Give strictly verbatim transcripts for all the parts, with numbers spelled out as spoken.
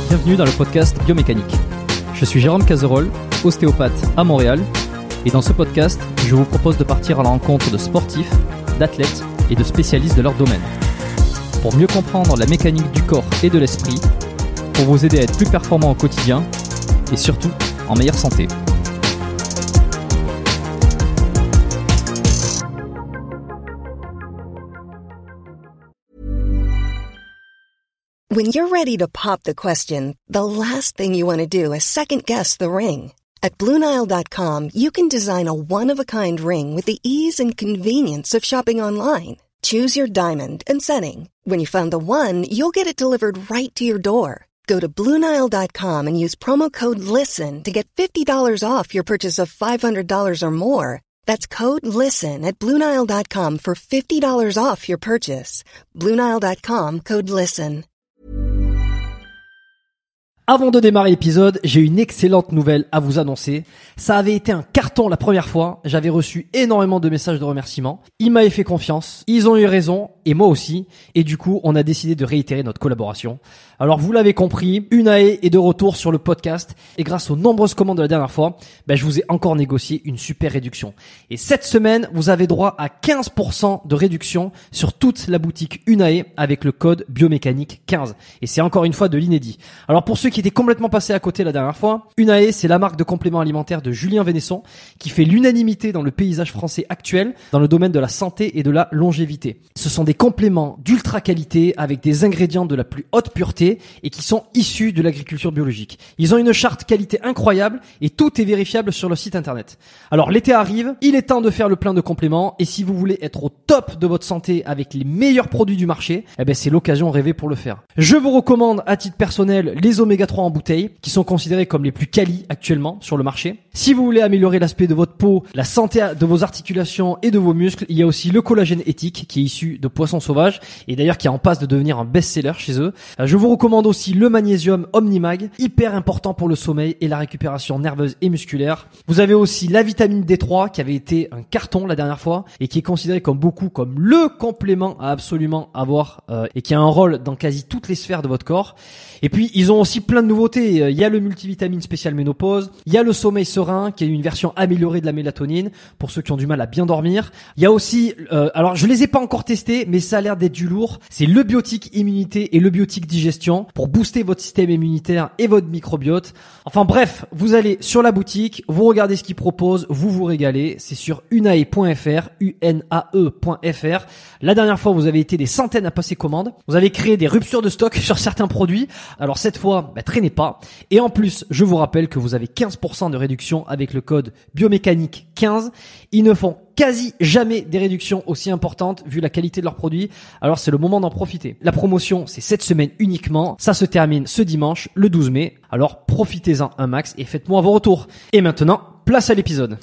bienvenue dans le podcast Biomécanique. Je suis Jérôme Cazerolle, ostéopathe à Montréal, et dans ce podcast, je vous propose de partir à la rencontre de sportifs, d'athlètes et de spécialistes de leur domaine. Pour mieux comprendre la mécanique du corps et de l'esprit, pour vous aider à être plus performant au quotidien, et surtout en meilleure santé. When you're ready to pop the question, the last thing you want to do is second-guess the ring. At Blue Nile dot com, you can design a one-of-a-kind ring with the ease and convenience of shopping online. Choose your diamond and setting. When you find the one, you'll get it delivered right to your door. Go to Blue Nile dot com and use promo code LISTEN to get fifty dollars off your purchase of five hundred dollars or more. That's code LISTEN at Blue Nile dot com for fifty dollars off your purchase. Blue Nile dot com, code LISTEN. Avant de démarrer l'épisode, j'ai une excellente nouvelle à vous annoncer. Ça avait été un carton la première fois. J'avais reçu énormément de messages de remerciements. Ils m'avaient fait confiance. Ils ont eu raison. Et moi aussi. Et du coup, on a décidé de réitérer notre collaboration. Alors, vous l'avez compris, Unae est de retour sur le podcast. Et grâce aux nombreuses commandes de la dernière fois, ben, je vous ai encore négocié une super réduction. Et cette semaine, vous avez droit à quinze pour cent de réduction sur toute la boutique Unae avec le code biomécanique quinze. Et c'est encore une fois de l'inédit. Alors, pour ceux qui étaient complètement passés à côté la dernière fois, Unae, c'est la marque de compléments alimentaires de Julien Vénesson qui fait l'unanimité dans le paysage français actuel dans le domaine de la santé et de la longévité. Ce sont des compléments d'ultra qualité avec des ingrédients de la plus haute pureté et qui sont issus de l'agriculture biologique. Ils ont une charte qualité incroyable et tout est vérifiable sur le site internet. Alors l'été arrive, il est temps de faire le plein de compléments et si vous voulez être au top de votre santé avec les meilleurs produits du marché, eh ben c'est l'occasion rêvée pour le faire. Je vous recommande à titre personnel les oméga trois en bouteille qui sont considérés comme les plus qualis actuellement sur le marché. Si vous voulez améliorer l'aspect de votre peau, la santé de vos articulations et de vos muscles, il y a aussi le collagène éthique qui est issu de poissons sauvages et d'ailleurs qui est en passe de devenir un best-seller chez eux. Je vous recommande aussi le magnésium Omnimag, hyper important pour le sommeil et la récupération nerveuse et musculaire. Vous avez aussi la vitamine D trois qui avait été un carton la dernière fois et qui est considéré comme beaucoup comme le complément à absolument avoir euh, et qui a un rôle dans quasi toutes les sphères de votre corps. Et puis ils ont aussi plein de nouveautés. Il y a le multivitamine spécial ménopause, il y a le sommeil serein qui est une version améliorée de la mélatonine pour ceux qui ont du mal à bien dormir. Il y a aussi, euh, alors je les ai pas encore testés, mais ça a l'air d'être du lourd. C'est le biotique immunité et le biotique digestion pour booster votre système immunitaire et votre microbiote. Enfin bref, vous allez sur la boutique, vous regardez ce qu'ils proposent, vous vous régalez. C'est sur unae point f r, u n a e point f r. La dernière fois, vous avez été des centaines à passer commande. Vous avez créé des ruptures de stock sur certains produits. Alors cette fois, bah, traînez pas. Et en plus, je vous rappelle que vous avez quinze pour cent de réduction avec le code biomécanique quinze. Ils ne font quasi jamais des réductions aussi importantes vu la qualité de leurs produits. Alors c'est le moment d'en profiter. La promotion, c'est cette semaine uniquement. Ça se termine ce dimanche, le douze mai. Alors profitez-en un max et faites-moi vos retours. Et maintenant, place à l'épisode.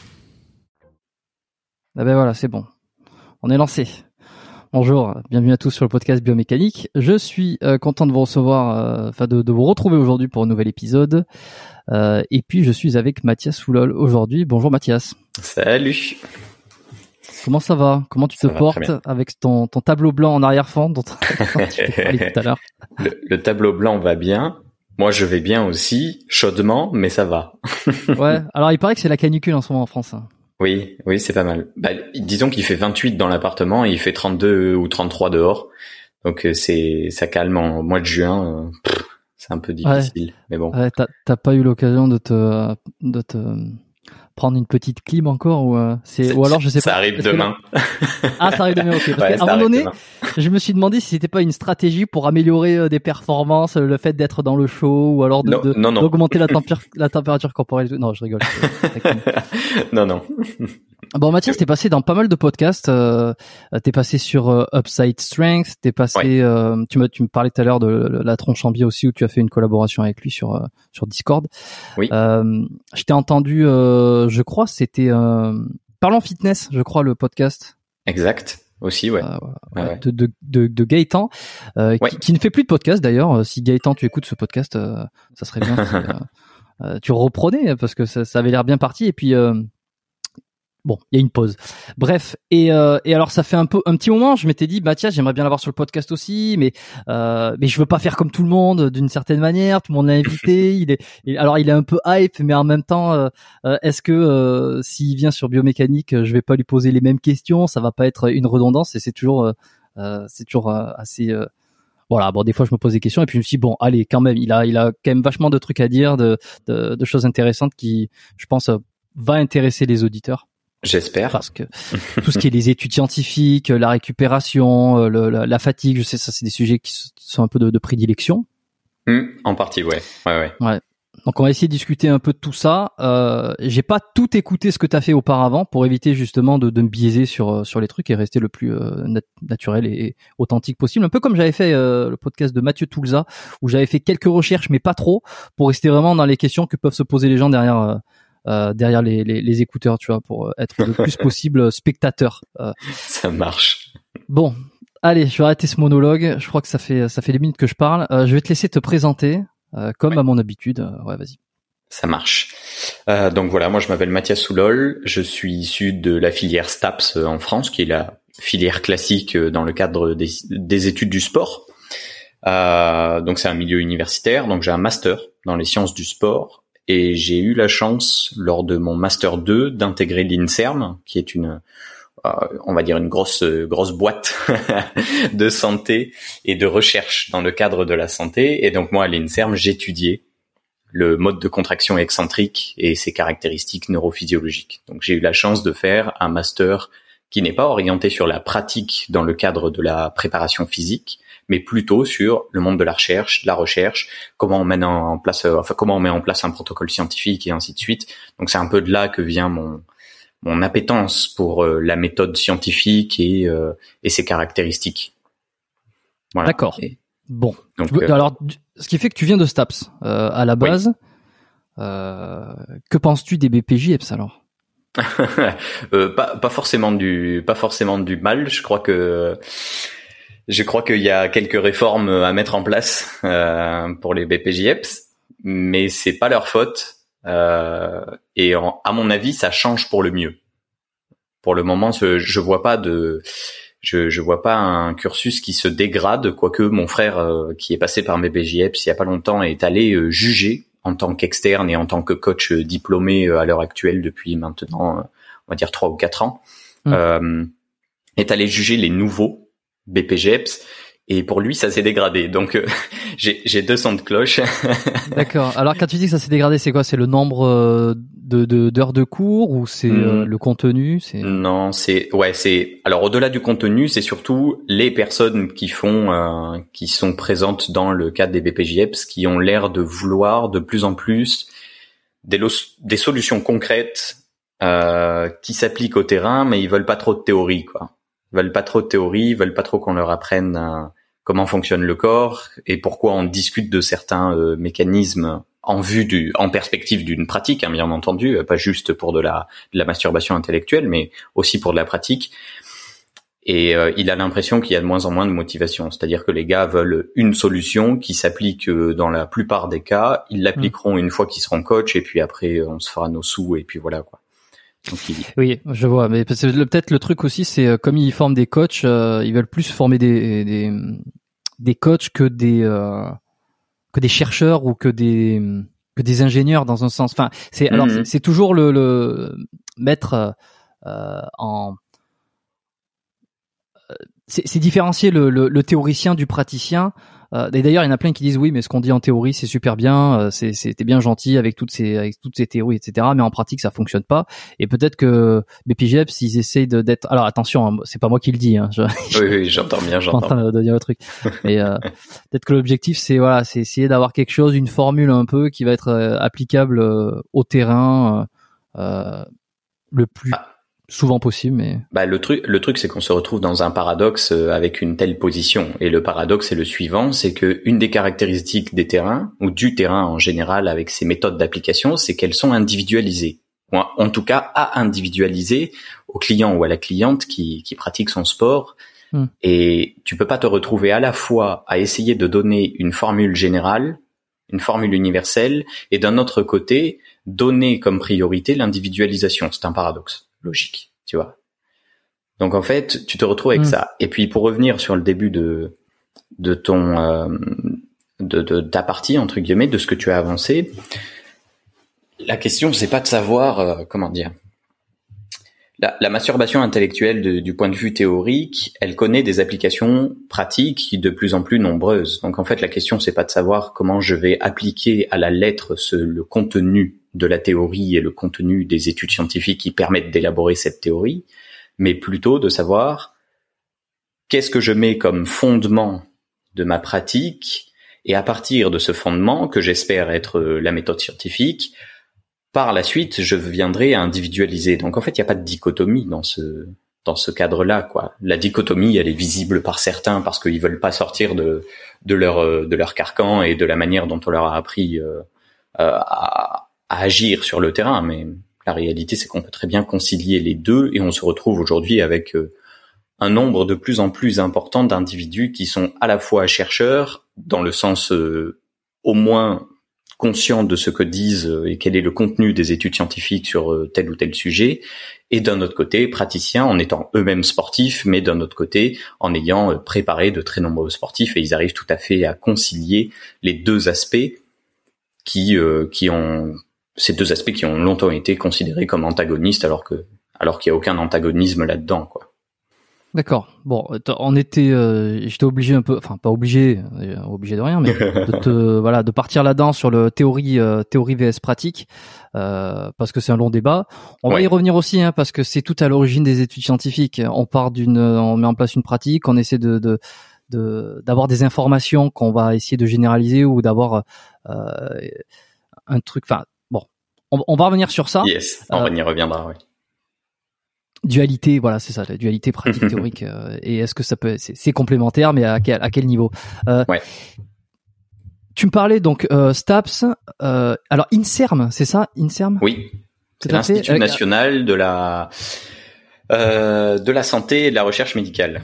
Ah ben voilà, c'est bon. On est lancé. Bonjour, bienvenue à tous sur le podcast Biomécanique. Je suis euh, content de vous recevoir, enfin euh, de, de vous retrouver aujourd'hui pour un nouvel épisode. Euh, et puis je suis avec Mathias Foulol aujourd'hui. Bonjour Mathias. Salut. Comment ça va? Comment tu ça te portes avec ton, ton tableau blanc en arrière-fond dont tu parlais tout à l'heure? Le, le tableau blanc va bien. Moi, je vais bien aussi, chaudement, mais ça va. Ouais. Alors, il paraît que c'est la canicule en ce moment en France. Oui, oui, c'est pas mal. Bah, disons qu'il fait vingt-huit dans l'appartement et il fait trente-deux ou trente-trois dehors. Donc, c'est, ça calme en mois de juin. Pff, c'est un peu difficile, ouais. mais bon. Ouais, t'as, t'as pas eu l'occasion de te, de te prendre une petite clim encore ou euh, c'est, ou alors je sais ça pas. Ça arrive demain. Que... Ah, ça arrive demain. Ok. Parce ouais, qu'à un moment donné, demain. je me suis demandé si c'était pas une stratégie pour améliorer euh, des performances, le fait d'être dans le show ou alors de, non, de, non, non. d'augmenter la, tempér- la température corporelle. Non, je rigole. non, non. Bon, Mathias, t'es passé dans pas mal de podcasts. Euh, t'es passé sur euh, Upside Strength. T'es passé. Ouais. Euh, tu me tu me parlais tout à l'heure de la tronche en biais aussi où tu as fait une collaboration avec lui sur euh, sur Discord. Oui. Euh, je t'ai entendu. Euh, je crois c'était euh, Parlons Fitness. Je crois le podcast. Exact. Aussi, ouais. Euh, ouais, ouais, ouais. De, de, de, de Gaëtan, euh, ouais. qui, qui ne fait plus de podcast d'ailleurs. Si Gaëtan, tu écoutes ce podcast, euh, ça serait bien si euh, euh, tu reprenais parce que ça, ça avait l'air bien parti. Et puis. Euh, Bon, il y a une pause. Bref, et euh, et alors ça fait un peu un petit moment, je m'étais dit bah tiens, j'aimerais bien l'avoir sur le podcast aussi, mais euh, mais je veux pas faire comme tout le monde d'une certaine manière. Tout le monde l'a invité, il est il, alors il est un peu hype, mais en même temps, euh, est-ce que euh, s'il vient sur biomécanique, je vais pas lui poser les mêmes questions, ça va pas être une redondance et c'est toujours euh, c'est toujours euh, assez euh, voilà, bon des fois je me pose des questions et puis je me suis dit bon allez quand même, il a il a quand même vachement de trucs à dire, de de, de choses intéressantes qui je pense va intéresser les auditeurs. J'espère. Parce que tout ce qui est les études scientifiques, la récupération, le, la, la fatigue, je sais, ça c'est des sujets qui sont un peu de, de prédilection. Mmh, en partie, ouais. ouais, ouais. Ouais. Donc on va essayer de discuter un peu de tout ça. Euh, j'ai pas tout écouté ce que t'as fait auparavant pour éviter justement de, de me biaiser sur sur les trucs et rester le plus euh, nat- naturel et authentique possible. Un peu comme j'avais fait euh, le podcast de Mathieu Toulza où j'avais fait quelques recherches mais pas trop pour rester vraiment dans les questions que peuvent se poser les gens derrière. Euh, Euh, derrière les, les, les écouteurs, tu vois, pour être le plus possible spectateur. Euh. Ça marche. Bon, allez, je vais arrêter ce monologue. Je crois que ça fait ça fait des minutes que je parle. Euh, je vais te laisser te présenter, euh, comme ouais. à mon habitude. Euh, ouais, vas-y. Ça marche. Euh, donc voilà, moi je m'appelle Mathias Soulol. Je suis issu de la filière STAPS en France, qui est la filière classique dans le cadre des, des études du sport. Euh, donc c'est un milieu universitaire. Donc j'ai un master dans les sciences du sport. Et j'ai eu la chance, lors de mon Master deux, d'intégrer l'INSERM, qui est une, euh, on va dire une grosse grosse boîte de santé et de recherche dans le cadre de la santé. Et donc moi, à l'INSERM, j'étudiais le mode de contraction excentrique et ses caractéristiques neurophysiologiques. Donc j'ai eu la chance de faire un Master qui n'est pas orienté sur la pratique dans le cadre de la préparation physique, mais plutôt sur le monde de la recherche, de la recherche, comment on met en place, enfin comment on met en place un protocole scientifique et ainsi de suite. Donc c'est un peu de là que vient mon mon appétence pour euh, la méthode scientifique et euh, et ses caractéristiques. Voilà. D'accord. Et bon. Donc, euh, alors, ce qui fait que tu viens de STAPS euh, à la base. Oui. Euh, que penses-tu des B P J E P S alors? euh, pas pas forcément du pas forcément du mal. Je crois que Je crois qu'il y a quelques réformes à mettre en place euh, pour les B P J E P S, mais c'est pas leur faute. Euh, et en, à mon avis, ça change pour le mieux. Pour le moment, je, je vois pas de, je, je vois pas un cursus qui se dégrade. Quoique mon frère, euh, qui est passé par B P J E P S il y a pas longtemps, est allé euh, juger en tant qu'externe et en tant que coach euh, diplômé euh, à l'heure actuelle depuis maintenant, euh, on va dire trois ou quatre ans, mmh. euh, est allé juger les nouveaux B P J E P S et pour lui ça s'est dégradé, donc euh, j'ai j'ai deux sons de cloche. D'accord. Alors quand tu dis que ça s'est dégradé, c'est quoi? C'est le nombre euh, de de d'heures de cours ou c'est mmh. euh, le contenu? C'est non, c'est ouais c'est alors au-delà du contenu, c'est surtout les personnes qui font euh, qui sont présentes dans le cadre des B P J E P S qui ont l'air de vouloir de plus en plus des lo- des solutions concrètes euh, qui s'appliquent au terrain, mais ils veulent pas trop de théorie, quoi. Ils veulent pas trop de théorie, ils veulent pas trop qu'on leur apprenne euh, comment fonctionne le corps et pourquoi on discute de certains euh, mécanismes en vue du, en perspective d'une pratique, hein, bien entendu, pas juste pour de la, de la masturbation intellectuelle, mais aussi pour de la pratique. Et euh, il a l'impression qu'il y a de moins en moins de motivation, c'est-à-dire que les gars veulent une solution qui s'applique dans la plupart des cas, ils l'appliqueront mmh. une fois qu'ils seront coach et puis après on se fera nos sous et puis voilà quoi. Donc, il... Oui, je vois, mais peut-être le truc aussi, c'est comme ils forment des coachs, euh, ils veulent plus former des des, des coachs que des euh, que des chercheurs ou que des que des ingénieurs dans un sens. Enfin, c'est mm-hmm. alors c'est, c'est toujours le, le mettre euh, en c'est, c'est différencier le, le, le théoricien du praticien. Euh, et d'ailleurs, il y en a plein qui disent oui, mais ce qu'on dit en théorie, c'est super bien, euh, c'est, c'était bien gentil avec toutes ces, avec toutes ces théories, et cetera. Mais en pratique, ça fonctionne pas. Et peut-être que B P J E P S, ils essayent de, d'être. Alors attention, hein, c'est pas moi qui le dis. Hein, je... Oui, oui, j'entends bien, j'entends. Je suis en train de dire le truc. Mais euh, peut-être que l'objectif, c'est voilà, c'est essayer d'avoir quelque chose, une formule un peu qui va être euh, applicable euh, au terrain euh, le plus. Ah. Souvent possible, mais bah le truc, le truc, c'est qu'on se retrouve dans un paradoxe avec une telle position. Et le paradoxe est le suivant, c'est que une des caractéristiques des terrains ou du terrain en général avec ces méthodes d'application, c'est qu'elles sont individualisées. Ou en tout cas, à individualiser au client ou à la cliente qui, qui pratique son sport. Hum. Et tu peux pas te retrouver à la fois à essayer de donner une formule générale, une formule universelle, et d'un autre côté, donner comme priorité l'individualisation. C'est un paradoxe. logique, tu vois. Donc en fait, tu te retrouves avec mmh. ça. Et puis pour revenir sur le début de de ton euh, de, de ta partie entre guillemets, de ce que tu as avancé, la question c'est pas de savoir euh, comment dire. La, la masturbation intellectuelle de, du point de vue théorique, elle connaît des applications pratiques de plus en plus nombreuses. Donc en fait, la question c'est pas de savoir comment je vais appliquer à la lettre ce, le contenu de la théorie et le contenu des études scientifiques qui permettent d'élaborer cette théorie, mais plutôt de savoir qu'est-ce que je mets comme fondement de ma pratique, et à partir de ce fondement, que j'espère être la méthode scientifique, par la suite, je viendrai à individualiser. Donc en fait, il n'y a pas de dichotomie dans ce dans ce cadre-là, quoi. La dichotomie, elle est visible par certains parce qu'ils veulent pas sortir de de leur de leur carcan et de la manière dont on leur a appris euh, à, à agir sur le terrain. Mais la réalité, c'est qu'on peut très bien concilier les deux, et on se retrouve aujourd'hui avec euh, un nombre de plus en plus important d'individus qui sont à la fois chercheurs, dans le sens euh, au moins conscients de ce que disent et quel est le contenu des études scientifiques sur tel ou tel sujet, et d'un autre côté, praticiens en étant eux-mêmes sportifs, mais d'un autre côté, en ayant préparé de très nombreux sportifs, et ils arrivent tout à fait à concilier les deux aspects qui, euh, qui ont, ces deux aspects qui ont longtemps été considérés comme antagonistes, alors que, alors qu'il n'y a aucun antagonisme là-dedans, quoi. D'accord. Bon, on était, euh, j'étais obligé un peu, enfin pas obligé, euh, obligé de rien, mais de te, voilà, de partir là-dedans sur le théorie, euh, théorie vs pratique, euh, parce que c'est un long débat. On ouais. va y revenir aussi, hein, parce que c'est tout à l'origine des études scientifiques. On part d'une, on met en place une pratique, on essaie de, de, de d'avoir des informations qu'on va essayer de généraliser ou d'avoir euh, un truc. Enfin, bon, on, on va revenir sur ça. Yes, on euh, y reviendra. Oui. Dualité, voilà, c'est ça, la dualité pratique théorique. Euh, et est-ce que ça peut, c'est, c'est complémentaire, mais à quel, à quel niveau euh, ouais. Tu me parlais donc euh, STAPS. Euh, alors INSERM, c'est ça, INSERM? Oui. C'est l'Institut fait, national euh, de la euh, de la santé et de la recherche médicale.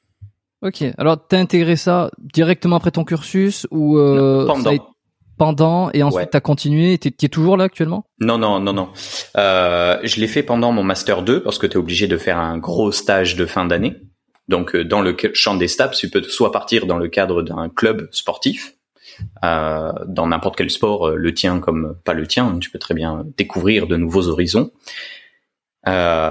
Ok. Alors t'as intégré ça directement après ton cursus ou euh, pendant? Ça a été pendant et ensuite ouais. t'as continué. T'es, t'es toujours là actuellement? Non, non, non, non. Euh, je l'ai fait pendant mon master deux parce que t'es obligé de faire un gros stage de fin d'année. Donc dans le champ des STAPS, tu peux soit partir dans le cadre d'un club sportif, euh, dans n'importe quel sport, le tien comme pas le tien, tu peux très bien découvrir de nouveaux horizons. Euh,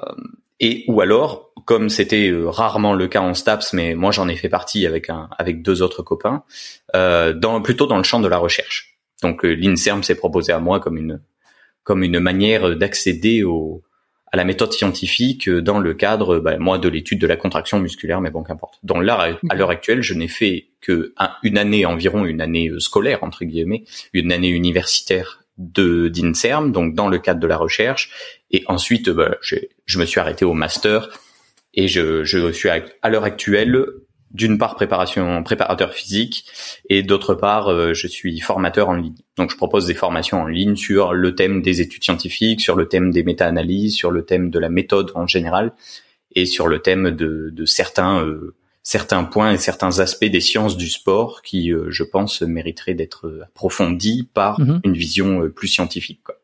et ou alors, comme c'était rarement le cas en STAPS, mais moi j'en ai fait partie avec un avec deux autres copains, euh, dans plutôt dans le champ de la recherche. Donc euh, l'INSERM s'est proposé à moi comme une comme une manière d'accéder au à la méthode scientifique dans le cadre, bah, moi, de l'étude de la contraction musculaire, mais bon, qu'importe. Donc là, à l'heure actuelle, je n'ai fait que un, une année environ, une année scolaire entre guillemets, une année universitaire de d'INSERM, donc dans le cadre de la recherche. Et ensuite, bah, j'ai, je me suis arrêté au master et je, je suis à, à l'heure actuelle, d'une part préparation, préparateur physique et d'autre part, euh, je suis formateur en ligne. Donc, je propose des formations en ligne sur le thème des études scientifiques, sur le thème des méta-analyses, sur le thème de la méthode en général et sur le thème de, de certains euh, certains points et certains aspects des sciences du sport qui, euh, je pense, mériteraient d'être approfondis par mmh. une vision euh, plus scientifique, quoi.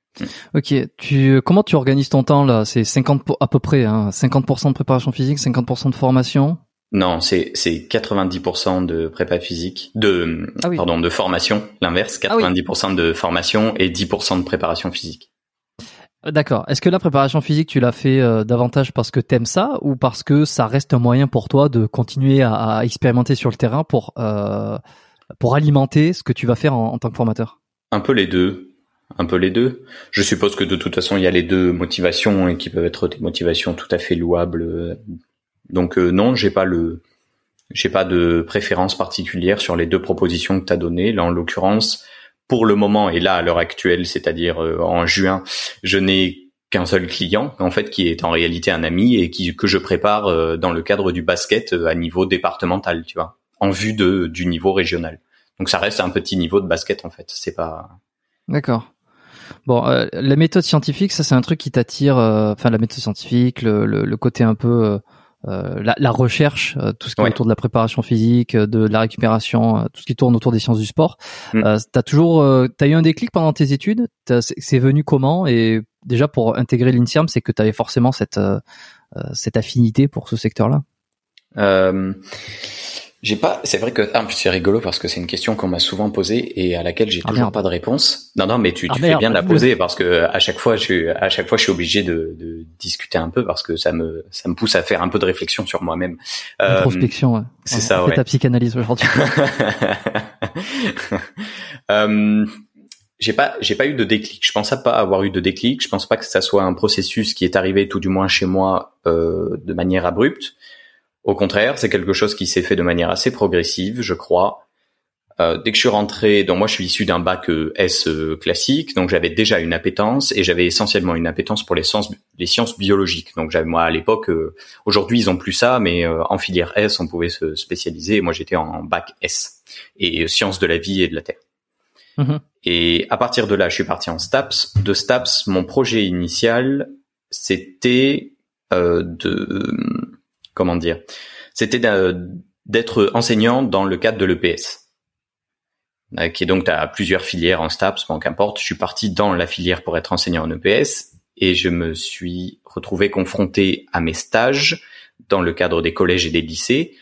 Ok, tu comment tu organises ton temps là? C'est cinquante pour, à peu près, hein, cinquante pour cent de préparation physique, cinquante pour cent de formation. Non, c'est c'est quatre-vingt-dix pour cent de prépa physique, de ah oui. pardon, de formation, l'inverse, quatre-vingt-dix pour cent ah oui. de formation et dix pour cent de préparation physique. D'accord. Est-ce que la préparation physique, tu l'as fait euh, davantage parce que t'aimes ça ou parce que ça reste un moyen pour toi de continuer à, à expérimenter sur le terrain pour euh, pour alimenter ce que tu vas faire en, en tant que formateur? Un peu les deux. Un peu les deux. Je suppose que de toute façon, il y a les deux motivations et qui peuvent être des motivations tout à fait louables. Donc euh, non, j'ai pas le, j'ai pas de préférence particulière sur les deux propositions que t'as données. Là, en l'occurrence, pour le moment et là à l'heure actuelle, c'est-à-dire euh, en juin, je n'ai qu'un seul client en fait qui est en réalité un ami et qui que je prépare euh, dans le cadre du basket euh, à niveau départemental, tu vois, en vue de du niveau régional. Donc ça reste un petit niveau de basket en fait. C'est pas. D'accord. Bon, euh, la méthode scientifique, ça c'est un truc qui t'attire. Enfin, euh, la méthode scientifique, le, le, le côté un peu. Euh... Euh, la, la recherche, euh, tout ce qui est ouais. autour de la préparation physique, de, de la récupération, euh, tout ce qui tourne autour des sciences du sport. Mm. Euh, t'as toujours, euh, t'as eu un déclic pendant tes études. T'as, c'est, c'est venu comment et déjà pour intégrer l'INSERM, c'est que tu avais forcément cette euh, cette affinité pour ce secteur-là. Euh, j'ai pas. C'est vrai que ah, c'est rigolo parce que c'est une question qu'on m'a souvent posée et à laquelle j'ai ah, toujours merde. pas de réponse. Non, non, mais tu, tu ah, fais merde, bien de la poser parce que à chaque fois, je suis à chaque fois, je suis obligé de, de discuter un peu parce que ça me ça me pousse à faire un peu de réflexion sur moi-même. Introspection. Euh, ouais. C'est on ça. On fait ouais. ta psychanalyse aujourd'hui. euh, J'ai pas, j'ai pas eu de déclic. Je pense pas avoir eu de déclic. Je pense pas que ça soit un processus qui est arrivé tout du moins chez moi euh, de manière abrupte. Au contraire, c'est quelque chose qui s'est fait de manière assez progressive, je crois. Euh, dès que je suis rentré, donc moi je suis issu d'un bac S classique, donc j'avais déjà une appétence et j'avais essentiellement une appétence pour les sciences, les sciences biologiques. Donc j'avais moi à l'époque, euh, aujourd'hui ils ont plus ça, mais euh, en filière S on pouvait se spécialiser. Et moi j'étais en bac S et euh, sciences de la vie et de la terre. Mmh. Et à partir de là, je suis parti en STAPS. De STAPS, mon projet initial, c'était euh, de, comment dire, c'était d'être enseignant dans le cadre de l'E P S. Qui est donc, tu as plusieurs filières en STAPS, bon, qu'importe. Je suis parti dans la filière pour être enseignant en E P S et je me suis retrouvé confronté à mes stages dans le cadre des collèges et des lycées,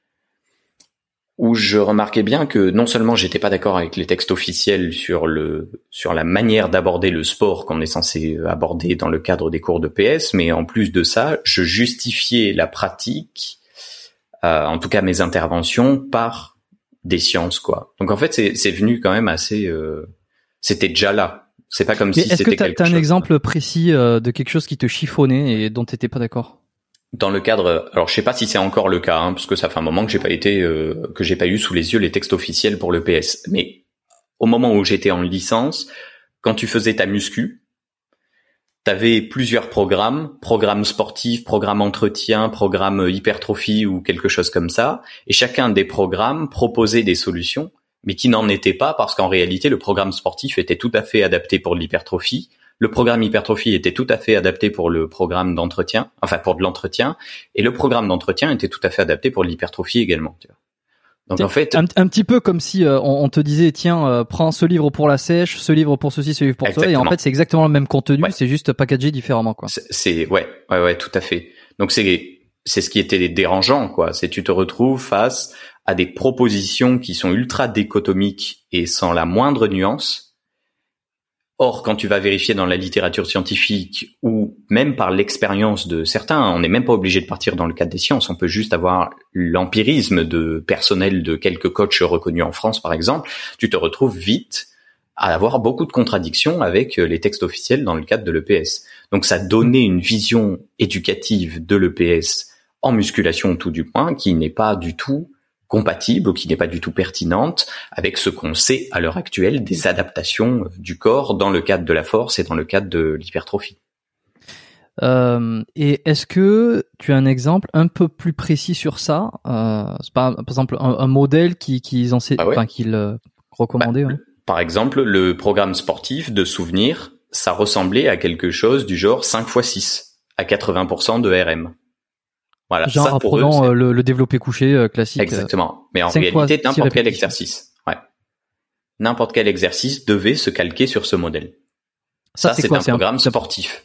où je remarquais bien que non seulement j'étais pas d'accord avec les textes officiels sur le sur la manière d'aborder le sport qu'on est censé aborder dans le cadre des cours d'E P S, mais en plus de ça, je justifiais la pratique, euh, en tout cas mes interventions, par des sciences, quoi. Donc en fait, c'est c'est venu quand même assez, euh, c'était déjà là. C'est pas comme mais si c'était quelque chose. Est-ce que t'as un exemple précis euh, de quelque chose qui te chiffonnait et dont t'étais pas d'accord? Dans le cadre, alors je sais pas si c'est encore le cas, hein, parce que ça fait un moment que j'ai pas été, euh, que j'ai pas eu sous les yeux les textes officiels pour l'E P S. Mais au moment où j'étais en licence, quand tu faisais ta muscu, t'avais plusieurs programmes, programme sportif, programme entretien, programme hypertrophie ou quelque chose comme ça, et chacun des programmes proposait des solutions, mais qui n'en étaient pas parce qu'en réalité le programme sportif était tout à fait adapté pour l'hypertrophie. Le programme hypertrophie était tout à fait adapté pour le programme d'entretien, enfin pour de l'entretien, et le programme d'entretien était tout à fait adapté pour l'hypertrophie également. Tu vois. Donc en fait, un, un petit peu comme si euh, on, on te disait tiens, euh, prends ce livre pour la sèche, ce livre pour ceci, ce livre pour ça, et en fait c'est exactement le même contenu, ouais. C'est juste packagé différemment, quoi. C'est, c'est ouais, ouais, ouais, tout à fait. Donc c'est c'est ce qui était dérangeant, quoi. C'est tu te retrouves face à des propositions qui sont ultra dichotomiques et sans la moindre nuance. Or, quand tu vas vérifier dans la littérature scientifique ou même par l'expérience de certains, on n'est même pas obligé de partir dans le cadre des sciences, on peut juste avoir l'empirisme de personnel de quelques coachs reconnus en France, par exemple, tu te retrouves vite à avoir beaucoup de contradictions avec les textes officiels dans le cadre de l'E P S. Donc ça donnait une vision éducative de l'E P S en musculation tout du moins, qui n'est pas du tout compatible ou qui n'est pas du tout pertinente avec ce qu'on sait à l'heure actuelle des adaptations du corps dans le cadre de la force et dans le cadre de l'hypertrophie. Euh, et est-ce que tu as un exemple un peu plus précis sur ça, euh, c'est pas, par exemple un, un modèle qui qu'ils enseign... ah ouais. enfin, qu'ils euh, recommandaient bah, ouais. Par exemple, le programme sportif de souvenirs, ça ressemblait à quelque chose du genre cinq fois six à quatre-vingts pour cent de R M. Voilà, genre ça, apprenant eux, le, le développé couché euh, classique. Exactement. Mais en réalité, n'importe quel exercice, ouais, n'importe quel exercice devait se calquer sur ce modèle. Ça, ça c'est, c'est quoi, un c'est programme un... sportif.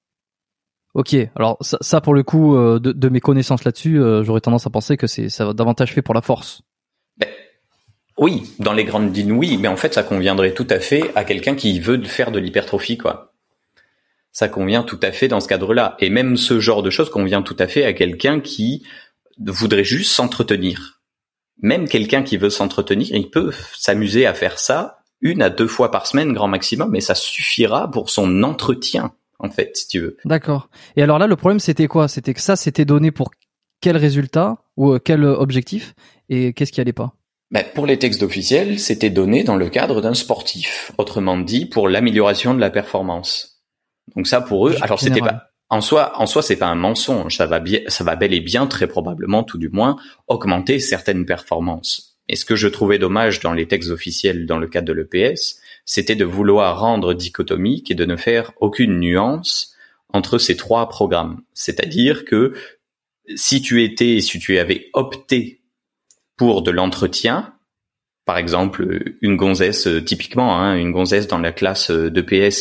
Ok. Alors ça, ça pour le coup, euh, de, de mes connaissances là-dessus, euh, j'aurais tendance à penser que c'est ça va davantage fait pour la force. Ben, oui, dans les grandes lignes, oui, mais en fait, ça conviendrait tout à fait à quelqu'un qui veut faire de l'hypertrophie, quoi. Ça convient tout à fait dans ce cadre-là. Et même ce genre de choses convient tout à fait à quelqu'un qui voudrait juste s'entretenir. Même quelqu'un qui veut s'entretenir, il peut s'amuser à faire ça une à deux fois par semaine, grand maximum, et ça suffira pour son entretien, en fait, si tu veux. D'accord. Et alors là, le problème, c'était quoi? C'était que ça, c'était donné pour quel résultat ou quel objectif, et qu'est-ce qui allait pas? Ben, pour les textes officiels, c'était donné dans le cadre d'un sportif. Autrement dit, pour l'amélioration de la performance. Donc ça pour eux, alors c'était pas en soi, en soi c'est pas un mensonge, ça va bien, ça va bel et bien très probablement tout du moins augmenter certaines performances. Et ce que je trouvais dommage dans les textes officiels dans le cadre de l'E P S, c'était de vouloir rendre dichotomique et de ne faire aucune nuance entre ces trois programmes. C'est-à-dire que si tu étais, si tu avais opté pour de l'entretien, par exemple, une gonzesse, typiquement, hein, une gonzesse dans la classe d'E P S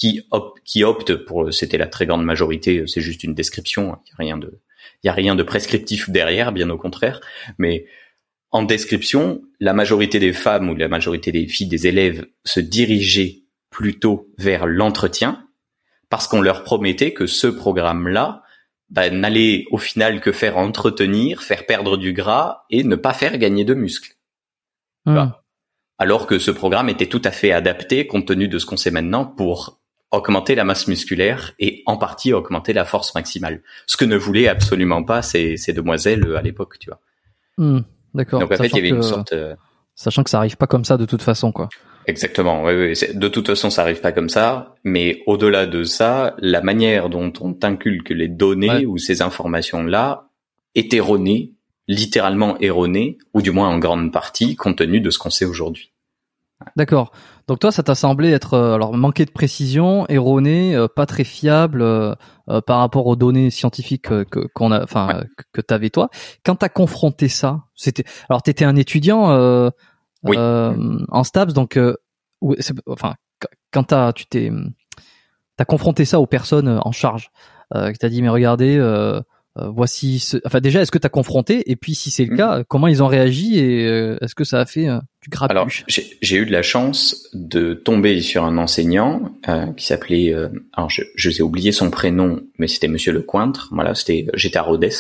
qui, op- qui optent pour, c'était la très grande majorité, c'est juste une description, il y a rien de, il y a rien de prescriptif derrière, bien au contraire, mais en description, la majorité des femmes ou la majorité des filles, des élèves se dirigeaient plutôt vers l'entretien parce qu'on leur promettait que ce programme-là bah, n'allait au final que faire entretenir, faire perdre du gras et ne pas faire gagner de muscles. Mmh. Bah, alors que ce programme était tout à fait adapté, compte tenu de ce qu'on sait maintenant, pour augmenter la masse musculaire et en partie augmenter la force maximale. Ce que ne voulaient absolument pas ces, ces demoiselles à l'époque, tu vois. Mmh, d'accord. Donc en fait, il y avait que, une sorte... Euh... Sachant que ça arrive pas comme ça de toute façon, quoi. Exactement, oui, oui. De toute façon, ça arrive pas comme ça. Mais au-delà de ça, la manière dont on t'inculque les données ouais. ou ces informations-là est erronée, littéralement erronée, ou du moins en grande partie, compte tenu de ce qu'on sait aujourd'hui. D'accord. Donc toi, ça t'a semblé être euh, alors manqué de précision, erroné, euh, pas très fiable euh, euh, par rapport aux données scientifiques euh, que qu'on a, enfin ouais. que, que t'avais toi. Quand t'as confronté ça, c'était alors t'étais un étudiant. Euh, Oui. Euh, en STAPS, donc, euh, c'est, enfin, quand t'as, tu t'es, t'as confronté ça aux personnes en charge, euh, qui t'a dit mais regardez, euh, euh, voici, ce... enfin déjà, est-ce que t'as confronté et puis si c'est le mmh. cas, comment ils ont réagi et euh, est-ce que ça a fait euh, du grabuge? Alors j'ai, j'ai eu de la chance de tomber sur un enseignant euh, qui s'appelait, euh, alors je, je ai oublié son prénom, mais c'était Monsieur Lecointre. Voilà, c'était, j'étais à Rodez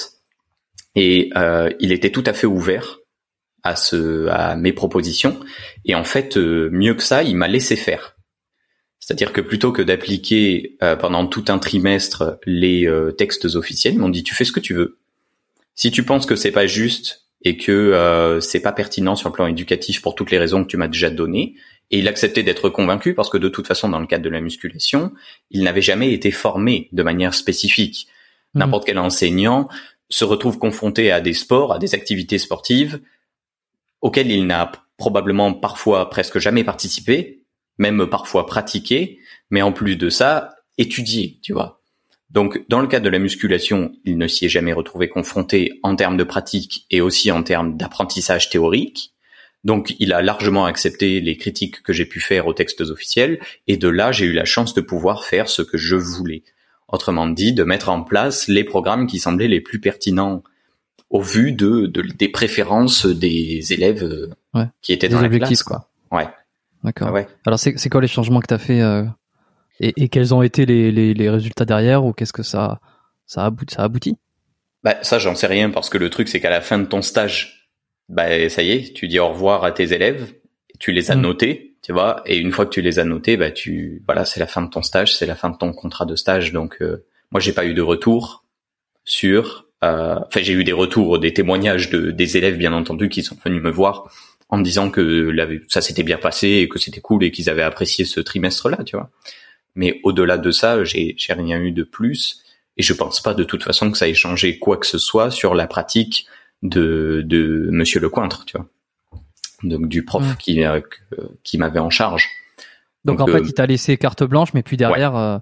et euh, il était tout à fait ouvert à ce à mes propositions et en fait euh, mieux que ça il m'a laissé faire, c'est-à-dire que plutôt que d'appliquer euh, pendant tout un trimestre les euh, textes officiels, ils m'ont dit tu fais ce que tu veux, si tu penses que c'est pas juste et que euh, c'est pas pertinent sur le plan éducatif pour toutes les raisons que tu m'as déjà données. Et il acceptait d'être convaincu parce que de toute façon dans le cadre de la musculation il n'avait jamais été formé de manière spécifique. Mmh. N'importe quel enseignant se retrouve confronté à des sports, à des activités sportives auquel il n'a probablement parfois presque jamais participé, même parfois pratiqué, mais en plus de ça, étudié, tu vois. Donc, dans le cadre de la musculation, il ne s'y est jamais retrouvé confronté en termes de pratique et aussi en termes d'apprentissage théorique. Donc, il a largement accepté les critiques que j'ai pu faire aux textes officiels, et de là, j'ai eu la chance de pouvoir faire ce que je voulais. Autrement dit, de mettre en place les programmes qui semblaient les plus pertinents au vu de, de des préférences des élèves ouais. qui étaient des dans la objectifs, classe. Quoi. Ouais. D'accord. Ah ouais. Alors c'est c'est quoi les changements que t'as fait euh, et, et quels ont été les, les les résultats derrière ou qu'est-ce que ça ça aboutit ça aboutit Bah ça j'en sais rien parce que le truc c'est qu'à la fin de ton stage, bah ça y est, tu dis au revoir à tes élèves, tu les as mmh. notés, tu vois, et une fois que tu les as notés, bah tu voilà c'est la fin de ton stage, c'est la fin de ton contrat de stage, donc euh, moi j'ai pas eu de retour sur Euh, enfin, j'ai eu des retours, des témoignages de des élèves, bien entendu, qui sont venus me voir en me disant que la, ça s'était bien passé et que c'était cool et qu'ils avaient apprécié ce trimestre-là, tu vois. Mais au-delà de ça, j'ai, j'ai rien eu de plus et je pense pas de toute façon que ça ait changé quoi que ce soit sur la pratique de de Monsieur Lecointre, tu vois. Donc du prof mmh. qui euh, qui m'avait en charge. Donc, Donc en euh, fait, il t'a laissé carte blanche, mais puis derrière. Ouais. Euh...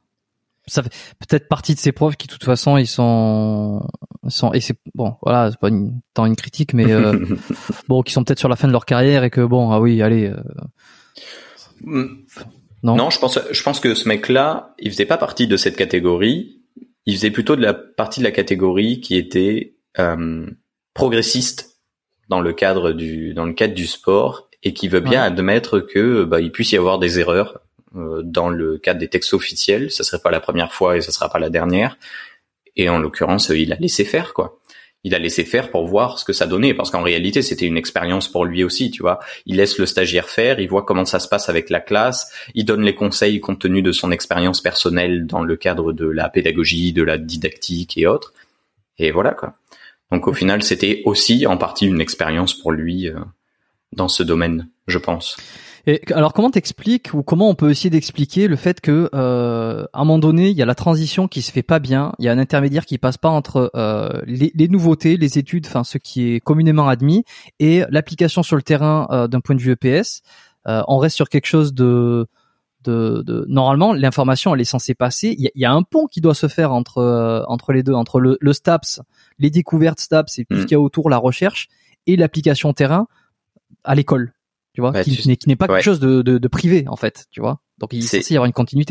Ça fait peut-être partie de ces profs qui, de toute façon, ils sont, ils sont et c'est bon, voilà, c'est pas une, tant une critique, mais euh, bon, qui sont peut-être sur la fin de leur carrière et que bon, ah oui, allez. Euh... Non, non, je pense, je pense que ce mec-là, il faisait pas partie de cette catégorie. Il faisait plutôt de la partie de la catégorie qui était euh, progressiste dans le cadre du, dans le cadre du sport et qui veut bien ouais. admettre que bah, il puisse y avoir des erreurs. Dans le cadre des textes officiels, ça serait pas la première fois et ça sera pas la dernière. Et en l'occurrence, il a laissé faire, quoi. Il a laissé faire pour voir ce que ça donnait, parce qu'en réalité, c'était une expérience pour lui aussi, tu vois. Il laisse le stagiaire faire, il voit comment ça se passe avec la classe, il donne les conseils compte tenu de son expérience personnelle dans le cadre de la pédagogie, de la didactique et autres. Et voilà, quoi. Donc au final, c'était aussi en partie une expérience pour lui euh, dans ce domaine, je pense. Et alors comment t'expliques ou comment on peut essayer d'expliquer le fait que euh, à un moment donné il y a la transition qui se fait pas bien, il y a un intermédiaire qui passe pas entre euh, les, les nouveautés, les études, enfin ce qui est communément admis et l'application sur le terrain euh, d'un point de vue E P S. Euh, on reste sur quelque chose de, de, de normalement l'information elle est censée passer. Il y a, il y a un pont qui doit se faire entre euh, entre les deux, entre le, le STAPS, les découvertes STAPS et tout mmh. ce qu'il y a autour, la recherche et l'application terrain à l'école. Tu vois, bah, qui, tu... n'est, qui n'est pas ouais. quelque chose de, de, de privé en fait, tu vois. Donc il est censé y avoir une continuité.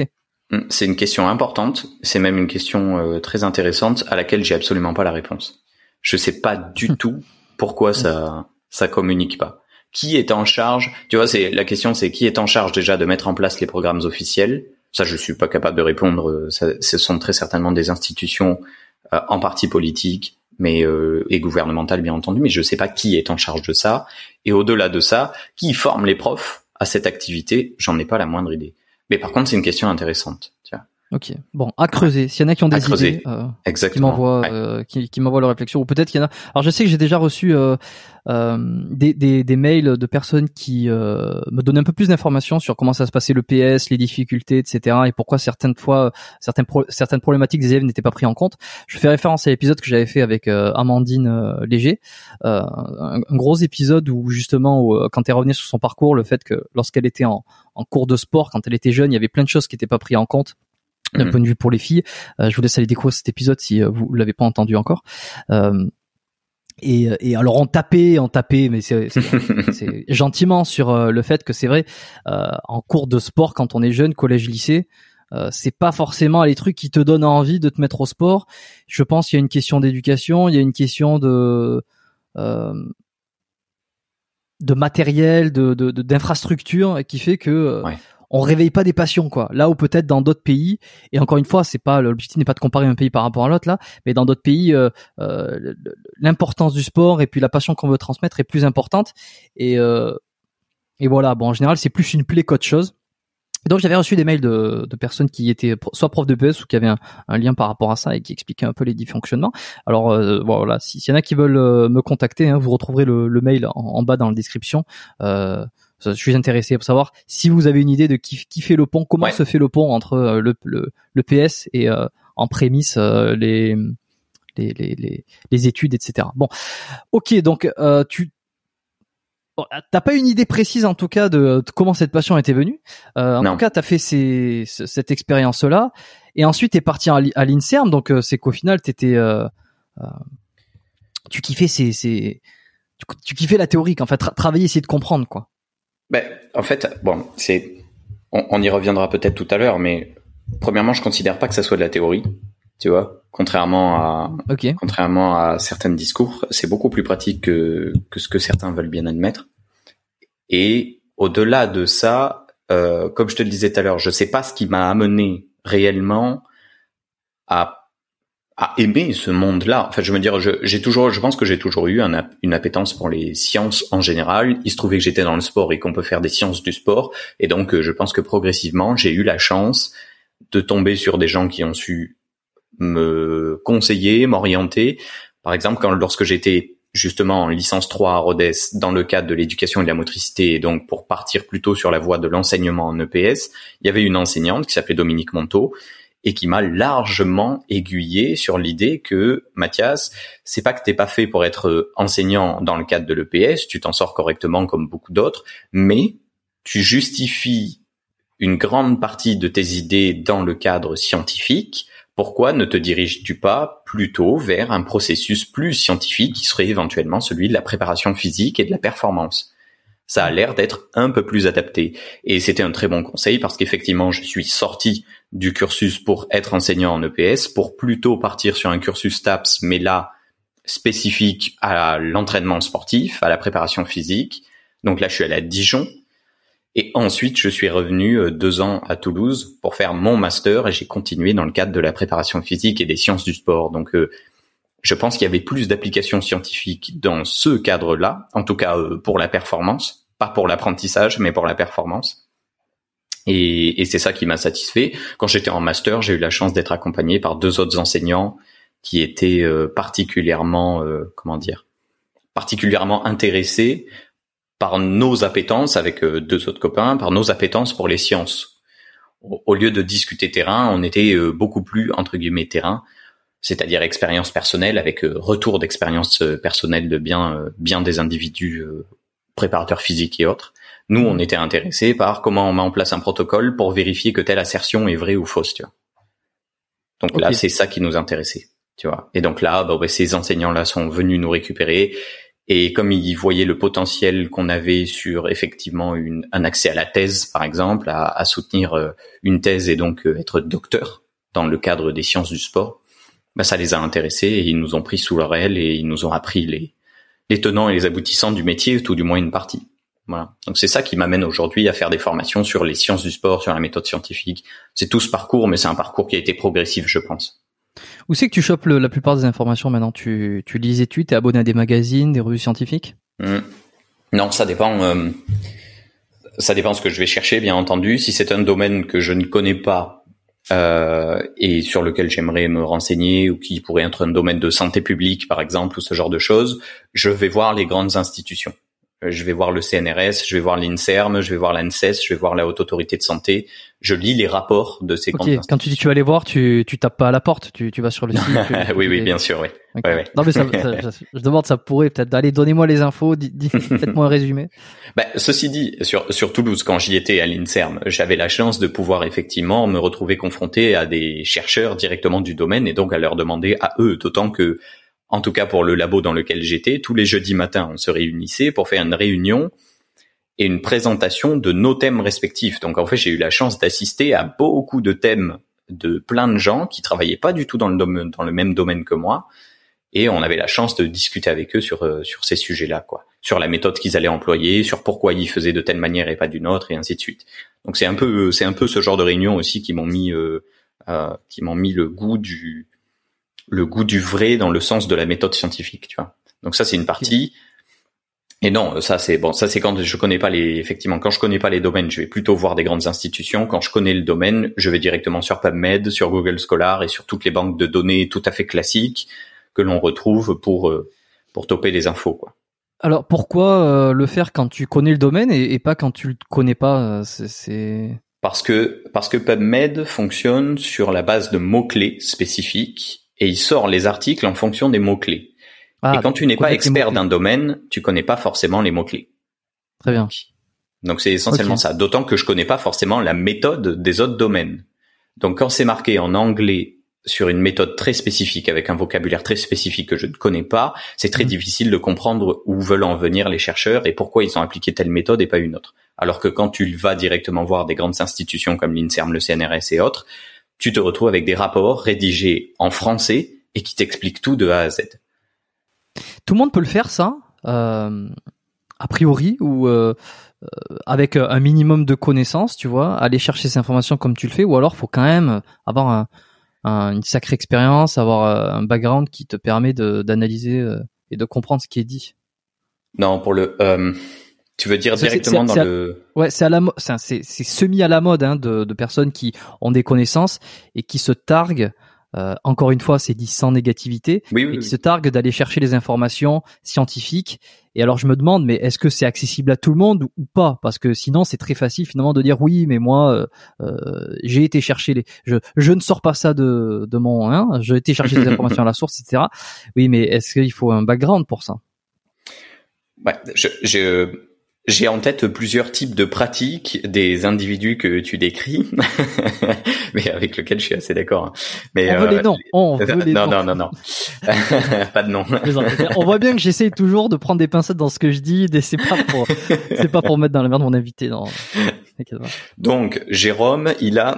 C'est une question importante. C'est même une question euh, très intéressante à laquelle j'ai absolument pas la réponse. Je sais pas du tout pourquoi ça ça communique pas. Qui est en charge? Tu vois, c'est la question, c'est qui est en charge déjà de mettre en place les programmes officiels? Ça, je suis pas capable de répondre. Ça, ce sont très certainement des institutions euh, en partie politiques, mais euh, et gouvernementales bien entendu. Mais je sais pas qui est en charge de ça. Et au-delà de ça, qui forme les profs à cette activité? J'en ai pas la moindre idée. Mais par contre, c'est une question intéressante. Tiens. Ok. Bon, à creuser. S'il y en a qui ont des idées, euh, qui m'envoient, ouais. euh, qui, qui m'envoient leur réflexion, ou peut-être qu'il y en a. Alors, je sais que j'ai déjà reçu euh, euh, des, des, des mails de personnes qui euh, me donnaient un peu plus d'informations sur comment ça se passait le P S, les difficultés, et cetera, et pourquoi certaines fois, certaines pro- certaines problématiques des élèves n'étaient pas prises en compte. Je fais référence à l'épisode que j'avais fait avec euh, Amandine euh, Léger, euh, un, un gros épisode où justement, où, quand elle revenait sur son parcours, le fait que lorsqu'elle était en, en cours de sport, quand elle était jeune, il y avait plein de choses qui n'étaient pas prises en compte. D'un mmh. point de vue pour les filles, euh, je vous laisse aller découvrir cet épisode si euh, vous l'avez pas entendu encore. Euh, et, et alors on tapait, on tapait, mais c'est, c'est, c'est gentiment sur euh, le fait que c'est vrai, euh, en cours de sport quand on est jeune, collège, lycée, euh, c'est pas forcément les trucs qui te donnent envie de te mettre au sport. Je pense qu'il y a une question d'éducation, il y a une question de euh, de matériel, de, de, de d'infrastructure qui fait que euh, ouais. on réveille pas des passions, quoi. Là où peut-être dans d'autres pays, et encore une fois, c'est pas l'objectif n'est pas de comparer un pays par rapport à l'autre là, mais dans d'autres pays, euh, euh, l'importance du sport et puis la passion qu'on veut transmettre est plus importante. Et euh, et voilà. Bon, en général, c'est plus une plaie qu'autre chose. Donc j'avais reçu des mails de, de personnes qui étaient soit profs de P S ou qui avaient un, un lien par rapport à ça et qui expliquaient un peu les dysfonctionnements. Alors euh, voilà, s'il y en a qui veulent euh, me contacter, hein, vous retrouverez le, le mail en, en bas dans la description. Euh, je suis intéressé pour savoir si vous avez une idée de qui, qui fait le pont, comment ouais. se fait le pont entre euh, le, le, le P S et euh, en prémisse euh, les, les, les, les, les études, et cetera. Bon, ok, donc euh, tu Bon, t'as pas une idée précise en tout cas de, de comment cette passion était venue. Euh, en non. tout cas, t'as fait ces, cette expérience-là, et ensuite t'es parti à, à l'INSERM. Donc euh, c'est qu'au final, t'étais, euh, euh, tu kiffais ces, ces, tu, tu kiffais la théorie, en fait, tra- travailler, essayer de comprendre, quoi. Ben, en fait, bon, c'est, on, on y reviendra peut-être tout à l'heure, mais premièrement, je considère pas que ça soit de la théorie. Tu vois, contrairement à, okay. contrairement à certains discours, c'est beaucoup plus pratique que, que ce que certains veulent bien admettre. Et au-delà de ça, euh, comme je te le disais tout à l'heure, je sais pas ce qui m'a amené réellement à, à aimer ce monde-là. Enfin, je veux dire, je, j'ai toujours, je pense que j'ai toujours eu un, une appétence pour les sciences en général. Il se trouvait que j'étais dans le sport et qu'on peut faire des sciences du sport. Et donc, je pense que progressivement, j'ai eu la chance de tomber sur des gens qui ont su me conseiller, m'orienter. Par exemple, quand lorsque j'étais justement en licence trois à Rodez dans le cadre de l'éducation et de la motricité, et donc pour partir plutôt sur la voie de l'enseignement en E P S, il y avait une enseignante qui s'appelait Dominique Monteau et qui m'a largement aiguillé sur l'idée que Mathias, c'est pas que t'es pas fait pour être enseignant dans le cadre de l'E P S, tu t'en sors correctement comme beaucoup d'autres, mais tu justifies une grande partie de tes idées dans le cadre scientifique. Pourquoi ne te diriges-tu pas plutôt vers un processus plus scientifique qui serait éventuellement celui de la préparation physique et de la performance? Ça a l'air d'être un peu plus adapté. Et c'était un très bon conseil parce qu'effectivement, je suis sorti du cursus pour être enseignant en E P S pour plutôt partir sur un cursus TAPS, mais là, spécifique à l'entraînement sportif, à la préparation physique. Donc là, je suis allé à Dijon. Et ensuite, je suis revenu deux ans à Toulouse pour faire mon master et j'ai continué dans le cadre de la préparation physique et des sciences du sport. Donc, euh, je pense qu'il y avait plus d'applications scientifiques dans ce cadre-là, en tout cas euh, pour la performance, pas pour l'apprentissage, mais pour la performance. Et, et c'est ça qui m'a satisfait. Quand j'étais en master, j'ai eu la chance d'être accompagné par deux autres enseignants qui étaient euh, particulièrement, euh, comment dire, particulièrement intéressés par nos appétences avec euh, deux autres copains, par nos appétences pour les sciences. Au, au lieu de discuter terrain, on était euh, beaucoup plus, entre guillemets, terrain, c'est-à-dire expérience personnelle avec euh, retour d'expérience euh, personnelle de bien, euh, bien des individus euh, préparateurs physiques et autres. Nous, on était intéressés par comment on met en place un protocole pour vérifier que telle assertion est vraie ou fausse, tu vois. Donc okay. Là, c'est ça qui nous intéressait, tu vois. Et donc là, bah, ouais, ces enseignants-là sont venus nous récupérer. Et comme il voyait le potentiel qu'on avait sur effectivement une, un accès à la thèse, par exemple, à, à soutenir une thèse et donc être docteur dans le cadre des sciences du sport, bah ça les a intéressés et ils nous ont pris sous leur aile et ils nous ont appris les, les tenants et les aboutissants du métier, tout du moins une partie. Voilà. Donc c'est ça qui m'amène aujourd'hui à faire des formations sur les sciences du sport, sur la méthode scientifique. C'est tout ce parcours, mais c'est un parcours qui a été progressif, je pense. Où c'est que tu chopes le, la plupart des informations maintenant? Tu, tu lis des études, t'es abonné à des magazines, des revues scientifiques? mmh. Non, ça dépend. Euh, ça dépend ce que je vais chercher, bien entendu. Si c'est un domaine que je ne connais pas euh, et sur lequel j'aimerais me renseigner, ou qui pourrait être un domaine de santé publique, par exemple, ou ce genre de choses, je vais voir les grandes institutions. Je vais voir le C N R S, je vais voir l'INSERM, je vais voir l'ANSES, je vais voir la Haute Autorité de Santé. Je lis les rapports de ces grandes okay. institutions. Quand tu dis tu vas aller voir, tu tu tapes pas à la porte, tu tu vas sur le site. Tu, oui, tu oui, les... bien sûr, oui. Okay. Ouais, ouais. Non mais ça, ça, je demande, ça pourrait peut-être aller. Donnez-moi les infos, dis, dis, faites-moi un résumé. Ben, ceci dit, sur sur Toulouse, quand j'y étais à l'INSERM, j'avais la chance de pouvoir effectivement me retrouver confronté à des chercheurs directement du domaine et donc à leur demander à eux, d'autant que, en tout cas pour le labo dans lequel j'étais, tous les jeudis matins, on se réunissait pour faire une réunion et une présentation de nos thèmes respectifs. Donc en fait, j'ai eu la chance d'assister à beaucoup de thèmes de plein de gens qui travaillaient pas du tout dans le domaine, dans le même domaine que moi, et on avait la chance de discuter avec eux sur euh, sur ces sujets-là, quoi, sur la méthode qu'ils allaient employer, sur pourquoi ils faisaient de telle manière et pas d'une autre, et ainsi de suite. Donc c'est un peu c'est un peu ce genre de réunions aussi qui m'ont mis euh, euh, qui m'ont mis le goût du le goût du vrai dans le sens de la méthode scientifique, tu vois. Donc ça c'est une partie. Et non, ça c'est bon, ça c'est quand je connais pas les effectivement quand je connais pas les domaines, je vais plutôt voir des grandes institutions. Quand je connais le domaine, je vais directement sur PubMed, sur Google Scholar et sur toutes les banques de données tout à fait classiques que l'on retrouve pour pour toper les infos, quoi. Alors pourquoi euh, le faire quand tu connais le domaine et, et pas quand tu le connais pas? C'est, c'est... Parce que parce que PubMed fonctionne sur la base de mots-clés spécifiques et il sort les articles en fonction des mots-clés. Ah, et quand tu n'es pas expert d'un domaine, tu connais pas forcément les mots-clés. Très bien. Donc c'est essentiellement okay. ça. D'autant que je connais pas forcément la méthode des autres domaines. Donc quand c'est marqué en anglais sur une méthode très spécifique, avec un vocabulaire très spécifique que je ne connais pas, c'est très mmh. difficile de comprendre où veulent en venir les chercheurs et pourquoi ils ont appliqué telle méthode et pas une autre. Alors que quand tu vas directement voir des grandes institutions comme l'INSERM, le C N R S et autres, tu te retrouves avec des rapports rédigés en français et qui t'expliquent tout de A à Z. Tout le monde peut le faire, ça, euh, a priori, ou euh, avec un minimum de connaissances, tu vois, aller chercher ces informations comme tu le fais, ou alors faut quand même avoir un, un, une sacrée expérience, avoir un background qui te permet de, d'analyser et de comprendre ce qui est dit. Non, pour le, euh, tu veux dire directement c'est, c'est, dans c'est le. À, ouais, c'est à la, mo- c'est, c'est, c'est semi à la mode, hein, de, de personnes qui ont des connaissances et qui se targuent. Euh, encore une fois, c'est dit sans négativité, oui, oui, et qui oui. se targue d'aller chercher les informations scientifiques. Et alors je me demande, mais est-ce que c'est accessible à tout le monde ou pas? Parce que sinon c'est très facile finalement de dire oui, mais moi euh, euh, j'ai été chercher les, je je ne sors pas ça de de mon, hein, j'ai été chercher des informations à la source, et cetera. Oui, mais est-ce qu'il faut un background pour ça? Ouais, je je J'ai en tête plusieurs types de pratiques des individus que tu décris, mais avec lesquels je suis assez d'accord. Mais on euh, veut les noms. On veut les non, noms. non, non, non, pas de nom. On voit bien que j'essaye toujours de prendre des pincettes dans ce que je dis. Et c'est pas pour, c'est pas pour mettre dans la merde mon invité. Non. Donc Jérôme, il a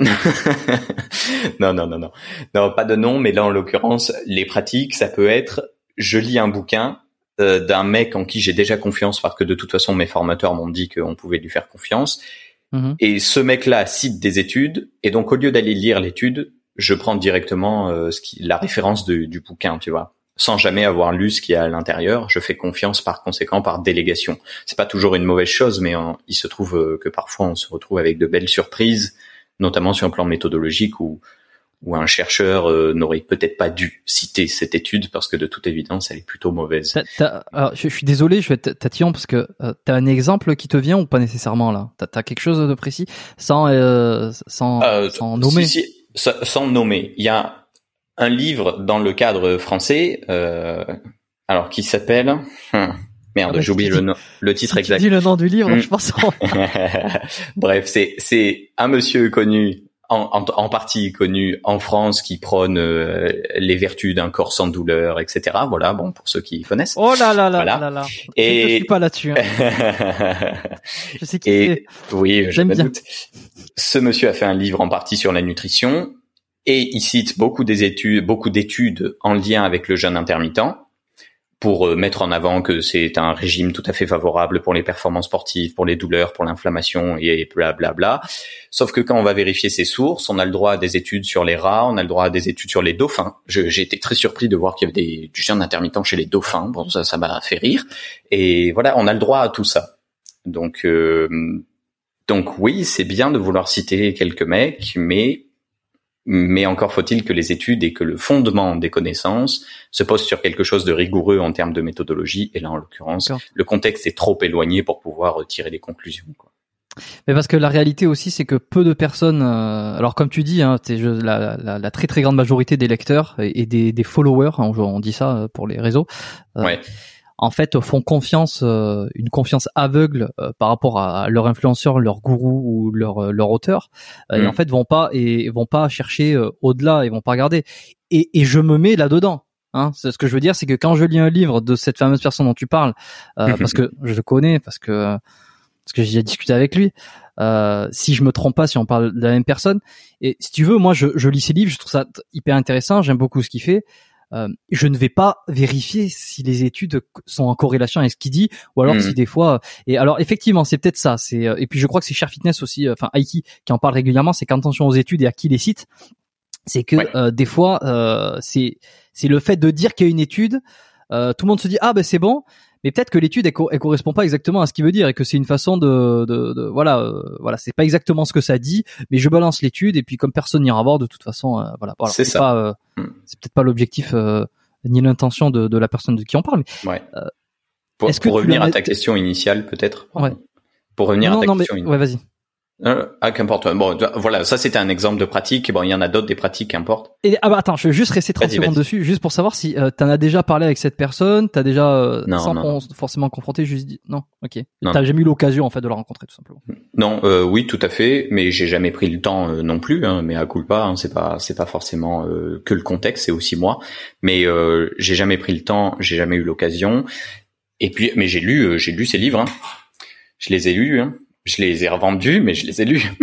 non, non, non, non, non, pas de nom. Mais là, en l'occurrence, les pratiques, ça peut être je lis un bouquin Euh, d'un mec en qui j'ai déjà confiance parce que de toute façon mes formateurs m'ont dit qu'on pouvait lui faire confiance mmh. et ce mec-là cite des études et donc au lieu d'aller lire l'étude je prends directement euh, ce qui, la référence de, du bouquin, tu vois, sans jamais avoir lu ce qu'il y a à l'intérieur. Je fais confiance par conséquent par délégation. C'est pas toujours une mauvaise chose, mais euh, il se trouve euh, que parfois on se retrouve avec de belles surprises, notamment sur un plan méthodologique où où un chercheur euh, n'aurait peut-être pas dû citer cette étude parce que de toute évidence, elle est plutôt mauvaise. T'as, t'as, alors, je, je suis désolé, je vais être tatillon parce que euh, t'as un exemple qui te vient ou pas nécessairement là? T'as, t'as quelque chose de précis sans euh, sans, euh, sans nommer? Si, si, sans, sans nommer. Il y a un livre dans le cadre français, euh, alors qui s'appelle. Hum, merde, ah bah, j'ai oublié le nom, le titre si exact. Tu dis le nom du livre, hum. je pense. Bref, c'est c'est un monsieur connu en, en, en partie connu en France, qui prône euh, les vertus d'un corps sans douleur, et cetera. Voilà, bon, pour ceux qui connaissent. Oh là là là voilà. là là. Et je suis pas là-dessus. Hein. Je sais qui et c'est. Oui, j'aime je bien. doute. Ce monsieur a fait un livre en partie sur la nutrition et il cite beaucoup des études, beaucoup d'études en lien avec le jeûne intermittent, pour mettre en avant que c'est un régime tout à fait favorable pour les performances sportives, pour les douleurs, pour l'inflammation et blablabla. Bla bla. Sauf que quand on va vérifier ses sources, on a le droit à des études sur les rats, on a le droit à des études sur les dauphins. Je, j'ai été très surpris de voir qu'il y avait des, du jeûne intermittent chez les dauphins. Bon, ça, ça m'a fait rire. Et voilà, on a le droit à tout ça. Donc, euh, donc oui, c'est bien de vouloir citer quelques mecs, mais Mais encore faut-il que les études et que le fondement des connaissances se posent sur quelque chose de rigoureux en termes de méthodologie. Et là, en l'occurrence, D'accord. le contexte est trop éloigné pour pouvoir tirer des conclusions, quoi. Mais parce que la réalité aussi, c'est que peu de personnes, euh, alors comme tu dis, hein, t'es, je, la, la, la très très grande majorité des lecteurs et, et des, des followers, hein, on dit ça pour les réseaux, euh, ouais. en fait font confiance, euh, une confiance aveugle euh, par rapport à leur influenceur, leur gourou ou leur leur auteur, euh, mmh. et en fait vont pas et vont pas chercher euh, au-delà, ils vont pas regarder. Et, et je me mets là-dedans. Hein, c'est ce que je veux dire, c'est que quand je lis un livre de cette fameuse personne dont tu parles, euh, mmh. parce que je le connais, parce que parce que j'ai discuté avec lui. Euh, si je me trompe pas, si on parle de la même personne, et si tu veux, moi je, je lis ses livres, je trouve ça hyper intéressant, j'aime beaucoup ce qu'il fait. Euh, je ne vais pas vérifier si les études sont en corrélation avec ce qu'il dit, ou alors mmh. si des fois. Et alors effectivement, c'est peut-être ça. C'est et puis je crois que c'est Cher Fitness aussi, enfin Aiki qui en parle régulièrement. C'est qu'attention aux études et à qui les cite. C'est que ouais. euh, des fois, euh, c'est c'est le fait de dire qu'il y a une étude, euh, tout le monde se dit ah ben c'est bon. Mais peut-être que l'étude elle, elle correspond pas exactement à ce qu'il veut dire et que c'est une façon de, de, de voilà, euh, voilà, c'est pas exactement ce que ça dit, mais je balance l'étude et puis comme personne n'ira voir de toute façon, euh, voilà, voilà, c'est, c'est ça. Pas, euh, mm. c'est peut-être pas l'objectif euh, ni l'intention de, de la personne de qui on parle. Mais ouais. euh, pour, est-ce pour que revenir à ta question initiale, peut-être. Ouais. Pour revenir non, à ta non, question mais, initiale. Ouais, vas-y. Euh, ah, qu'importe. Bon, voilà, ça c'était un exemple de pratique. Bon, il y en a d'autres des pratiques, qu'importe. Et ah bah attends, je vais juste rester trente vas-y, secondes vas-y. dessus, juste pour savoir si euh, t'en as déjà parlé avec cette personne, t'as déjà euh, non, sans non. forcément confronté, juste dit non, ok. Non. T'as jamais eu l'occasion en fait de la rencontrer tout simplement. Non, euh, oui, tout à fait, mais j'ai jamais pris le temps euh, non plus. Hein, mais à culpa, hein, c'est pas, c'est pas forcément euh, que le contexte, c'est aussi moi. Mais euh, j'ai jamais pris le temps, j'ai jamais eu l'occasion. Et puis, mais j'ai lu, euh, j'ai lu ces livres. Hein. Je les ai lus. Hein. Je les ai revendus, mais je les ai lus.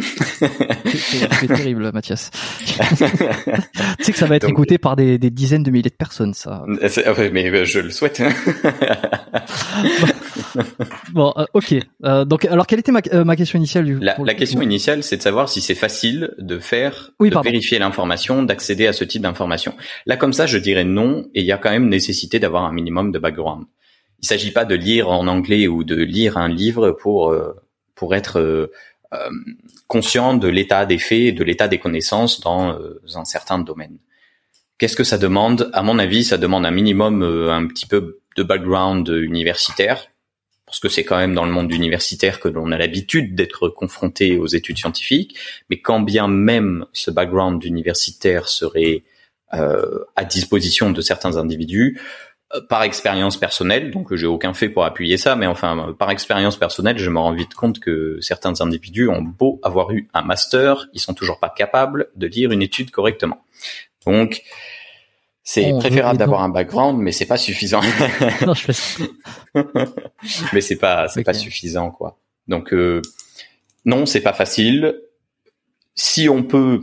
C'est terrible, Mathias. Tu sais que ça va être Donc, écouté par des, des dizaines de milliers de personnes, ça. Mais je le souhaite. Bon, euh, ok. Euh, donc, alors, quelle était ma, euh, ma question initiale du La, la question initiale, c'est de savoir si c'est facile de faire, oui, de pardon. vérifier l'information, d'accéder à ce type d'information. Là, comme ça, je dirais non, et il y a quand même nécessité d'avoir un minimum de background. Il s'agit pas de lire en anglais ou de lire un livre pour euh, pour être euh, euh, conscient de l'état des faits et de l'état des connaissances dans euh, un certain domaine. Qu'est-ce que ça demande ? À mon avis, ça demande un minimum, euh, un petit peu de background universitaire, parce que c'est quand même dans le monde universitaire que l'on a l'habitude d'être confronté aux études scientifiques, mais quand bien même ce background universitaire serait euh, à disposition de certains individus, par expérience personnelle, donc j'ai aucun fait pour appuyer ça, mais enfin, par expérience personnelle, je me rends vite compte que certains individus ont beau avoir eu un master, ils sont toujours pas capables de lire une étude correctement. Donc, c'est oh, préférable d'avoir un background, mais c'est pas suffisant. Non, je fais ça. Mais c'est pas, c'est okay. pas suffisant, quoi. Donc, euh, non, c'est pas facile. Si on peut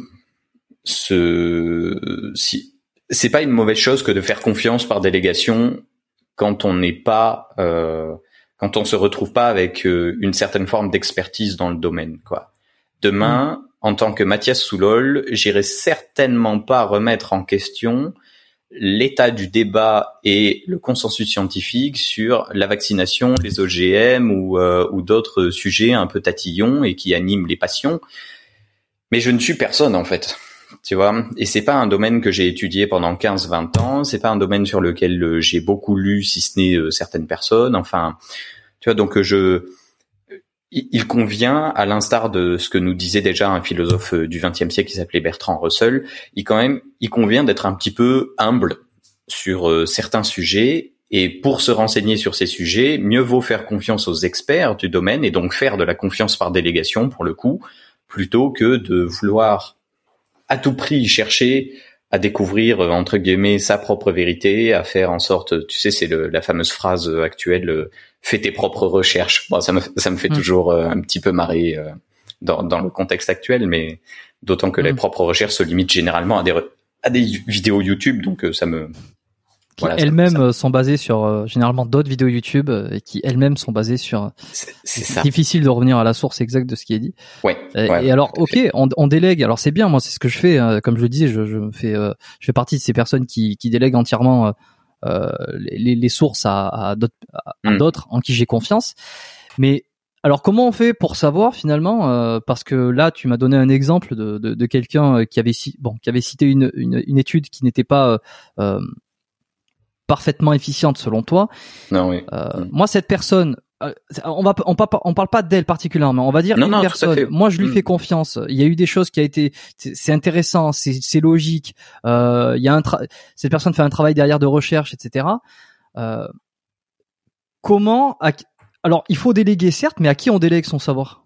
se, si, c'est pas une mauvaise chose que de faire confiance par délégation quand on n'est pas, euh, quand on se retrouve pas avec euh, une certaine forme d'expertise dans le domaine, quoi. Demain, mmh. en tant que Mathias Soulol, j'irai certainement pas remettre en question l'état du débat et le consensus scientifique sur la vaccination, les O G M ou, euh, ou d'autres sujets un peu tatillons et qui animent les passions. Mais je ne suis personne, en fait. Tu vois, et c'est pas un domaine que j'ai étudié pendant quinze vingt ans, c'est pas un domaine sur lequel euh, j'ai beaucoup lu, si ce n'est euh, certaines personnes, enfin, tu vois, donc euh, je, il convient, à l'instar de ce que nous disait déjà un philosophe euh, du vingtième siècle qui s'appelait Bertrand Russell, il quand même, il convient d'être un petit peu humble sur euh, certains sujets, et pour se renseigner sur ces sujets, mieux vaut faire confiance aux experts du domaine, et donc faire de la confiance par délégation, pour le coup, plutôt que de vouloir à tout prix chercher à découvrir entre guillemets sa propre vérité, à faire en sorte, tu sais, c'est le, la fameuse phrase actuelle, fais tes propres recherches. Bon, ça me ça me fait mmh. toujours euh, un petit peu marrer euh, dans dans le contexte actuel, mais d'autant que mmh. les propres recherches se limitent généralement à des à des vidéos YouTube, donc euh, ça me qui voilà, elles-mêmes ça, ça... sont basées sur euh, généralement d'autres vidéos YouTube euh, et qui elles-mêmes sont basées sur. C'est, c'est, c'est ça. Difficile de revenir à la source exacte de ce qui est dit. Ouais. Et, ouais, et alors, ok, on, on délègue. Alors c'est bien, moi c'est ce que je fais. Hein, comme je le disais, je, je me fais, euh, je fais partie de ces personnes qui, qui délèguent entièrement euh, les, les sources à, à d'autres, à, à mm. d'autres en qui j'ai confiance. Mais alors comment on fait pour savoir finalement euh, parce que là tu m'as donné un exemple de, de, de quelqu'un qui avait bon qui avait cité une, une, une étude qui n'était pas euh, parfaitement efficiente selon toi. Non, oui. Euh, mmh. Moi, cette personne, euh, on va, on, on, on parle pas d'elle particulièrement. On va dire non, une non, personne. Moi, je lui mmh. fais confiance. Il y a eu des choses qui a été, c'est, c'est intéressant, c'est, c'est logique. Euh, il y a un, tra- cette personne fait un travail derrière de recherche, et cetera. Euh, comment, à, alors, il faut déléguer certes, mais à qui on délègue son savoir?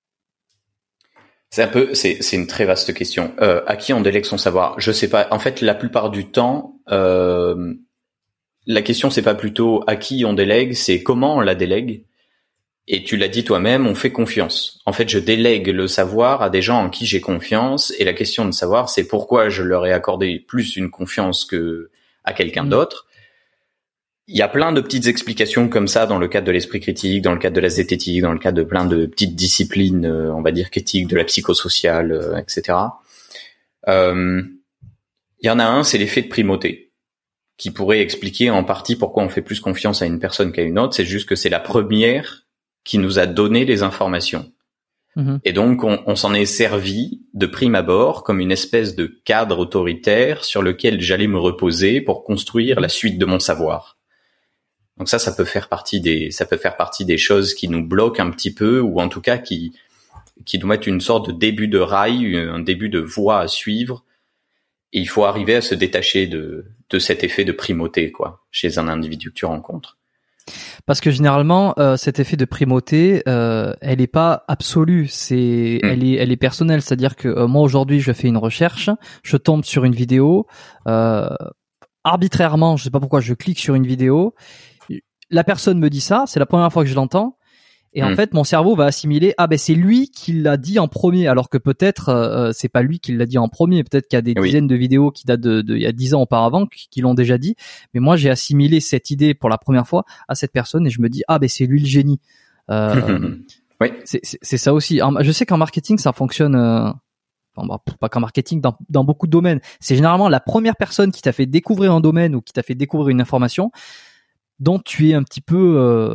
C'est un peu, c'est, c'est une très vaste question. Euh, à qui on délègue son savoir? Je sais pas. En fait, la plupart du temps. Euh, La question, c'est pas plutôt à qui on délègue, c'est comment on la délègue. Et tu l'as dit toi-même, on fait confiance. En fait, je délègue le savoir à des gens en qui j'ai confiance. Et la question de savoir, c'est pourquoi je leur ai accordé plus une confiance que à quelqu'un mmh. d'autre. Il y a plein de petites explications comme ça dans le cadre de l'esprit critique, dans le cadre de la zététique, dans le cadre de plein de petites disciplines, on va dire critiques, de la psychosociale, et cetera. Euh, il y en a un, c'est l'effet de primauté, qui pourrait expliquer en partie pourquoi on fait plus confiance à une personne qu'à une autre. C'est juste que c'est la première qui nous a donné les informations. Mmh. Et donc, on, on s'en est servi de prime abord comme une espèce de cadre autoritaire sur lequel j'allais me reposer pour construire la suite de mon savoir. Donc ça, ça peut faire partie des, ça peut faire partie des choses qui nous bloquent un petit peu, ou en tout cas qui, qui nous mettent une sorte de début de rail, un début de voie à suivre. Et il faut arriver à se détacher de, de cet effet de primauté, quoi, chez un individu que tu rencontres. Parce que généralement, euh, cet effet de primauté, euh, elle est pas absolue, c'est, mmh. elle est, elle est personnelle. C'est-à-dire que euh, moi aujourd'hui, je fais une recherche, je tombe sur une vidéo, euh, arbitrairement, je sais pas pourquoi, je clique sur une vidéo, la personne me dit ça, c'est la première fois que je l'entends. Et en mmh. fait, mon cerveau va assimiler, ah ben c'est lui qui l'a dit en premier, alors que peut-être euh, c'est pas lui qui l'a dit en premier. Peut-être qu'il y a des oui. dizaines de vidéos qui datent de, de il y a dix ans auparavant qui, qui l'ont déjà dit. Mais moi, j'ai assimilé cette idée pour la première fois à cette personne et je me dis, ah ben c'est lui le génie. Euh, oui. c'est, c'est, c'est ça aussi. Je sais qu'en marketing, ça fonctionne. Euh, enfin, pas qu'en marketing, dans, dans beaucoup de domaines. C'est généralement la première personne qui t'a fait découvrir un domaine ou qui t'a fait découvrir une information dont tu es un petit peu euh,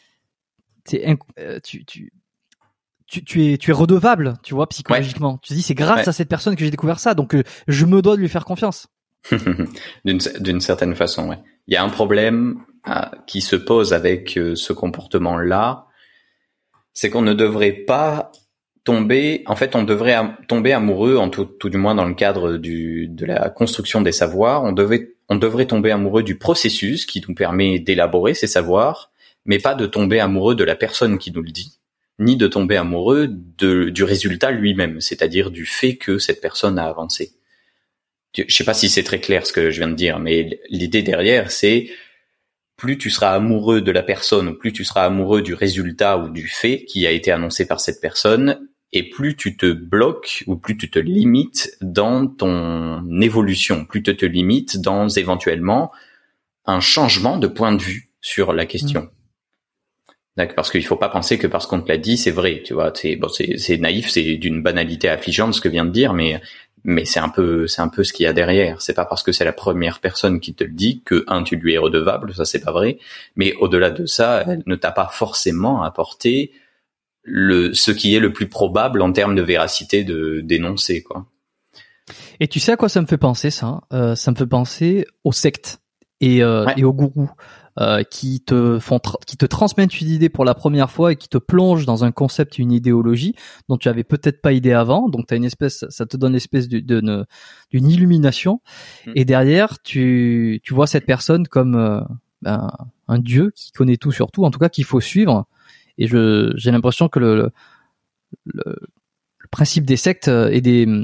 Tu, tu, tu, tu es, tu es redevable, tu vois, psychologiquement. Ouais. Tu te dis, c'est grâce ouais. à cette personne que j'ai découvert ça, donc euh, je me dois de lui faire confiance. d'une, d'une certaine façon, ouais. Il y a un problème euh, qui se pose avec euh, ce comportement-là, c'est qu'on ne devrait pas tomber, en fait, on devrait am- tomber amoureux, en tout, tout du moins dans le cadre du, de la construction des savoirs, on devait, on devrait tomber amoureux du processus qui nous permet d'élaborer ces savoirs, mais pas de tomber amoureux de la personne qui nous le dit, ni de tomber amoureux de, du résultat lui-même, c'est-à-dire du fait que cette personne a avancé. Je sais pas si c'est très clair ce que je viens de dire, mais l'idée derrière, c'est plus tu seras amoureux de la personne, ou plus tu seras amoureux du résultat ou du fait qui a été annoncé par cette personne, et plus tu te bloques ou plus tu te limites dans ton évolution, plus tu te limites dans éventuellement un changement de point de vue sur la question. Mmh. D'accord, parce qu'il faut pas penser que parce qu'on te l'a dit, c'est vrai, tu vois, c'est bon, c'est, c'est naïf, c'est d'une banalité affligeante ce que vient de dire, mais mais c'est un peu, c'est un peu ce qu'il y a derrière. C'est pas parce que c'est la première personne qui te le dit que un, tu lui es redevable, ça c'est pas vrai, mais au-delà de ça, elle ne t'a pas forcément apporté le ce qui est le plus probable en termes de véracité de d'énoncé, quoi. Et tu sais à quoi ça me fait penser ça euh, Ça me fait penser aux sectes et euh, ouais. et aux gourous. Euh, qui te font, tra- qui te transmettent une idée pour la première fois et qui te plongent dans un concept, une idéologie dont tu avais peut-être pas idée avant. Donc t'as une espèce, ça te donne l'espèce de, de, de, d'une illumination. Mmh. Et derrière, tu, tu vois cette personne comme euh, ben, un dieu qui connaît tout sur tout, en tout cas qu'il faut suivre. Et je, j'ai l'impression que le, le, le principe des sectes et des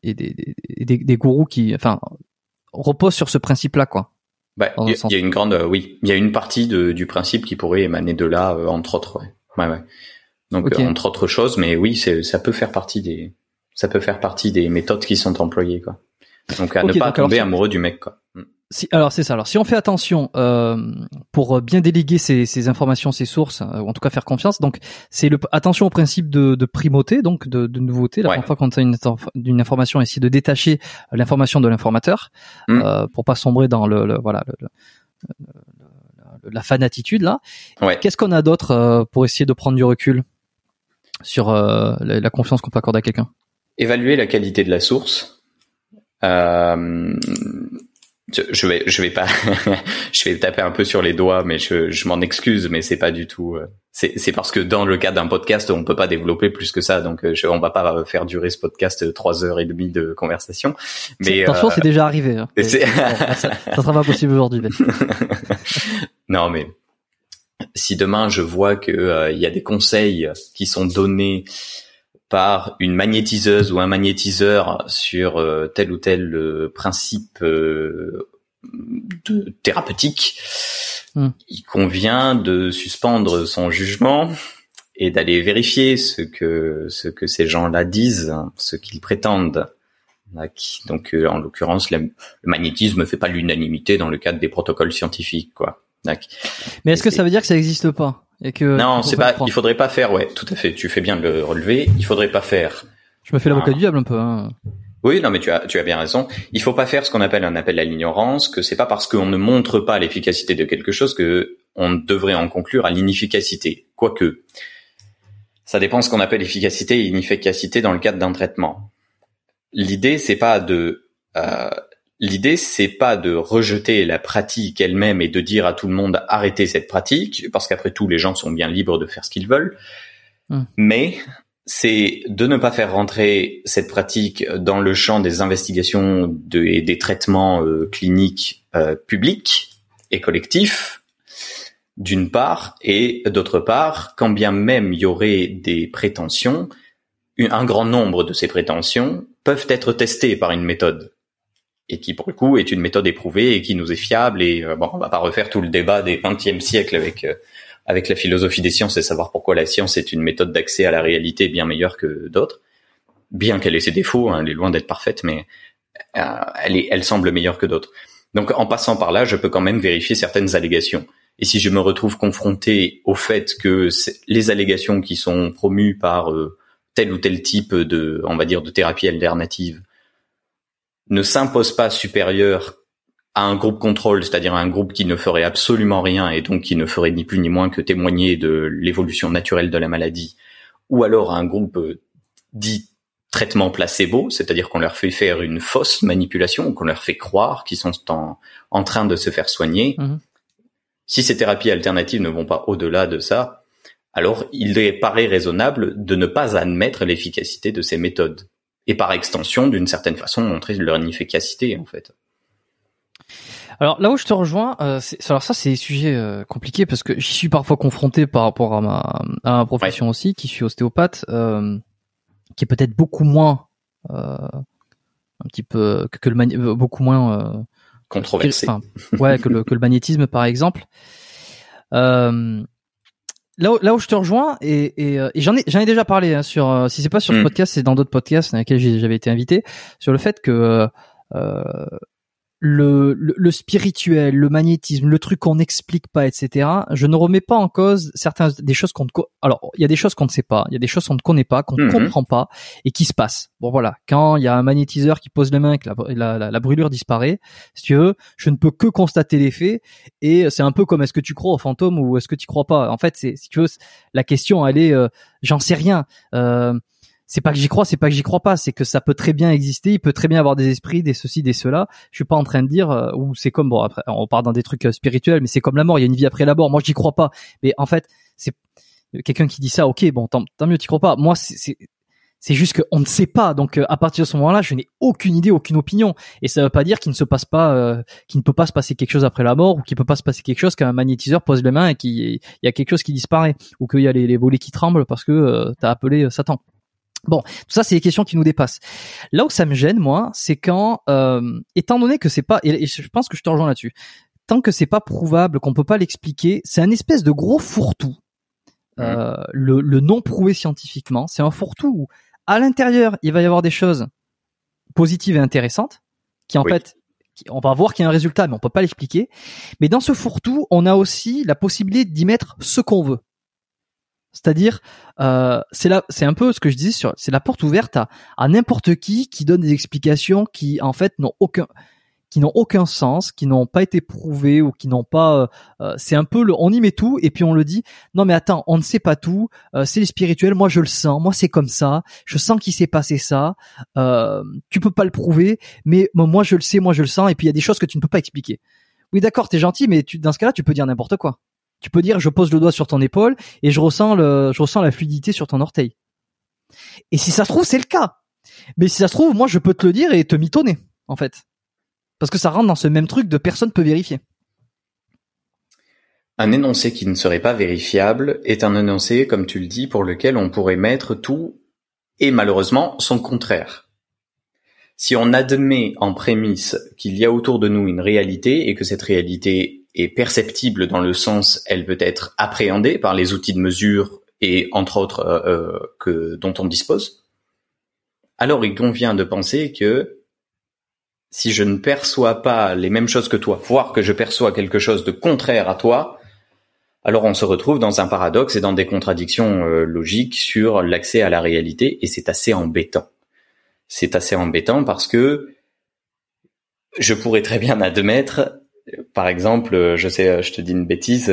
et des, des, des, des gourous qui, enfin, reposent sur ce principe-là, quoi. Bah, il y, y a une grande, euh, oui, il y a une partie de, du principe qui pourrait émaner de là, euh, entre autres, ouais, ouais, ouais. Donc okay. euh, entre autres choses, mais oui, c'est, ça peut faire partie des, ça peut faire partie des méthodes qui sont employées, quoi. Donc à okay, ne pas tomber alors, amoureux du mec, quoi. Si, alors c'est ça. Alors si on fait attention euh, pour bien déléguer ces, ces informations, ces sources, euh, ou en tout cas faire confiance, donc c'est le attention au principe de, de primauté, donc de, de nouveauté. La ouais. première fois qu'on a une, une information, essayer de détacher l'information de l'informateur mmh. euh, pour pas sombrer dans le, le voilà le, le, le, la fanatitude là. Ouais. Qu'est-ce qu'on a d'autre euh, pour essayer de prendre du recul sur euh, la, la confiance qu'on peut accorder à quelqu'un? Évaluer la qualité de la source. Euh... Je vais, je vais pas, je vais taper un peu sur les doigts, mais je, je m'en excuse, mais c'est pas du tout. C'est, c'est parce que dans le cadre d'un podcast, on peut pas développer plus que ça, donc je, on va pas faire durer ce podcast trois heures et demie de conversation. Mais attention, euh, c'est déjà arrivé. Hein. C'est... ça, ça sera pas possible aujourd'hui. Non, mais si demain je vois que euh, il y a des conseils qui sont donnés par une magnétiseuse ou un magnétiseur sur euh, tel ou tel euh, principe euh, de thérapeutique, mmh. il convient de suspendre son jugement et d'aller vérifier ce que ce que ces gens-là disent, ce qu'ils prétendent. Donc, euh, en l'occurrence, la, le magnétisme ne fait pas l'unanimité dans le cadre des protocoles scientifiques, quoi. Mais est-ce et que c'est... ça veut dire que ça n'existe pas? Et que non, c'est pas. Il faudrait pas faire. Ouais, tout à fait. Tu fais bien de le relever. Il faudrait pas faire. Je me fais l'avocat ah. du diable un peu. Hein. Oui, non, mais tu as, tu as bien raison. Il faut pas faire ce qu'on appelle un appel à l'ignorance. Que c'est pas parce qu'on ne montre pas l'efficacité de quelque chose que on devrait en conclure à l'inefficacité. Quoique, ça dépend de ce qu'on appelle efficacité et inefficacité dans le cadre d'un traitement. L'idée, c'est pas de. Euh, L'idée, c'est pas de rejeter la pratique elle-même et de dire à tout le monde arrêtez cette pratique, parce qu'après tout, les gens sont bien libres de faire ce qu'ils veulent. Mmh. Mais c'est de ne pas faire rentrer cette pratique dans le champ des investigations de, et des traitements euh, cliniques euh, publics et collectifs, d'une part, et d'autre part, quand bien même il y aurait des prétentions, un grand nombre de ces prétentions peuvent être testées par une méthode. Et qui pour le coup est une méthode éprouvée et qui nous est fiable et euh, bon on va pas refaire tout le débat des vingtième siècle avec euh, avec la philosophie des sciences et savoir pourquoi la science est une méthode d'accès à la réalité bien meilleure que d'autres, bien qu'elle ait ses défauts, hein, elle est loin d'être parfaite, mais euh, elle est elle semble meilleure que d'autres. Donc en passant par là, je peux quand même vérifier certaines allégations. Et si je me retrouve confronté au fait que les allégations qui sont promues par euh, tel ou tel type de, on va dire, de thérapie alternative ne s'impose pas supérieur à un groupe contrôle, c'est-à-dire à un groupe qui ne ferait absolument rien et donc qui ne ferait ni plus ni moins que témoigner de l'évolution naturelle de la maladie, ou alors à un groupe dit traitement placebo, c'est-à-dire qu'on leur fait faire une fausse manipulation, qu'on leur fait croire qu'ils sont en, en train de se faire soigner. Mmh. Si ces thérapies alternatives ne vont pas au-delà de ça, alors il paraît raisonnable de ne pas admettre l'efficacité de ces méthodes. Et par extension, d'une certaine façon, montrer leur inefficacité, en fait. Alors là où je te rejoins, euh, c'est, alors ça c'est un sujet euh, compliqué parce que j'y suis parfois confronté par rapport à ma, à ma profession ouais. aussi, qui suis ostéopathe, euh, qui est peut-être beaucoup moins, euh, un petit peu que, que le mani- beaucoup moins euh, controversé. Enfin, ouais, que le que le magnétisme par exemple. Euh, Là où, là où je te rejoins et, et, et j'en ai j'en ai déjà parlé hein, sur euh, si c'est pas sur ce mmh. podcast, c'est dans d'autres podcasts dans lesquels j'ai, j'avais été invité, sur le fait que euh, le, le le spirituel, le magnétisme, le truc qu'on n'explique pas, et cetera. Je ne remets pas en cause certaines des choses qu'on ne co- alors il y a des choses qu'on ne sait pas, il y a des choses qu'on ne connaît pas, qu'on ne mmh. comprend pas et qui se passent. Bon voilà, quand il y a un magnétiseur qui pose les mains, que la, la, la, la brûlure disparaît, si tu veux, je ne peux que constater les faits et c'est un peu comme est-ce que tu crois aux fantômes ou est-ce que tu crois pas. En fait, c'est si tu veux, la question elle est, euh, j'en sais rien. Euh, c'est pas que j'y crois, c'est pas que j'y crois pas, c'est que ça peut très bien exister, il peut très bien avoir des esprits, des ceci, des cela. Je suis pas en train de dire euh, ou c'est comme bon après on part dans des trucs euh, spirituels, mais c'est comme la mort, il y a une vie après la mort. Moi j'y crois pas, mais en fait c'est quelqu'un qui dit ça, ok, bon tant, tant mieux, t'y crois pas. Moi c'est c'est, c'est juste qu'on ne sait pas, donc euh, à partir de ce moment-là, je n'ai aucune idée, aucune opinion, et ça veut pas dire qu'il ne se passe pas, euh, qu'il ne peut pas se passer quelque chose après la mort ou qu'il peut pas se passer quelque chose qu'un magnétiseur pose les mains et qu'il y a quelque chose qui disparaît ou qu'il y a les, les volets qui tremblent parce que euh, t'as appelé euh, Satan. Bon, tout ça, c'est des questions qui nous dépassent. Là où ça me gêne, moi, c'est quand, euh, étant donné que c'est pas, et je pense que je te rejoins là-dessus, tant que c'est pas prouvable, qu'on peut pas l'expliquer, c'est un espèce de gros fourre-tout. Euh, mmh. le, le non prouvé scientifiquement, c'est un fourre-tout où, à l'intérieur, il va y avoir des choses positives et intéressantes, qui en oui. fait, qui, on va voir qu'il y a un résultat, mais on peut pas l'expliquer. Mais dans ce fourre-tout, on a aussi la possibilité d'y mettre ce qu'on veut. C'est-à-dire, euh, c'est là, c'est un peu ce que je disais sur, c'est la porte ouverte à, à n'importe qui qui donne des explications qui en fait n'ont aucun, qui n'ont aucun sens, qui n'ont pas été prouvées ou qui n'ont pas. Euh, c'est un peu le, on y met tout et puis on le dit. Non mais attends, on ne sait pas tout. Euh, c'est les spirituels. Moi je le sens. Moi c'est comme ça. Je sens qu'il s'est passé ça. Euh, tu peux pas le prouver, mais moi je le sais. Moi je le sens. Et puis il y a des choses que tu ne peux pas expliquer. Oui d'accord, t'es gentil, mais tu, dans ce cas-là, tu peux dire n'importe quoi. Tu peux dire, je pose le doigt sur ton épaule et je ressens le, je ressens la fluidité sur ton orteil. Et si ça se trouve, c'est le cas. Mais si ça se trouve, moi, je peux te le dire et te mitonner, en fait. Parce que ça rentre dans ce même truc de personne peut vérifier. Un énoncé qui ne serait pas vérifiable est un énoncé, comme tu le dis, pour lequel on pourrait mettre tout et malheureusement son contraire. Si on admet en prémisse qu'il y a autour de nous une réalité et que cette réalité est perceptible dans le sens elle peut être appréhendée par les outils de mesure et entre autres euh, que dont on dispose, alors il convient de penser que si je ne perçois pas les mêmes choses que toi, voire que je perçois quelque chose de contraire à toi, alors on se retrouve dans un paradoxe et dans des contradictions euh, logiques sur l'accès à la réalité et c'est assez embêtant. C'est assez embêtant parce que je pourrais très bien admettre. Par exemple, je sais, je te dis une bêtise,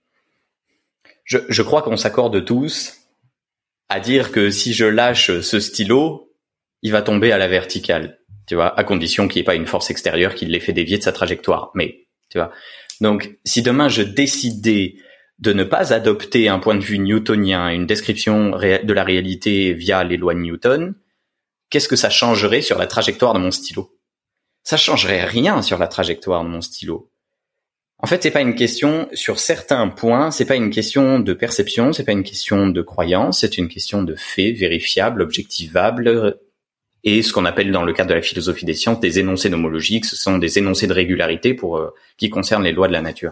je, je crois qu'on s'accorde tous à dire que si je lâche ce stylo, il va tomber à la verticale, tu vois, à condition qu'il n'y ait pas une force extérieure qui l'ait fait dévier de sa trajectoire. Mais, tu vois, donc si demain je décidais de ne pas adopter un point de vue newtonien, une description de la réalité via les lois de Newton, qu'est-ce que ça changerait sur la trajectoire de mon stylo ? Ça changerait rien sur la trajectoire de mon stylo. En fait, c'est pas une question, sur certains points, c'est pas une question de perception, c'est pas une question de croyance, c'est une question de fait vérifiable, objectivable, et ce qu'on appelle dans le cadre de la philosophie des sciences des énoncés nomologiques, ce sont des énoncés de régularité pour, euh, qui concernent les lois de la nature.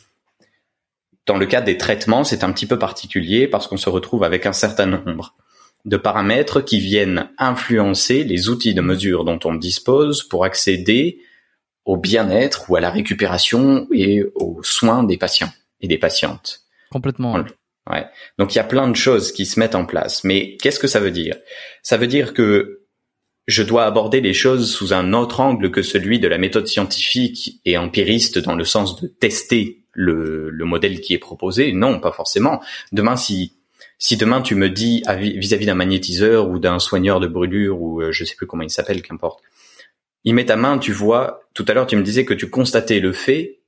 Dans le cas des traitements, c'est un petit peu particulier parce qu'on se retrouve avec un certain nombre de paramètres qui viennent influencer les outils de mesure dont on dispose pour accéder au bien-être ou à la récupération et aux soins des patients et des patientes. Complètement. Ouais. Donc il y a plein de choses qui se mettent en place. Mais qu'est-ce que ça veut dire ? Ça veut dire que je dois aborder les choses sous un autre angle que celui de la méthode scientifique et empiriste dans le sens de tester le, le modèle qui est proposé. Non, pas forcément. Demain, si Si demain tu me dis vis-à-vis d'un magnétiseur ou d'un soigneur de brûlure ou je sais plus comment il s'appelle, qu'importe, il met ta main, tu vois, tout à l'heure tu me disais que tu constatais le fait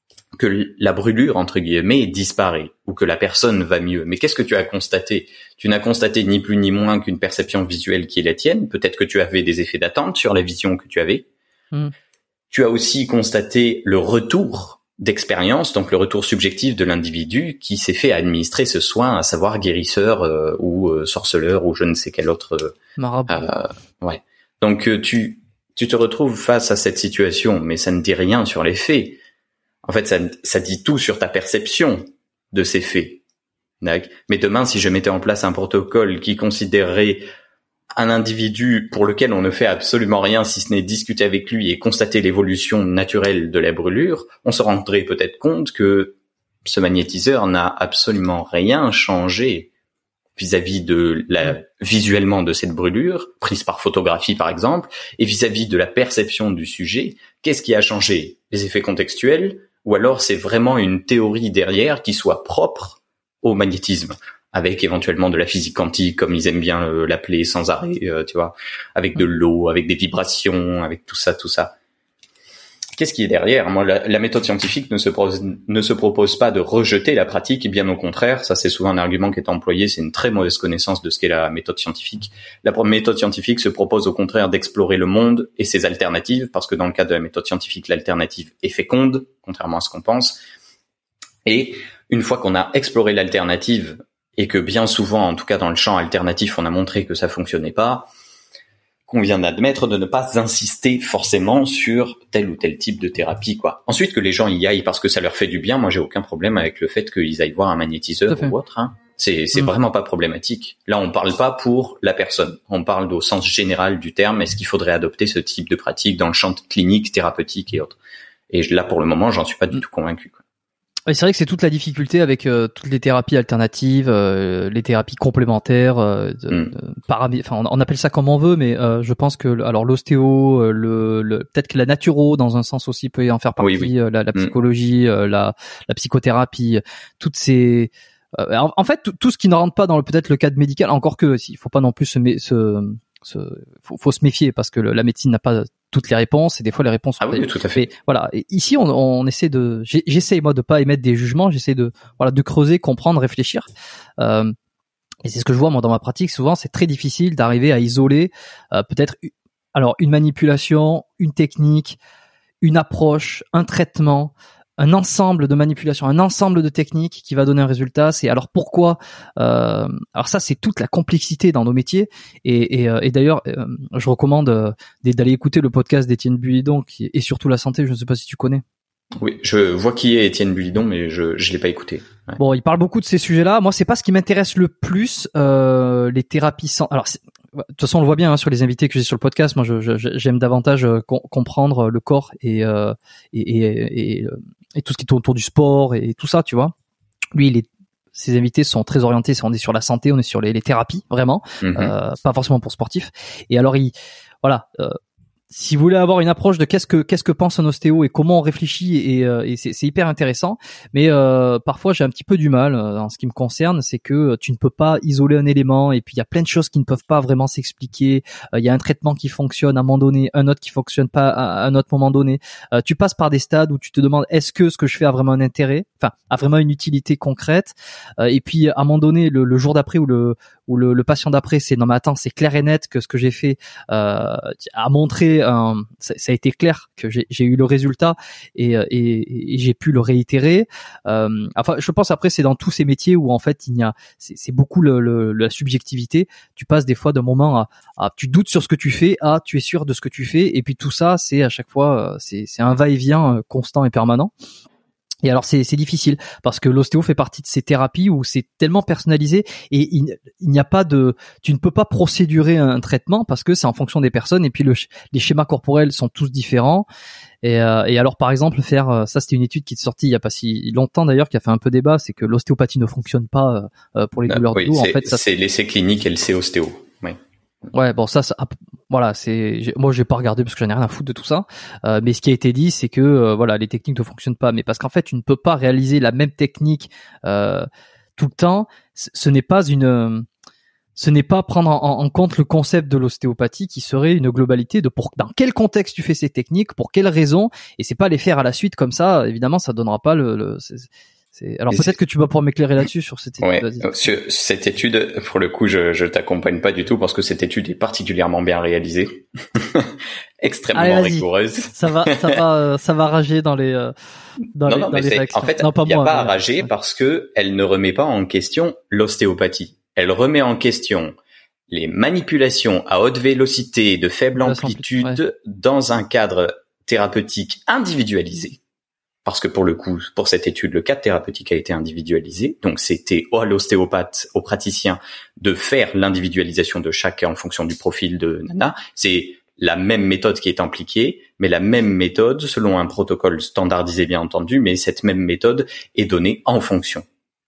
que la brûlure, entre guillemets, disparaît ou que la personne va mieux. Mais qu'est-ce que tu as constaté ? Tu n'as constaté ni plus ni moins qu'une perception visuelle qui est la tienne. Peut-être que tu avais des effets d'attente sur la vision que tu avais. Mmh. Tu as aussi constaté le retour d'expérience, donc le retour subjectif de l'individu qui s'est fait administrer ce soin, à savoir guérisseur euh, ou euh, sorceleur ou je ne sais quel autre euh, marabout. Euh, ouais. Donc euh, tu tu te retrouves face à cette situation, mais ça ne dit rien sur les faits. En fait, ça ça dit tout sur ta perception de ces faits. D'accord ? Mais demain, si je mettais en place un protocole qui considérerait un individu pour lequel on ne fait absolument rien si ce n'est discuter avec lui et constater l'évolution naturelle de la brûlure, on se rendrait peut-être compte que ce magnétiseur n'a absolument rien changé vis-à-vis de la, visuellement de cette brûlure, prise par photographie par exemple, et vis-à-vis de la perception du sujet. Qu'est-ce qui a changé ? Les effets contextuels, ou alors c'est vraiment une théorie derrière qui soit propre au magnétisme, avec éventuellement de la physique quantique, comme ils aiment bien euh, l'appeler sans arrêt, euh, tu vois, avec de l'eau, avec des vibrations, avec tout ça, tout ça. Qu'est-ce qui est derrière ? Moi, la, la méthode scientifique ne se, pro- ne se propose pas de rejeter la pratique, et bien au contraire, ça c'est souvent un argument qui est employé, c'est une très mauvaise connaissance de ce qu'est la méthode scientifique. La méthode scientifique se propose au contraire d'explorer le monde et ses alternatives, parce que dans le cas de la méthode scientifique, l'alternative est féconde, contrairement à ce qu'on pense. Et une fois qu'on a exploré l'alternative, et que bien souvent, en tout cas dans le champ alternatif, on a montré que ça fonctionnait pas, convient d'admettre de ne pas insister forcément sur tel ou tel type de thérapie, quoi. Ensuite, que les gens y aillent parce que ça leur fait du bien, moi j'ai aucun problème avec le fait qu'ils aillent voir un magnétiseur ou autre, hein. C'est, c'est mmh. vraiment pas problématique. Là, on parle pas pour la personne. On parle au sens général du terme. Est-ce qu'il faudrait adopter ce type de pratique dans le champ clinique, thérapeutique et autres? Et là, pour le moment, j'en suis pas du mmh. tout convaincu, quoi. Et c'est vrai que c'est toute la difficulté avec euh, toutes les thérapies alternatives, euh, les thérapies complémentaires, euh, de, mmh. de paramé- enfin, on, on appelle ça comme on veut, mais euh, je pense que alors l'ostéo, le, le peut-être que la naturo dans un sens aussi peut en faire partie, oui, oui. Euh, la, la psychologie, mmh. euh, la, la psychothérapie, toutes ces Euh, en, en fait, tout, tout ce qui ne rentre pas dans le, peut-être le cadre médical, encore que, il faut pas non plus se, se, se faut, faut se méfier parce que le, la médecine n'a pas toutes les réponses et des fois les réponses. Ah oui, tout à fait. Mais, voilà. Et ici, on, on essaie de, j'essaie moi de pas émettre des jugements, j'essaie de, voilà, de creuser, comprendre, réfléchir. Euh, et c'est ce que je vois moi dans ma pratique. Souvent, c'est très difficile d'arriver à isoler, euh, peut-être, alors une manipulation, une technique, une approche, un traitement. Un ensemble de manipulations, un ensemble de techniques qui va donner un résultat. C'est alors pourquoi euh, alors ça c'est toute la complexité dans nos métiers et, et, et d'ailleurs euh, je recommande euh, d'aller écouter le podcast d'Étienne Bulidon qui et surtout la santé. Je ne sais pas si tu connais. Oui, je vois qui est Étienne Bulidon, mais je je l'ai pas écouté. Ouais. Bon, il parle beaucoup de ces sujets-là. Moi, c'est pas ce qui m'intéresse le plus. Euh, les thérapies sans. Alors, c'est... de toute façon, on le voit bien hein, sur les invités que j'ai sur le podcast. Moi, je, je, j'aime davantage euh, com- comprendre le corps et, euh, et, et, et, et tout ce qui tourne autour du sport et, et tout ça, tu vois. Lui, il est. Ces invités sont très orientés. On est sur la santé, on est sur les, les thérapies, vraiment, mm-hmm. euh, pas forcément pour sportifs. Et alors, il, voilà. Euh, si vous voulez avoir une approche de qu'est-ce que qu'est-ce que pense un ostéo et comment on réfléchit et, euh, et c'est, c'est hyper intéressant, mais euh, parfois j'ai un petit peu du mal euh, en ce qui me concerne, c'est que tu ne peux pas isoler un élément et puis il y a plein de choses qui ne peuvent pas vraiment s'expliquer. Euh, il y a un traitement qui fonctionne à un moment donné, un autre qui fonctionne pas à un autre moment donné. Euh, tu passes par des stades où tu te demandes est-ce que ce que je fais a vraiment un intérêt, enfin a vraiment une utilité concrète. Euh, et puis à un moment donné, le, le jour d'après ou le ou le, le patient d'après, c'est non mais attends, c'est clair et net que ce que j'ai fait euh, a montré, un, ça, ça a été clair que j'ai, j'ai eu le résultat et, et, et j'ai pu le réitérer. Euh, enfin, je pense après c'est dans tous ces métiers où en fait il y a, c'est, c'est beaucoup le, le, la subjectivité. Tu passes des fois d'un moment à, à, tu doutes sur ce que tu fais, à tu es sûr de ce que tu fais, et puis tout ça c'est à chaque fois c'est, c'est un va-et-vient constant et permanent. Et alors c'est c'est difficile parce que l'ostéo fait partie de ces thérapies où c'est tellement personnalisé et il, il n'y a pas de, tu ne peux pas procédurer un traitement parce que c'est en fonction des personnes et puis le, les schémas corporels sont tous différents. Et, euh, et alors par exemple faire ça, c'était une étude qui est sortie il y a pas si longtemps d'ailleurs, qui a fait un peu débat, c'est que l'ostéopathie ne fonctionne pas euh, pour les douleurs oui, de dos. En fait, ça, c'est l'essai clinique et l'essai ostéo. Oui. Ouais, bon ça, ça voilà, c'est j'ai, moi j'ai pas regardé parce que j'en ai rien à foutre de tout ça. Euh, mais ce qui a été dit, c'est que euh, voilà, les techniques ne fonctionnent pas, mais parce qu'en fait, tu ne peux pas réaliser la même technique euh, tout le temps. C- ce n'est pas une, ce n'est pas prendre en, en compte le concept de l'ostéopathie qui serait une globalité de pour dans quel contexte tu fais ces techniques, pour quelles raisons, et c'est pas les faire à la suite comme ça. Évidemment, ça donnera pas le. le c'est, C'est... Alors et peut-être c'est... que tu vas pouvoir m'éclairer là-dessus sur cette étude. Ouais, sur cette étude, pour le coup, je, je t'accompagne pas du tout parce que cette étude est particulièrement bien réalisée, extrêmement Allez, rigoureuse. Ça va, ça va, euh, ça va rager dans les euh, dans non, les, non, dans mais les c'est... En fait, il n'y a pas à rager parce que elle ne remet pas en question l'ostéopathie. Elle remet en question les manipulations à haute vélocité de faible amplitude ouais. dans un cadre thérapeutique individualisé. Parce que pour le coup, pour cette étude, le cadre thérapeutique a été individualisé. Donc, c'était à l'ostéopathe, au praticien, de faire l'individualisation de chacun en fonction du profil de Nana. C'est la même méthode qui est impliquée, mais la même méthode selon un protocole standardisé, bien entendu, mais cette même méthode est donnée en fonction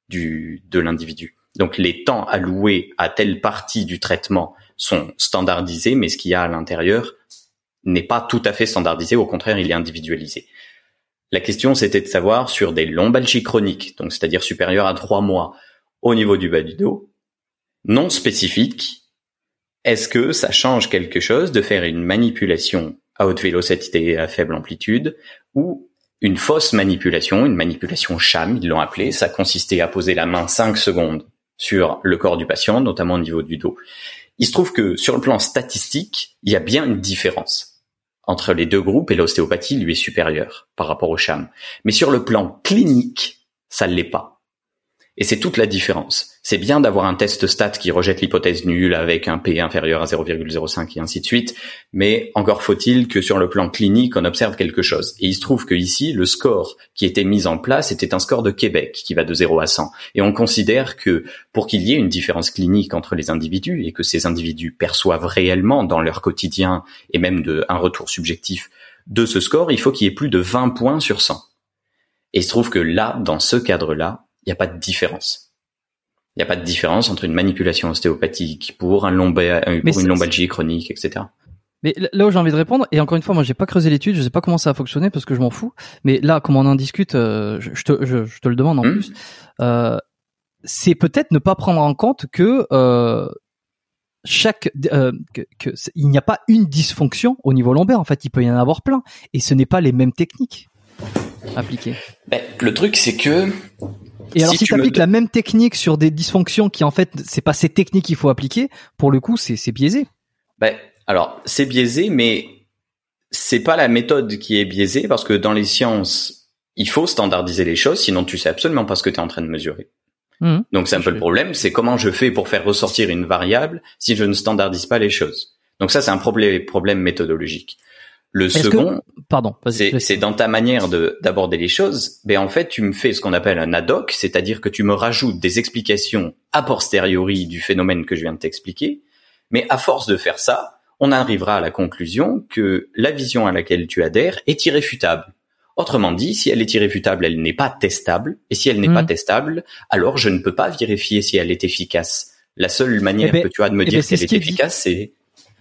du de l'individu. Donc, les temps alloués à telle partie du traitement sont standardisés, mais ce qu'il y a à l'intérieur n'est pas tout à fait standardisé. Au contraire, il est individualisé. La question, c'était de savoir sur des lombalgies chroniques, donc c'est-à-dire supérieures à trois mois au niveau du bas du dos, non spécifiques, est-ce que ça change quelque chose de faire une manipulation à haute vélocité et à faible amplitude ou une fausse manipulation, une manipulation sham, ils l'ont appelé, ça consistait à poser la main cinq secondes sur le corps du patient, notamment au niveau du dos. Il se trouve que sur le plan statistique, il y a bien une différence entre les deux groupes et l'ostéopathie lui est supérieure par rapport au sham. Mais sur le plan clinique, ça ne l'est pas. Et c'est toute la différence. C'est bien d'avoir un test stat qui rejette l'hypothèse nulle avec un P inférieur à zéro virgule zéro cinq et ainsi de suite, mais encore faut-il que sur le plan clinique, on observe quelque chose. Et il se trouve que ici, le score qui était mis en place était un score de Québec qui va de zéro à cent. Et on considère que pour qu'il y ait une différence clinique entre les individus et que ces individus perçoivent réellement dans leur quotidien et même de, un retour subjectif de ce score, il faut qu'il y ait plus de vingt points sur cent. Et il se trouve que là, dans ce cadre-là, il n'y a pas de différence. Il n'y a pas de différence entre une manipulation ostéopathique pour, un lomba, pour une lombalgie chronique, et cetera. Mais là où j'ai envie de répondre, et encore une fois, moi j'ai pas creusé l'étude, je sais pas comment ça a fonctionné parce que je m'en fous, mais là, comme on en discute, euh, je, je, te, je, je te le demande en mmh. plus, euh, c'est peut-être ne pas prendre en compte que euh, chaque euh, que, que il n'y a pas une dysfonction au niveau lombaire, en fait, il peut y en avoir plein, et ce n'est pas les mêmes techniques appliquées. Ben, le truc c'est que et alors, si, si tu appliques me... la même technique sur des dysfonctions qui, en fait, c'est pas ces techniques qu'il faut appliquer, pour le coup, c'est, c'est biaisé. Ben, alors, c'est biaisé, mais c'est pas la méthode qui est biaisée, parce que dans les sciences, il faut standardiser les choses, sinon tu sais absolument pas ce que tu es en train de mesurer. Mmh. Donc, c'est un peu le problème, c'est comment je fais pour faire ressortir une variable si je ne standardise pas les choses. Donc ça, c'est un problème, problème méthodologique. Le Est-ce second, que... Pardon, c'est, c'est dans ta manière de, d'aborder les choses. Ben en fait, tu me fais ce qu'on appelle un ad hoc, c'est-à-dire que tu me rajoutes des explications a posteriori du phénomène que je viens de t'expliquer. Mais à force de faire ça, on arrivera à la conclusion que la vision à laquelle tu adhères est irréfutable. Autrement dit, si elle est irréfutable, elle n'est pas testable. Et si elle n'est mmh. pas testable, alors je ne peux pas vérifier si elle est efficace. La seule manière eh ben, que tu as de me dire ben, qu'elle est efficace, c'est...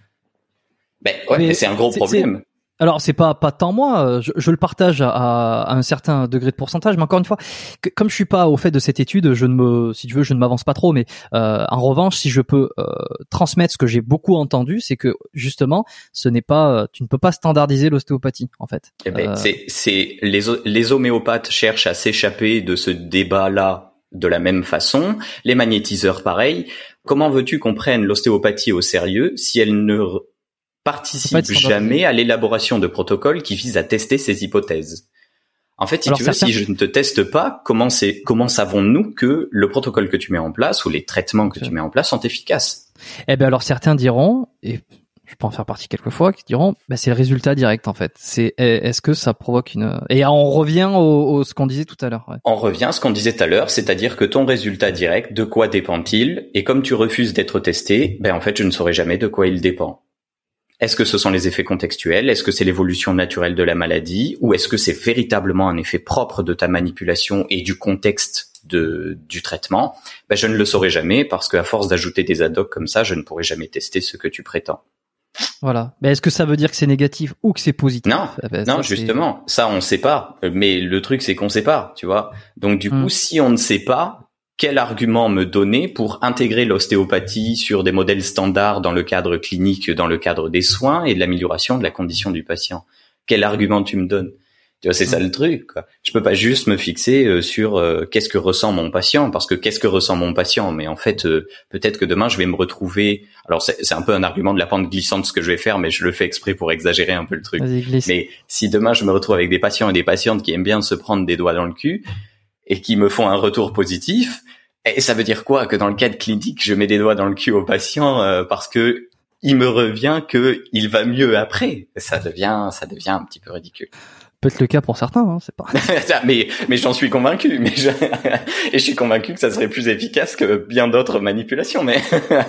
Ben ouais, mais, mais c'est un gros c'est, problème. C'est... Alors c'est pas pas tant moi, je, je le partage à, à un certain degré de pourcentage, mais encore une fois, que, comme je suis pas au fait de cette étude, je ne me, si tu veux, je ne m'avance pas trop. Mais euh, en revanche, si je peux euh, transmettre ce que j'ai beaucoup entendu, c'est que justement, ce n'est pas, tu ne peux pas standardiser l'ostéopathie en fait. Eh ben, euh... c'est c'est les les homéopathes cherchent à s'échapper de ce débat-là de la même façon. Les magnétiseurs, pareil. Comment veux-tu qu'on prenne l'ostéopathie au sérieux si elle ne participe jamais à l'élaboration de protocoles qui visent à tester ces hypothèses. En fait, si Alors, tu veux, si je ne te teste pas, comment c'est, comment savons-nous que le protocole que tu mets en place ou les traitements que tu mets en place sont efficaces? Eh ben alors certains diront, et je peux en faire partie quelquefois, qui diront, bah c'est le résultat direct en fait. C'est est-ce que ça provoque une et on revient au, au ce qu'on disait tout à l'heure. Ouais. On revient à ce qu'on disait tout à l'heure, c'est-à-dire que ton résultat direct, de quoi dépend-il? Et comme tu refuses d'être testé, ben en fait, je ne saurais jamais de quoi il dépend. Est-ce que ce sont les effets contextuels? Est-ce que c'est l'évolution naturelle de la maladie? Ou est-ce que c'est véritablement un effet propre de ta manipulation et du contexte de, du traitement? Ben, je ne le saurai jamais parce qu'à force d'ajouter des ad hoc comme ça, je ne pourrai jamais tester ce que tu prétends. Voilà. Mais est-ce que ça veut dire que c'est négatif ou que c'est positif? Non, eh ben, non, ça, justement. C'est... Ça, on sait pas. Mais le truc, c'est qu'on sait pas, tu vois. Donc, du hum. coup, si on ne sait pas, quel argument me donner pour intégrer l'ostéopathie sur des modèles standards dans le cadre clinique, dans le cadre des soins et de l'amélioration de la condition du patient? Quel argument tu me donnes? Tu vois, c'est ça le truc, quoi. Je peux pas juste me fixer sur euh, qu'est-ce que ressent mon patient, parce que qu'est-ce que ressent mon patient? Mais en fait, euh, peut-être que demain, je vais me retrouver... Alors, c'est, c'est un peu un argument de la pente glissante ce que je vais faire, mais je le fais exprès pour exagérer un peu le truc. Mais si demain, je me retrouve avec des patients et des patientes qui aiment bien se prendre des doigts dans le cul et qui me font un retour positif, et ça veut dire quoi? Que dans le cadre clinique, je mets des doigts dans le cul au patient euh, parce que il me revient que il va mieux après. Ça devient, ça devient un petit peu ridicule. Peut-être le cas pour certains, hein, c'est pas. mais mais j'en suis convaincu. Mais je... et je suis convaincu que ça serait plus efficace que bien d'autres manipulations. Mais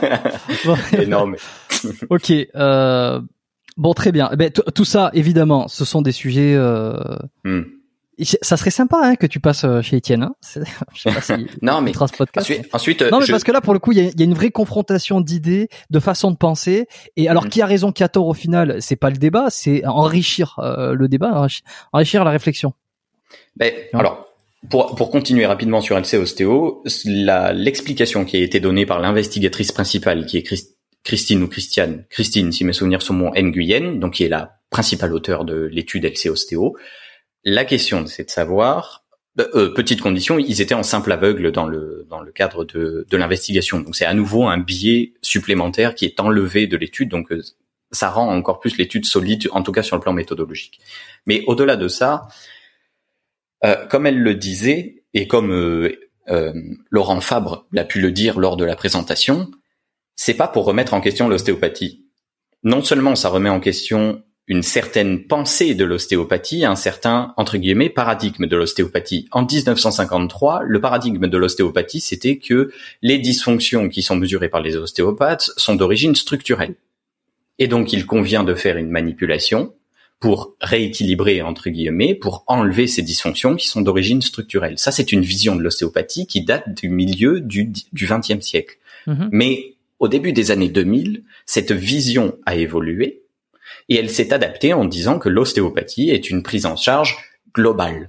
énorme. Ok. Euh... Bon, très bien. Ben, t- tout ça, évidemment, ce sont des sujets. Euh... Hmm. Ça serait sympa hein, que tu passes chez Étienne. Hein. Je sais pas si non mais ce podcast, ensuite, mais... ensuite non mais je... parce que là pour le coup il y a, y a une vraie confrontation d'idées, de façon de penser. Et alors mmh. qui a raison, qui a tort au final, c'est pas le débat, c'est enrichir euh, le débat, enrichir la réflexion. Ben ouais. alors pour pour continuer rapidement sur L C Ostéo, la l'explication qui a été donnée par l'investigatrice principale qui est Christ, Christine ou Christiane, Christine si mes souvenirs sont bons, Nguyen, donc qui est la principale auteure de l'étude L C Ostéo. La question, c'est de savoir, euh, petite condition, ils étaient en simple aveugle dans le dans le cadre de de l'investigation. Donc c'est à nouveau un biais supplémentaire qui est enlevé de l'étude. Donc euh, ça rend encore plus l'étude solide, en tout cas sur le plan méthodologique. Mais au-delà de ça, euh, comme elle le disait et comme euh, euh, Laurent Fabre l'a pu le dire lors de la présentation, c'est pas pour remettre en question l'ostéopathie. Non seulement ça remet en question une certaine pensée de l'ostéopathie, un certain, entre guillemets, paradigme de l'ostéopathie. En dix-neuf cent cinquante-trois, le paradigme de l'ostéopathie, c'était que les dysfonctions qui sont mesurées par les ostéopathes sont d'origine structurelle. Et donc, il convient de faire une manipulation pour rééquilibrer, entre guillemets, pour enlever ces dysfonctions qui sont d'origine structurelle. Ça, c'est une vision de l'ostéopathie qui date du milieu du, du vingtième siècle. Mmh. Mais au début des années deux mille, cette vision a évolué et elle s'est adaptée en disant que l'ostéopathie est une prise en charge globale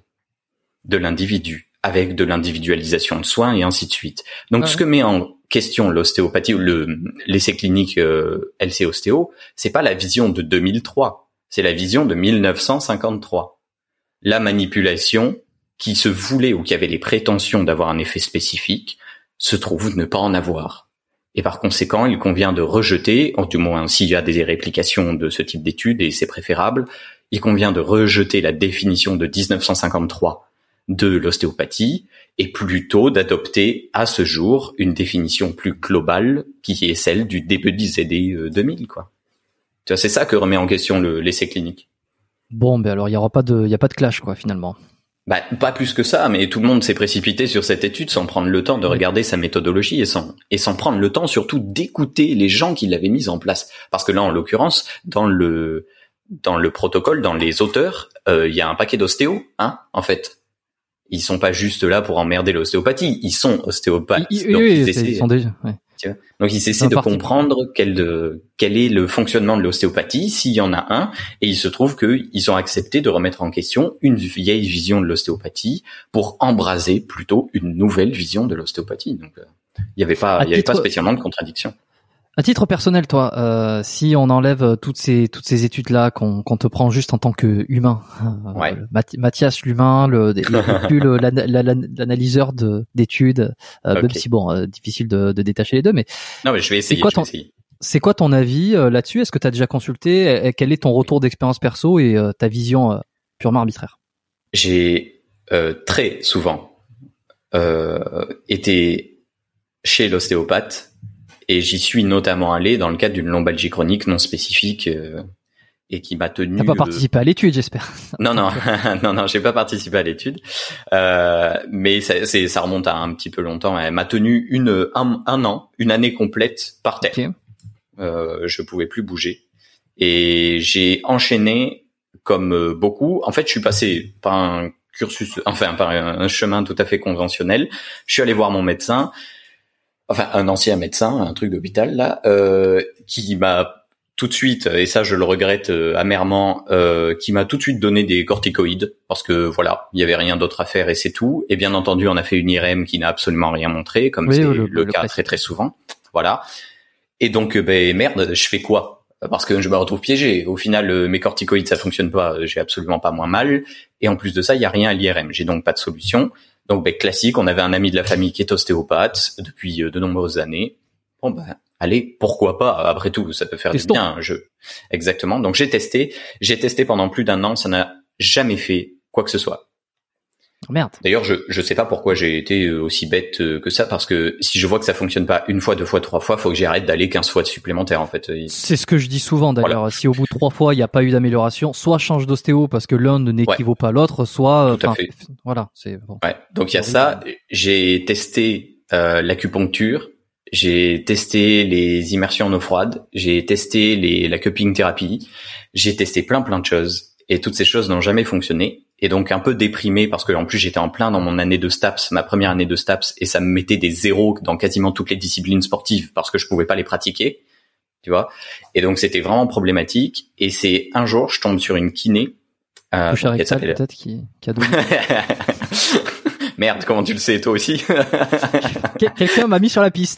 de l'individu, avec de l'individualisation de soins et ainsi de suite. Donc, ouais. ce que met en question l'ostéopathie ou le, l'essai clinique euh, L C Ostéo, c'est pas la vision de deux mille trois, c'est la vision de mille neuf cent cinquante-trois. La manipulation qui se voulait ou qui avait les prétentions d'avoir un effet spécifique se trouve ne pas en avoir. Et par conséquent, il convient de rejeter, ou du moins s'il y a des réplications de ce type d'études, et c'est préférable, il convient de rejeter la définition de dix-neuf cent cinquante-trois de l'ostéopathie, et plutôt d'adopter à ce jour une définition plus globale, qui est celle du début des années deux mille, quoi. Tu vois, c'est ça que remet en question le, l'essai clinique. Bon, ben alors il y aura pas de, il y a pas de clash, quoi, finalement. Bah, pas plus que ça, mais tout le monde s'est précipité sur cette étude sans prendre le temps de regarder sa méthodologie et sans, et sans prendre le temps surtout d'écouter les gens qui l'avaient mise en place. Parce que là, en l'occurrence, dans le, dans le protocole, dans les auteurs, euh, il y a un paquet d'ostéos, hein, en fait. Ils sont pas juste là pour emmerder l'ostéopathie, ils sont ostéopathes. Oui, donc, oui, ils, essaient, ils sont déjà, ouais. Tu vois, donc ils essaient de comprendre quel, de, quel est le fonctionnement de l'ostéopathie, s'il y en a un, et il se trouve qu'ils ont accepté de remettre en question une vieille vision de l'ostéopathie pour embraser plutôt une nouvelle vision de l'ostéopathie. Donc il euh, y avait pas, il y avait titre... pas spécialement de contradiction. À titre personnel, toi, euh, si on enlève toutes ces toutes ces études-là, qu'on, qu'on te prend juste en tant que humain, euh, ouais. Math- Mathias l'humain, le, le plus le, l'an, l'analyseur de d'études, euh, okay. Même si bon, euh, difficile de, de détacher les deux, mais non, mais je vais essayer. C'est quoi je ton, vais essayer. C'est quoi ton avis euh, là-dessus ? Est-ce que tu as déjà consulté ? Quel est ton retour d'expérience perso et euh, ta vision euh, purement arbitraire ? J'ai euh, très souvent euh, été chez l'ostéopathe. Et j'y suis notamment allé dans le cadre d'une lombalgie chronique non spécifique euh, et qui m'a tenu. T'as pas participé euh... à l'étude, j'espère. Non, non, non, non, j'ai pas participé à l'étude. Euh, mais ça, c'est, ça remonte à un petit peu longtemps. Elle m'a tenu une un, un an, une année complète par terre. Okay. Euh, je pouvais plus bouger et j'ai enchaîné comme beaucoup. En fait, je suis passé par un cursus, enfin par un chemin tout à fait conventionnel. Je suis allé voir mon médecin. Enfin, un ancien médecin, un truc d'hôpital là, euh, qui m'a tout de suite, et ça je le regrette euh, amèrement, euh, qui m'a tout de suite donné des corticoïdes parce que voilà, il y avait rien d'autre à faire et c'est tout. Et bien entendu, on a fait une I R M qui n'a absolument rien montré, comme oui, c'est le, le, le cas le très très souvent. Voilà. Et donc, ben merde, je fais quoi ? Parce que je me retrouve piégé. Au final, mes corticoïdes ça fonctionne pas, j'ai absolument pas moins mal. Et en plus de ça, il y a rien à l'I R M. J'ai donc pas de solution. Donc, ben, classique, on avait un ami de la famille qui est ostéopathe depuis de nombreuses années. Bon, ben, allez, pourquoi pas? Après tout, ça peut faire Testons. du bien. Je... Exactement. Donc, j'ai testé. J'ai testé pendant plus d'un an. Ça n'a jamais fait quoi que ce soit. Merde. D'ailleurs, je je sais pas pourquoi j'ai été aussi bête que ça, parce que si je vois que ça fonctionne pas une fois, deux fois, trois fois, faut que j'arrête d'aller quinze fois de supplémentaire, en fait. C'est ce que je dis souvent, d'ailleurs. Voilà. Si au bout de trois fois, il n'y a pas eu d'amélioration, soit change d'ostéo parce que l'un ne n'équivaut ouais. pas à l'autre, soit... Tout à fait. Voilà. C'est bon. Ouais. Donc, il y a ça. J'ai testé euh, l'acupuncture. J'ai testé les immersions en eau froide. J'ai testé les, la cupping thérapie. J'ai testé plein, plein de choses. Et toutes ces choses n'ont jamais fonctionné. Et donc un peu déprimé parce que en plus j'étais en plein dans mon année de STAPS, ma première année de STAPS, et ça me mettait des zéros dans quasiment toutes les disciplines sportives parce que je pouvais pas les pratiquer, tu vois. Et donc c'était vraiment problématique. Et c'est un jour je tombe sur une kiné. Euh, Touche bon, ça peut-être qui, qui a donné. Merde, comment tu le sais toi aussi? Quelqu'un m'a mis sur la piste.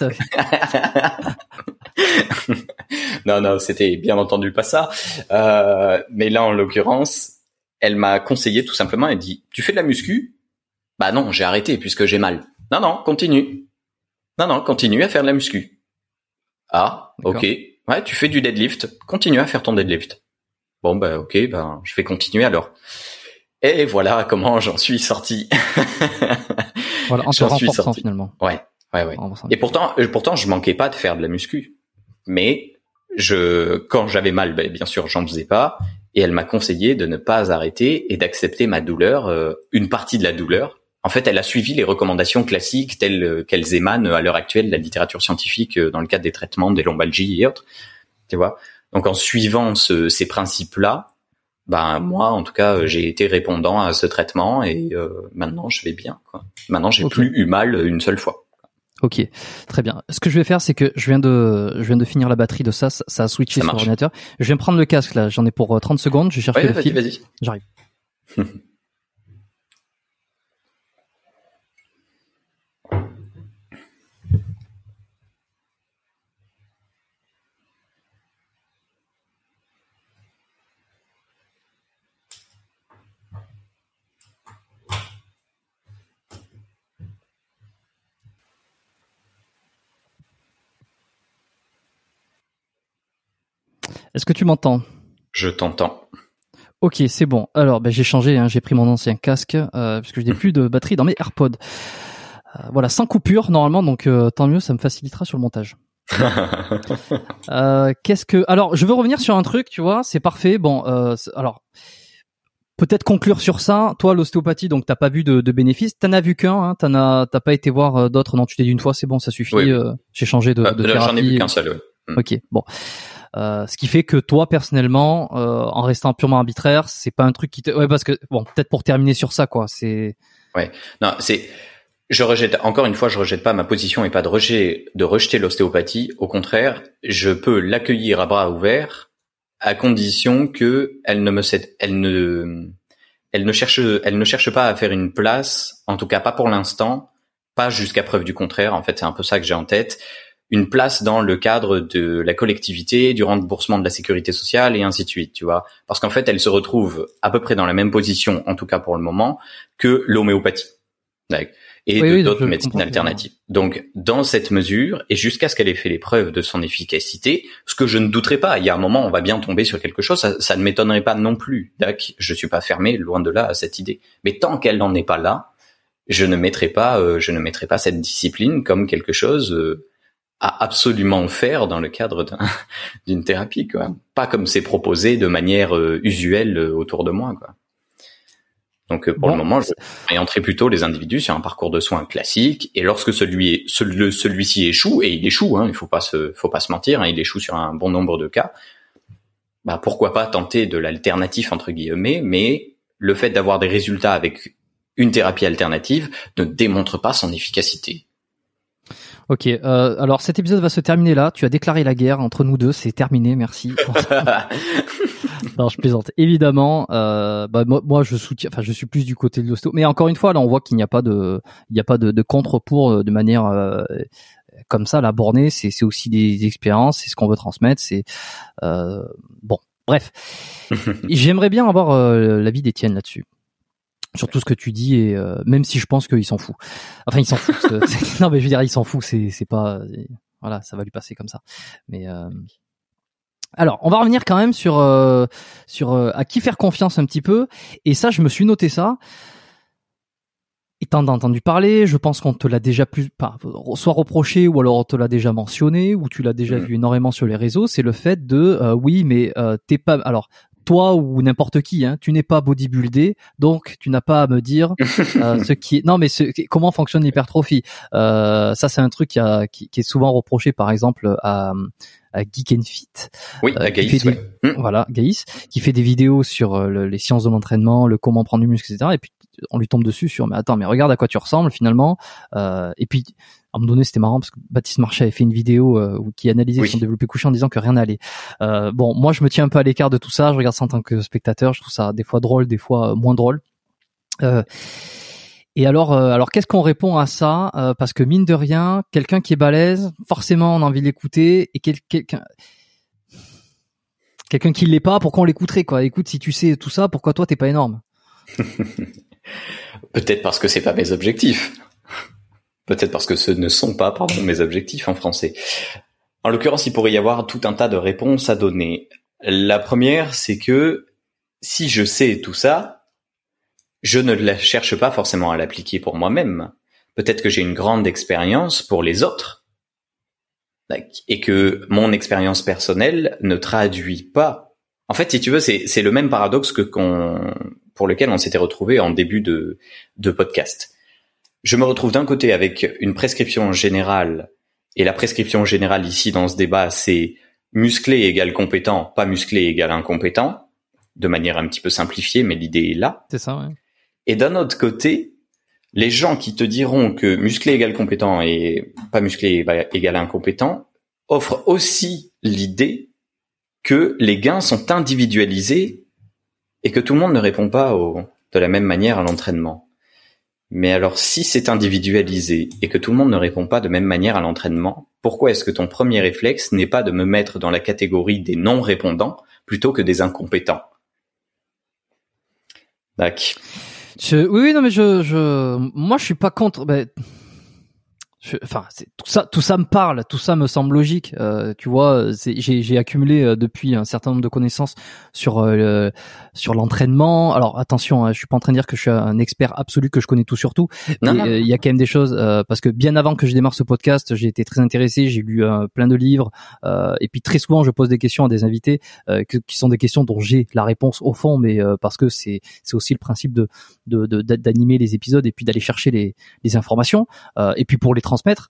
Non, non, c'était bien entendu pas ça. Euh, mais là en l'occurrence. Elle m'a conseillé tout simplement, elle dit, tu fais de la muscu? Bah non, j'ai arrêté puisque j'ai mal. Non, non, continue. Non, non, continue à faire de la muscu. Ah, D'accord. ok. Ouais, tu fais du deadlift, continue à faire ton deadlift. Bon, bah ok, ben je vais continuer alors. Et voilà comment j'en suis sorti. Voilà, en te J'en suis renforçant sorti. finalement. Ouais, ouais, ouais. Renforçant. Et pourtant, euh, pourtant, je manquais pas de faire de la muscu. Mais je, quand j'avais mal, ben, bien sûr, j'en faisais pas. Et elle m'a conseillé de ne pas arrêter et d'accepter ma douleur, euh, une partie de la douleur. En fait, elle a suivi les recommandations classiques telles qu'elles émanent à l'heure actuelle de la littérature scientifique dans le cadre des traitements des lombalgies et autres. Tu vois. Donc, en suivant ce, ces principes-là, ben moi, en tout cas, j'ai été répondant à ce traitement et euh, maintenant, je vais bien. Quoi. Maintenant, j'ai okay. plus eu mal une seule fois. Ok, très bien. Ce que je vais faire, c'est que je viens de, je viens de finir la batterie de ça. Ça, ça a switché sur l'ordinateur. Je viens prendre le casque là. J'en ai pour trente secondes. Je cherche ouais, le vas-y, fil. Vas-y. J'arrive. Est-ce que tu m'entends ? Je t'entends. Ok, c'est bon. Alors, ben, j'ai changé, hein, j'ai pris mon ancien casque euh, parce que je n'ai plus de batterie dans mes AirPods. Euh, voilà, sans coupure normalement, donc euh, tant mieux, ça me facilitera sur le montage. euh, qu'est-ce que Alors, je veux revenir sur un truc, tu vois, c'est parfait. Bon, euh, alors peut-être conclure sur ça. Toi, l'ostéopathie, donc t'as pas vu de, de bénéfices. T'en as vu qu'un, hein, t'en as, t'as pas été voir d'autres. Non, tu t'es dit une fois, c'est bon, ça suffit. Oui. Euh, j'ai changé de, de euh, thérapie. J'en ai vu qu'un seul. Ouais. Ok, bon. Euh, ce qui fait que toi personnellement, euh, en restant purement arbitraire, c'est pas un truc qui te, ouais, parce que bon, peut-être pour terminer sur ça, quoi, c'est. Ouais, non, c'est, je rejette encore une fois, je rejette pas ma position et pas de rejet, de rejeter l'ostéopathie. Au contraire, je peux l'accueillir à bras ouverts à condition que elle ne me cède, elle ne, elle ne cherche, elle ne cherche pas à faire une place, en tout cas pas pour l'instant, pas jusqu'à preuve du contraire. En fait, c'est un peu ça que j'ai en tête. Une place dans le cadre de la collectivité, du remboursement de la sécurité sociale et ainsi de suite, tu vois. Parce qu'en fait, elle se retrouve à peu près dans la même position, en tout cas pour le moment, que l'homéopathie. Et oui, de oui, d'autres médecines alternatives. Donc, dans cette mesure, et jusqu'à ce qu'elle ait fait les preuves de son efficacité, ce que je ne douterai pas, il y a un moment, on va bien tomber sur quelque chose, ça, ça ne m'étonnerait pas non plus. D'accord, je suis pas fermé, loin de là, à cette idée. Mais tant qu'elle n'en est pas là, je ne mettrai pas, euh, je ne mettrai pas cette discipline comme quelque chose euh, à absolument faire dans le cadre d'un, d'une thérapie, quoi. Pas comme c'est proposé de manière euh, usuelle euh, autour de moi, quoi. Donc, euh, pour bon, le moment, je orienterai plutôt les individus sur un parcours de soins classique, et lorsque celui, celui celui-ci échoue, et il échoue, hein, il faut pas se, faut pas se mentir, hein, il échoue sur un bon nombre de cas, bah, pourquoi pas tenter de l'alternatif, entre guillemets, mais le fait d'avoir des résultats avec une thérapie alternative ne démontre pas son efficacité. Ok, euh, alors cet épisode va se terminer là. Tu as déclaré la guerre entre nous deux, c'est terminé, merci. Non, je plaisante. Évidemment, euh, bah, moi, moi, je soutiens, enfin, je suis plus du côté de l'ostéo. Mais encore une fois, là, on voit qu'il n'y a pas de, il n'y a pas de, de contre pour de manière euh, comme ça, la bornée. C'est, c'est aussi des expériences, c'est ce qu'on veut transmettre. C'est euh, bon, bref. J'aimerais bien avoir euh, l'avis d'Étienne là-dessus. Sur tout ce que tu dis, et euh, même si je pense qu'il s'en fout. Enfin, il s'en fout. C'est, non, mais je veux dire, il s'en fout. C'est, c'est pas, voilà, ça va lui passer comme ça. Mais euh, alors, on va revenir quand même sur euh, sur euh, à qui faire confiance un petit peu. Et ça, je me suis noté ça. Et t'en as entendu parler. Je pense qu'on te l'a déjà plus, pas, soit reproché, ou alors on te l'a déjà mentionné, ou tu l'as déjà mmh. vu énormément sur les réseaux. C'est le fait de, euh, oui, mais euh, t'es pas. Alors. Toi ou n'importe qui, hein, tu n'es pas bodybuildé, donc tu n'as pas à me dire euh, ce qui est. Non, mais ce... comment fonctionne l'hypertrophie. Euh, ça, c'est un truc qui, a, qui, qui est souvent reproché, par exemple, à, à Geek and Fit. Oui, euh, à Gaïs, des... ouais. Voilà, Gaïs, qui fait des vidéos sur le, les sciences de l'entraînement, le comment prendre du muscle, et cetera. Et puis on lui tombe dessus sur, mais attends, mais regarde à quoi tu ressembles finalement. Euh, et puis à un moment donné, c'était marrant parce que Baptiste Marchais avait fait une vidéo euh, qui analysait oui. son développé couché en disant que rien n'allait. Euh, bon, moi, je me tiens un peu à l'écart de tout ça. Je regarde ça en tant que spectateur. Je trouve ça des fois drôle, des fois moins drôle. Euh, et alors, euh, alors qu'est-ce qu'on répond à ça euh, parce que mine de rien, quelqu'un qui est balèze, forcément, on a envie de l'écouter. Et quel, quelqu'un, quelqu'un qui l'est pas, pourquoi on l'écouterait, quoi ? Écoute, si tu sais tout ça, pourquoi toi t'es pas énorme ? Peut-être parce que c'est pas mes objectifs. Peut-être parce que ce ne sont pas, pardon, mes objectifs en français. En l'occurrence, il pourrait y avoir tout un tas de réponses à donner. La première, c'est que si je sais tout ça, je ne la cherche pas forcément à l'appliquer pour moi-même. peut-être que j'ai une grande expérience pour les autres et que mon expérience personnelle ne traduit pas. En fait, si tu veux, c'est, c'est le même paradoxe que qu'on, pour lequel on s'était retrouvé en début de, de podcast. Je me retrouve d'un côté avec une prescription générale, et la prescription générale ici dans ce débat, c'est musclé égale compétent, pas musclé égale incompétent, de manière un petit peu simplifiée, mais l'idée est là. C'est ça, ouais. Et d'un autre côté, les gens qui te diront que musclé égale compétent et pas musclé égale incompétent offrent aussi l'idée que les gains sont individualisés et que tout le monde ne répond pas au, de la même manière à l'entraînement. Mais alors, si c'est individualisé et que tout le monde ne répond pas de même manière à l'entraînement, pourquoi est-ce que ton premier réflexe n'est pas de me mettre dans la catégorie des non-répondants plutôt que des incompétents? D'accord. Je, oui, oui, non, mais je, je, moi, je suis pas contre. Ben, je, enfin, c'est, tout ça, tout ça me parle, tout ça me semble logique. Euh, tu vois, c'est, j'ai, j'ai accumulé euh, depuis un certain nombre de connaissances sur euh, le, sur l'entraînement. Alors attention, hein, je suis pas en train de dire que je suis un expert absolu, que je connais tout sur tout. Il euh, y a quand même des choses euh, parce que bien avant que je démarre ce podcast, j'ai été très intéressé, j'ai lu euh, plein de livres euh, et puis très souvent je pose des questions à des invités euh, que, qui sont des questions dont j'ai la réponse au fond, mais euh, parce que c'est, c'est aussi le principe de, de, de d'animer les épisodes et puis d'aller chercher les, les informations euh, et puis pour les transmettre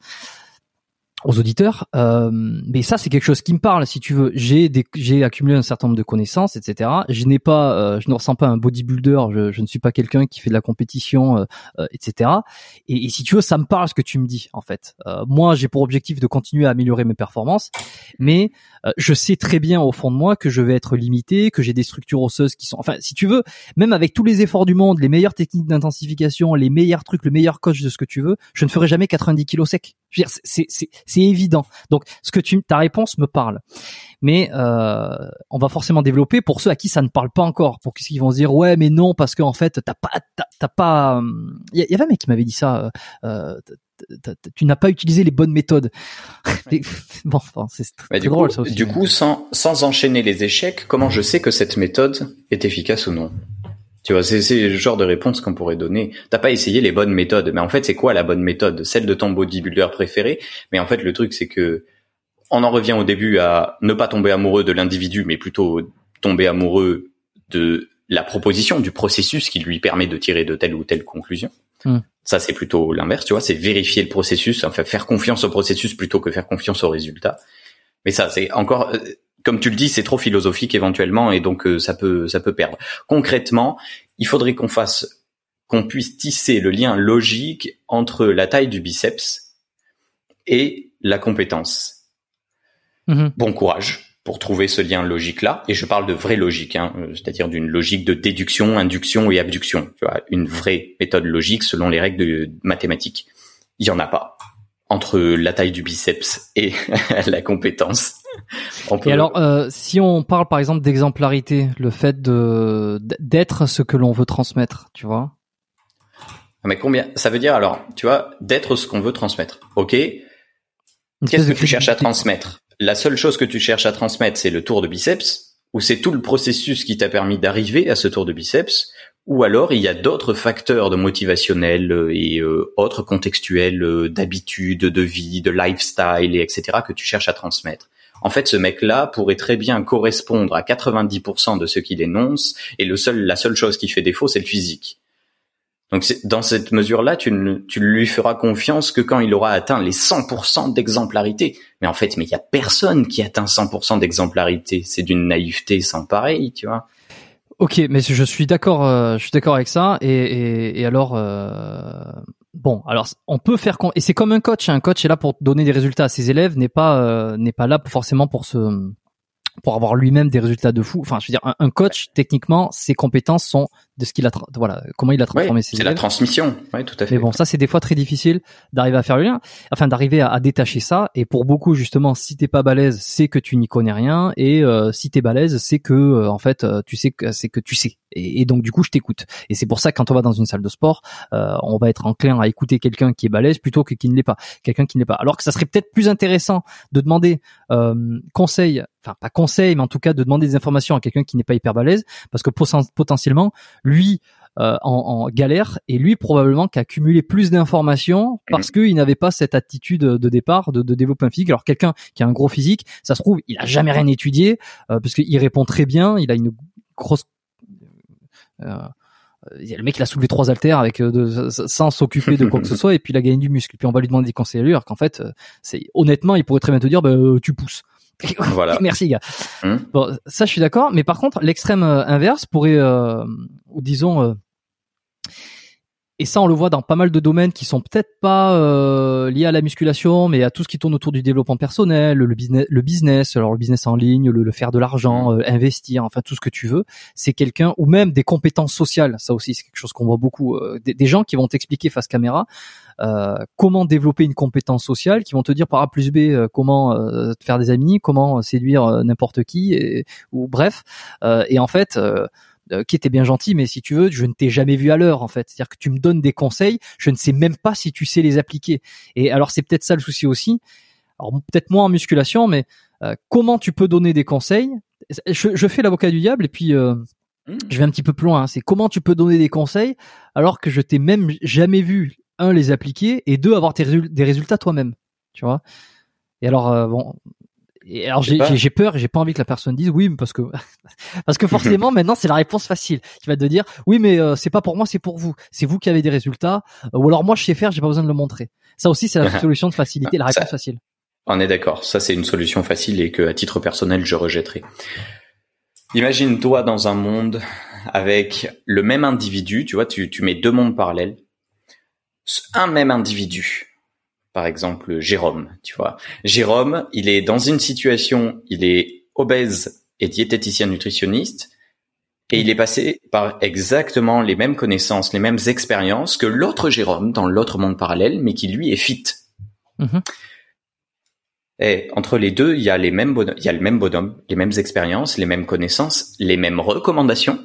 aux auditeurs, euh, mais ça c'est quelque chose qui me parle. Si tu veux, j'ai des, j'ai accumulé un certain nombre de connaissances, et cetera. Je n'ai pas, euh, je ne ressens pas un bodybuilder. Je, je ne suis pas quelqu'un qui fait de la compétition, euh, euh, et cetera. Et, et si tu veux, ça me parle ce que tu me dis. En fait, euh, moi, j'ai pour objectif de continuer à améliorer mes performances, mais euh, je sais très bien au fond de moi que je vais être limité, que j'ai des structures osseuses qui sont. Enfin, si tu veux, même avec tous les efforts du monde, les meilleures techniques d'intensification, les meilleurs trucs, le meilleur coach de ce que tu veux, je ne ferai jamais quatre-vingt-dix kilos secs. Je veux dire, c'est, c'est, c'est évident. Donc, ce que tu, ta réponse me parle. Mais euh, on va forcément développer pour ceux à qui ça ne parle pas encore, pour ceux qui vont se dire ouais, mais non, parce que en fait, t'as pas, t'as, t'as pas. Il y, y avait un mec qui m'avait dit ça. Euh, t'as, t'as, tu n'as pas utilisé les bonnes méthodes. Bon, enfin, c'est très, mais très du drôle coup, ça aussi. Du coup, sans sans enchaîner les échecs, comment je sais que cette méthode est efficace ou non? Tu vois, c'est, c'est le genre de réponse qu'on pourrait donner. T'as pas essayé les bonnes méthodes. Mais en fait, c'est quoi la bonne méthode? Celle de ton bodybuilder préféré. Mais en fait, le truc, c'est que on en revient au début à ne pas tomber amoureux de l'individu, mais plutôt tomber amoureux de la proposition, du processus qui lui permet de tirer de telle ou telle conclusion. Mmh. Ça, c'est plutôt l'inverse, tu vois. C'est vérifier le processus, enfin, faire confiance au processus plutôt que faire confiance au résultat. Mais ça, c'est encore... Comme tu le dis, c'est trop philosophique éventuellement et donc euh, ça peut ça peut perdre. Concrètement, il faudrait qu'on fasse qu'on puisse tisser le lien logique entre la taille du biceps et la compétence. Mm-hmm. Bon courage pour trouver ce lien logique-là. Et je parle de vraie logique, hein, c'est-à-dire d'une logique de déduction, induction et abduction. Tu vois, une vraie méthode logique selon les règles de mathématiques. Il y en a pas entre la taille du biceps et la compétence. On peut... Et alors, euh, si on parle par exemple d'exemplarité, le fait de d'être ce que l'on veut transmettre, tu vois. Mais combien ça veut dire alors, tu vois, d'être ce qu'on veut transmettre. Ok. Qu'est-ce que tu cherches à transmettre? La seule chose que tu cherches à transmettre, c'est le tour de biceps, ou c'est tout le processus qui t'a permis d'arriver à ce tour de biceps, ou alors il y a d'autres facteurs de motivationnels et euh, autres contextuels euh, d'habitude, de vie, de lifestyle, et etc. que tu cherches à transmettre. En fait, ce mec-là pourrait très bien correspondre à quatre-vingt-dix pour cent de ce qu'il énonce, et le seul, la seule chose qui fait défaut, c'est le physique. Donc, c'est, dans cette mesure-là, tu ne, tu lui feras confiance que quand il aura atteint les cent pour cent d'exemplarité. Mais en fait, mais il y a personne qui atteint cent pour cent d'exemplarité. C'est d'une naïveté sans pareil, tu vois. Ok, mais je suis d'accord, euh, je suis d'accord avec ça. Et, et, et alors, euh, bon, alors on peut faire con- et c'est comme un coach. Un coach est là pour donner des résultats à ses élèves, n'est pas euh, n'est pas là pour, forcément pour se pour avoir lui-même des résultats de fou. Enfin, je veux dire, un, un coach techniquement, ses compétences sont de ce qu'il a, tra- voilà, comment il a transformé ouais, ses c'est élèves. la transmission. Oui, tout à fait. Mais bon, ça c'est des fois très difficile d'arriver à faire le lien, enfin d'arriver à, à détacher ça. Et pour beaucoup justement, si t'es pas balèze, c'est que tu n'y connais rien, et euh, si t'es balèze, c'est que euh, en fait euh, tu sais que c'est que tu sais. Et, et donc du coup, je t'écoute. Et c'est pour ça que quand on va dans une salle de sport, euh, on va être enclin à écouter quelqu'un qui est balèze plutôt que qui ne l'est pas, quelqu'un qui ne l'est pas. Alors que ça serait peut-être plus intéressant de demander euh, conseil, enfin pas conseil, mais en tout cas de demander des informations à quelqu'un qui n'est pas hyper balèze, parce que potentiellement lui euh, en, en galère, et lui probablement qui a cumulé plus d'informations parce qu'il n'avait pas cette attitude de départ de, de développement physique. Alors quelqu'un qui a un gros physique, ça se trouve, il a jamais rien étudié euh, parce qu'il répond très bien, il a une grosse euh, le mec il a soulevé trois haltères avec euh, de, sans s'occuper de quoi que ce soit, et puis il a gagné du muscle, et puis on va lui demander des conseils à lui, alors qu'en fait euh, c'est honnêtement il pourrait très bien te dire bah, euh, tu pousses. Voilà. Merci gars. Hum. Bon, ça je suis d'accord, mais par contre l'extrême euh, inverse pourrait euh, ou disons euh, et ça on le voit dans pas mal de domaines qui sont peut-être pas euh, liés à la musculation, mais à tout ce qui tourne autour du développement personnel, le business, le business, alors le business en ligne, le, le faire de l'argent, euh, investir, enfin tout ce que tu veux. C'est quelqu'un, ou même des compétences sociales. Ça aussi c'est quelque chose qu'on voit beaucoup. Euh, des, des gens qui vont t'expliquer face caméra euh, comment développer une compétence sociale, qui vont te dire par A plus B euh, comment euh, te faire des amis, comment séduire euh, n'importe qui, et, ou bref. Euh, et en fait. Euh, qui était bien gentil, mais si tu veux, je ne t'ai jamais vu à l'heure en fait. C'est-à-dire que tu me donnes des conseils, je ne sais même pas si tu sais les appliquer. Et alors c'est peut-être ça le souci aussi. Alors peut-être moins en musculation, mais euh, comment tu peux donner des conseils ? je, je fais l'avocat du diable et puis euh, mmh. je vais un petit peu plus loin. Hein. C'est comment tu peux donner des conseils alors que je t'ai même jamais vu un les appliquer et deux avoir tes résul- des résultats toi-même. Tu vois ? Et alors euh, bon. Et alors j'ai, j'ai, j'ai peur et j'ai pas envie que la personne dise oui parce que parce que forcément maintenant c'est la réponse facile qui va te dire oui mais euh, c'est pas pour moi, c'est pour vous, c'est vous qui avez des résultats, euh, ou alors moi je sais faire, j'ai pas besoin de le montrer. Ça aussi c'est la solution de facilité, la réponse ça, facile. On est d'accord, ça c'est une solution facile et que à titre personnel je rejetterai. Imagine-toi dans un monde avec le même individu, tu vois, tu tu mets deux mondes parallèles, un même individu. Par exemple, Jérôme, tu vois. Jérôme, il est dans une situation, il est obèse et diététicien nutritionniste, et il est passé par exactement les mêmes connaissances, les mêmes expériences que l'autre Jérôme dans l'autre monde parallèle, mais qui lui est fit. Mm-hmm. Et entre les deux, il y a les mêmes bonhommes, il y a le même bonhomme, les mêmes expériences, les mêmes connaissances, les mêmes recommandations.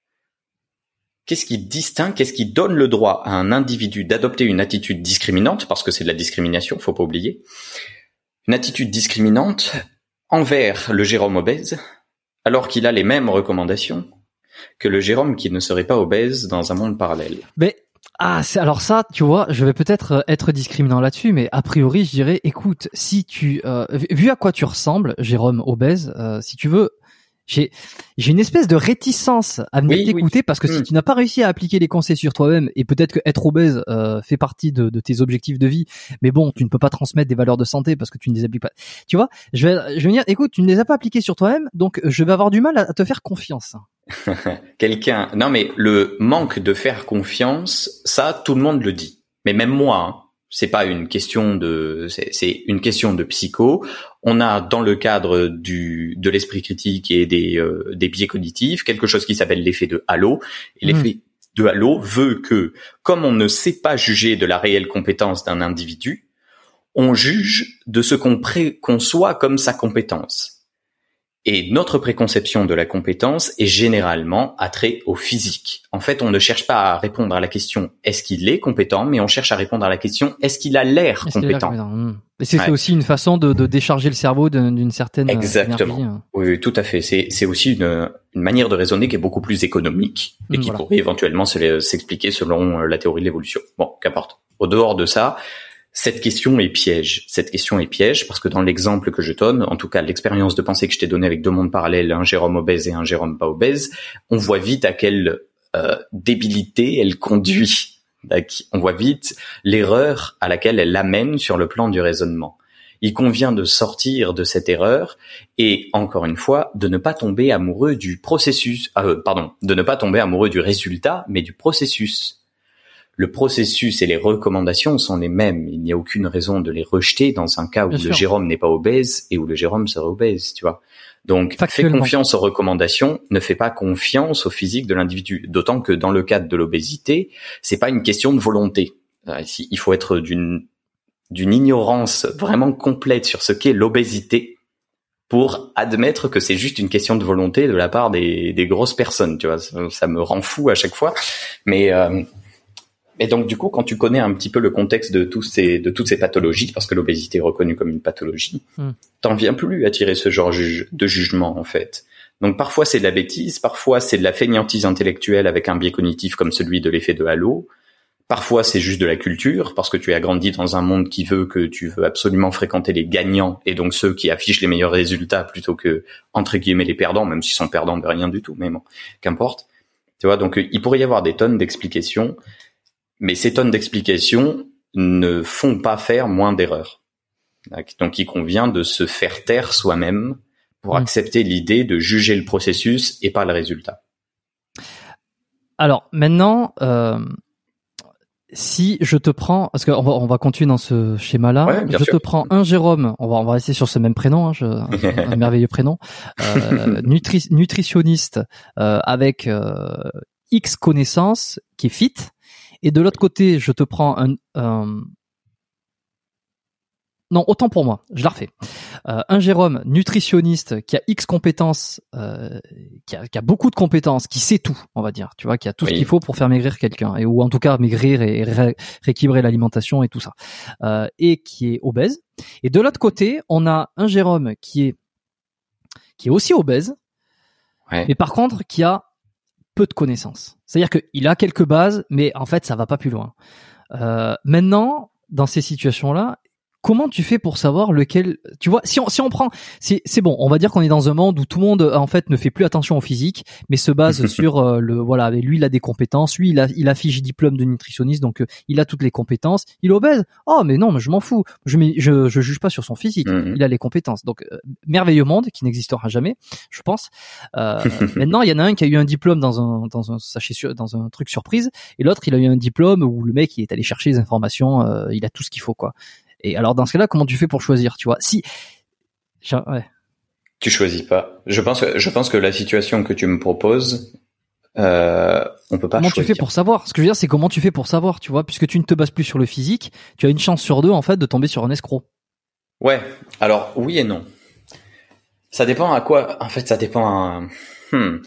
Qu'est-ce qui distingue, qu'est-ce qui donne le droit à un individu d'adopter une attitude discriminante, parce que c'est de la discrimination, faut pas oublier, une attitude discriminante envers le Jérôme obèse, alors qu'il a les mêmes recommandations que le Jérôme qui ne serait pas obèse dans un monde parallèle. Mais ah, c'est alors ça, tu vois, je vais peut-être être discriminant là-dessus, mais a priori, je dirais, écoute, si tu, euh, vu à quoi tu ressembles, Jérôme obèse, euh, si tu veux. J'ai, j'ai une espèce de réticence à venir oui, t'écouter oui. parce que mmh. si tu n'as pas réussi à appliquer les conseils sur toi-même, et peut-être que être obèse euh, fait partie de, de tes objectifs de vie, mais bon, tu ne peux pas transmettre des valeurs de santé parce que tu ne les appliques pas. Tu vois, je vais, je vais dire, écoute, tu ne les as pas appliquées sur toi-même, donc je vais avoir du mal à, à te faire confiance. Quelqu'un, non mais le manque de faire confiance, ça, tout le monde le dit. Mais même moi, hein. C'est pas une question de, c'est, c'est une question de psycho. On a dans le cadre du de l'esprit critique et des euh, des biais cognitifs quelque chose qui s'appelle l'effet de halo. Et mmh. l'effet de halo veut que, comme on ne sait pas juger de la réelle compétence d'un individu, on juge de ce qu'on préconçoit comme sa compétence. Et notre préconception de la compétence est généralement attrait au physique. En fait, on ne cherche pas à répondre à la question « est-ce qu'il est compétent ?», mais on cherche à répondre à la question « est-ce qu'il a l'air est-ce compétent ?» Et c'est, ouais. c'est aussi une façon de, de décharger le cerveau d'une, d'une certaine Exactement. énergie. Hein. Oui, oui, tout à fait. C'est, c'est aussi une, une manière de raisonner qui est beaucoup plus économique et mmh, qui voilà. pourrait éventuellement s'expliquer selon la théorie de l'évolution. Bon, qu'importe. Au dehors de ça, cette question est piège. Cette question est piège parce que dans l'exemple que je donne, en tout cas l'expérience de pensée que je t'ai donnée avec deux mondes parallèles, un Jérôme obèse et un Jérôme pas obèse, on voit vite à quelle euh, débilité elle conduit. On voit vite l'erreur à laquelle elle l'amène sur le plan du raisonnement. Il convient de sortir de cette erreur et, encore une fois, de ne pas tomber amoureux du processus, euh, pardon, de ne pas tomber amoureux du résultat, mais du processus. Le processus et les recommandations sont les mêmes. Il n'y a aucune raison de les rejeter dans un cas où Bien le sûr. Jérôme n'est pas obèse et où le Jérôme serait obèse, tu vois. Donc, fais confiance aux recommandations, ne fais pas confiance au physique de l'individu. D'autant que dans le cadre de l'obésité, c'est pas une question de volonté. Il faut être d'une, d'une ignorance vraiment complète sur ce qu'est l'obésité pour admettre que c'est juste une question de volonté de la part des, des grosses personnes, tu vois. Ça, ça me rend fou à chaque fois. Mais, euh, Et donc, du coup, quand tu connais un petit peu le contexte de tous ces, de toutes ces pathologies, parce que l'obésité est reconnue comme une pathologie, mm. t'en viens plus à tirer ce genre de jugement, en fait. Donc parfois c'est de la bêtise, parfois c'est de la fainéantise intellectuelle avec un biais cognitif comme celui de l'effet de halo. Parfois, c'est juste de la culture, parce que tu as grandi dans un monde qui veut que tu veux absolument fréquenter les gagnants, et donc ceux qui affichent les meilleurs résultats plutôt que, entre guillemets, les perdants, même s'ils sont perdants de rien du tout, mais bon, qu'importe. Tu vois, donc il pourrait y avoir des tonnes d'explications, mais ces tonnes d'explications ne font pas faire moins d'erreurs. Donc il convient de se faire taire soi-même pour mmh. accepter l'idée de juger le processus et pas le résultat. Alors, maintenant... Euh... Si je te prends, parce qu'on va, on va continuer dans ce schéma-là, ouais, je sûr. te prends un Jérôme, on va, on va rester sur ce même prénom, hein, je, un, un merveilleux prénom, euh, nutri, nutritionniste euh, avec euh, X connaissances, qui est fit, et de l'autre côté, je te prends un... un Non, autant pour moi, je la refais. Euh, un Jérôme nutritionniste qui a X compétences, euh, qui, a, qui a beaucoup de compétences, qui sait tout, on va dire, tu vois, qui a tout oui. ce qu'il faut pour faire maigrir quelqu'un, et ou en tout cas maigrir et ré, rééquilibrer l'alimentation et tout ça, euh, et qui est obèse. Et de l'autre côté, on a un Jérôme qui est qui est aussi obèse, ouais. mais par contre qui a peu de connaissances. C'est-à-dire qu'il a quelques bases, mais en fait ça va pas plus loin. Euh, maintenant, dans ces situations-là, comment tu fais pour savoir lequel, tu vois, si on, si on prend, c'est, c'est bon, on va dire qu'on est dans un monde où tout le monde, en fait, ne fait plus attention au physique, mais se base sur euh, le, voilà, lui, il a des compétences, lui, il a, il affiche diplôme de nutritionniste, donc euh, il a toutes les compétences, il est obèse. Oh, mais non, mais je m'en fous. Je, je, je juge pas sur son physique. Mm-hmm. Il a les compétences. Donc, euh, merveilleux monde qui n'existera jamais, je pense. Euh, maintenant, il y en a un qui a eu un diplôme dans un, dans un sachet sur, dans un truc surprise, et l'autre, il a eu un diplôme où le mec, il est allé chercher les informations, euh, il a tout ce qu'il faut, quoi. Et alors dans ce cas-là, comment tu fais pour choisir, tu vois? Si ouais. Tu choisis pas. Je pense que je pense que la situation que tu me proposes, euh, on peut pas comment choisir. Tu fais pour savoir? Ce que je veux dire, c'est comment tu fais pour savoir, tu vois, puisque tu ne te bases plus sur le physique, tu as une chance sur deux en fait de tomber sur un escroc. Ouais. Alors oui et non. Ça dépend à quoi. En fait, ça dépend. À... Hmm.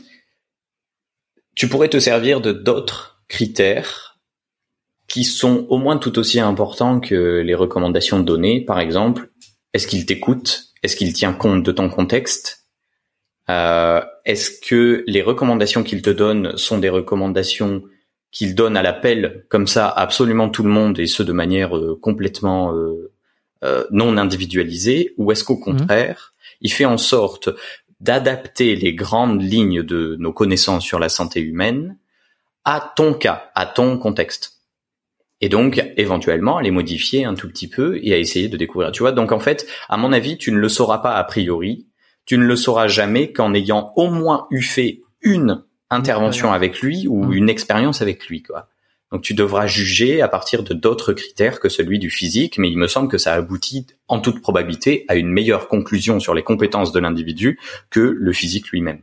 Tu pourrais te servir de d'autres critères qui sont au moins tout aussi importants que les recommandations données. Par exemple, est-ce qu'il t'écoute? Est-ce qu'il tient compte de ton contexte? euh, Est-ce que les recommandations qu'il te donne sont des recommandations qu'il donne à l'appel comme ça à absolument tout le monde et ce de manière euh, complètement euh, euh, non individualisée? Ou est-ce qu'au contraire, mmh. il fait en sorte d'adapter les grandes lignes de nos connaissances sur la santé humaine à ton cas, à ton contexte? Et donc, éventuellement, à les modifier un tout petit peu et à essayer de découvrir. Tu vois, donc en fait, à mon avis, tu ne le sauras pas a priori. Tu ne le sauras jamais qu'en ayant au moins eu fait une intervention avec lui ou mmh. une expérience avec lui, quoi. Donc tu devras juger à partir de d'autres critères que celui du physique, mais il me semble que ça aboutit en toute probabilité à une meilleure conclusion sur les compétences de l'individu que le physique lui-même.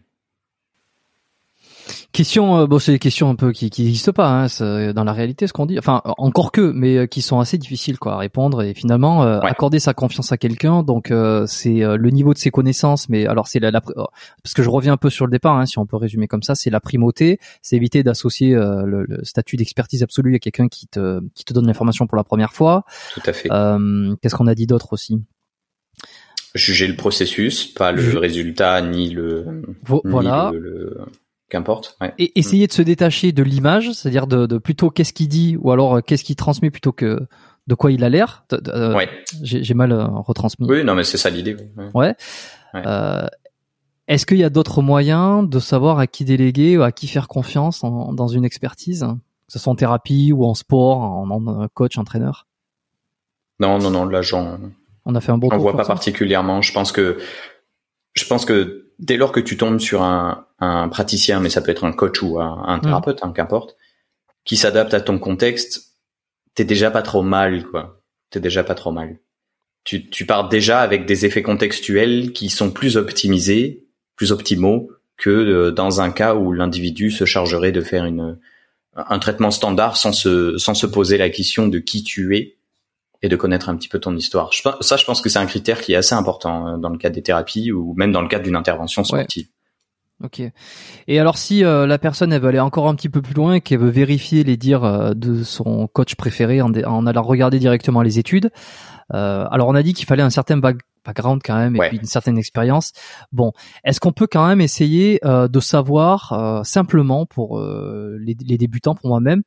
Question, euh, bon, c'est des questions un peu qui qui n'existent pas hein, c'est dans la réalité, ce qu'on dit. Enfin, encore que, mais euh, qui sont assez difficiles quoi à répondre. Et finalement, euh, ouais. accorder sa confiance à quelqu'un, donc euh, c'est euh, le niveau de ses connaissances. Mais alors, c'est la, la parce que je reviens un peu sur le départ, hein, si on peut résumer comme ça, c'est la primauté, c'est éviter d'associer euh, le, le statut d'expertise absolue à quelqu'un qui te qui te donne l'information pour la première fois. Tout à fait. Euh, qu'est-ce qu'on a dit d'autre aussi? Juger le processus, pas le Je... résultat ni le. Vo- ni voilà. Le, le... Qu'importe. Ouais. Et essayer de se détacher de l'image, c'est-à-dire de, de plutôt qu'est-ce qu'il dit ou alors euh, qu'est-ce qu'il transmet plutôt que de quoi il a l'air. De, de, euh, ouais. J'ai, j'ai mal euh, retransmis. Oui, non, mais c'est ça l'idée. Ouais. ouais. ouais. Euh, est-ce qu'il y a d'autres moyens de savoir à qui déléguer ou à qui faire confiance en, dans une expertise, que ce soit en thérapie ou en sport, en, en coach, entraîneur? Non, non, non. Là, j'en. On a fait un bon. J'en tour vois pas ça. particulièrement. Je pense que. Je pense que dès lors que tu tombes sur un, un praticien, mais ça peut être un coach ou un, un thérapeute, mmh. hein, qu'importe, qui s'adapte à ton contexte, t'es déjà pas trop mal, quoi. T'es déjà pas trop mal. Tu, tu pars déjà avec des effets contextuels qui sont plus optimisés, plus optimaux que dans un cas où l'individu se chargerait de faire une, un traitement standard sans se, sans se poser la question de qui tu es et de connaître un petit peu ton histoire. Je, ça, je pense que c'est un critère qui est assez important dans le cadre des thérapies ou même dans le cadre d'une intervention sportive. Ouais. Ok. Et alors si euh, la personne elle veut aller encore un petit peu plus loin et qu'elle veut vérifier les dires euh, de son coach préféré en, en allant regarder directement les études, euh, alors on a dit qu'il fallait un certain bac, background quand même et ouais. puis une certaine expérience. Bon, est-ce qu'on peut quand même essayer euh, de savoir euh, simplement pour euh, les, les débutants, pour moi-même,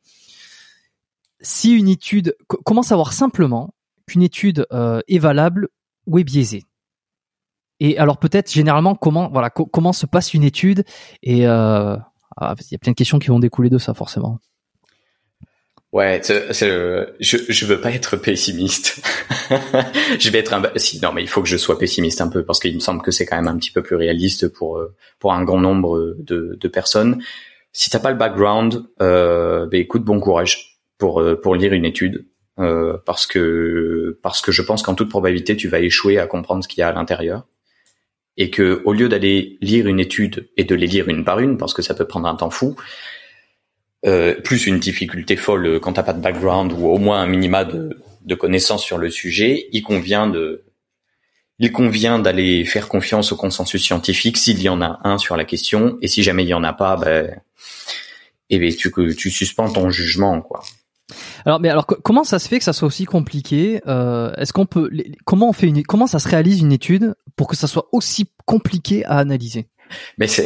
si une étude, c- comment savoir simplement qu'une étude euh, est valable ou est biaisée? Et alors peut-être généralement comment voilà co- comment se passe une étude et euh, ah, il y a plein de questions qui vont découler de ça forcément. Ouais, c'est, c'est, je je veux pas être pessimiste. Je vais être un si non mais il faut que je sois pessimiste un peu parce qu'il me semble que c'est quand même un petit peu plus réaliste pour pour un grand nombre de de personnes. Si t'as pas le background, euh, ben écoute, bon courage pour pour lire une étude euh, parce que parce que je pense qu'en toute probabilité tu vas échouer à comprendre ce qu'il y a à l'intérieur et que au lieu d'aller lire une étude et de les lire une par une parce que ça peut prendre un temps fou. Euh, plus une difficulté folle quand t'as pas de background ou au moins un minima de, de connaissances sur le sujet, il convient de, il convient d'aller faire confiance au consensus scientifique s'il y en a un sur la question, et si jamais il y en a pas, ben, eh ben tu, tu suspends ton jugement, quoi. Alors, mais alors, comment ça se fait que ça soit aussi compliqué? euh, Est-ce qu'on peut, les, comment on fait une, comment ça se réalise une étude pour que ça soit aussi compliqué à analyser? Mais c'est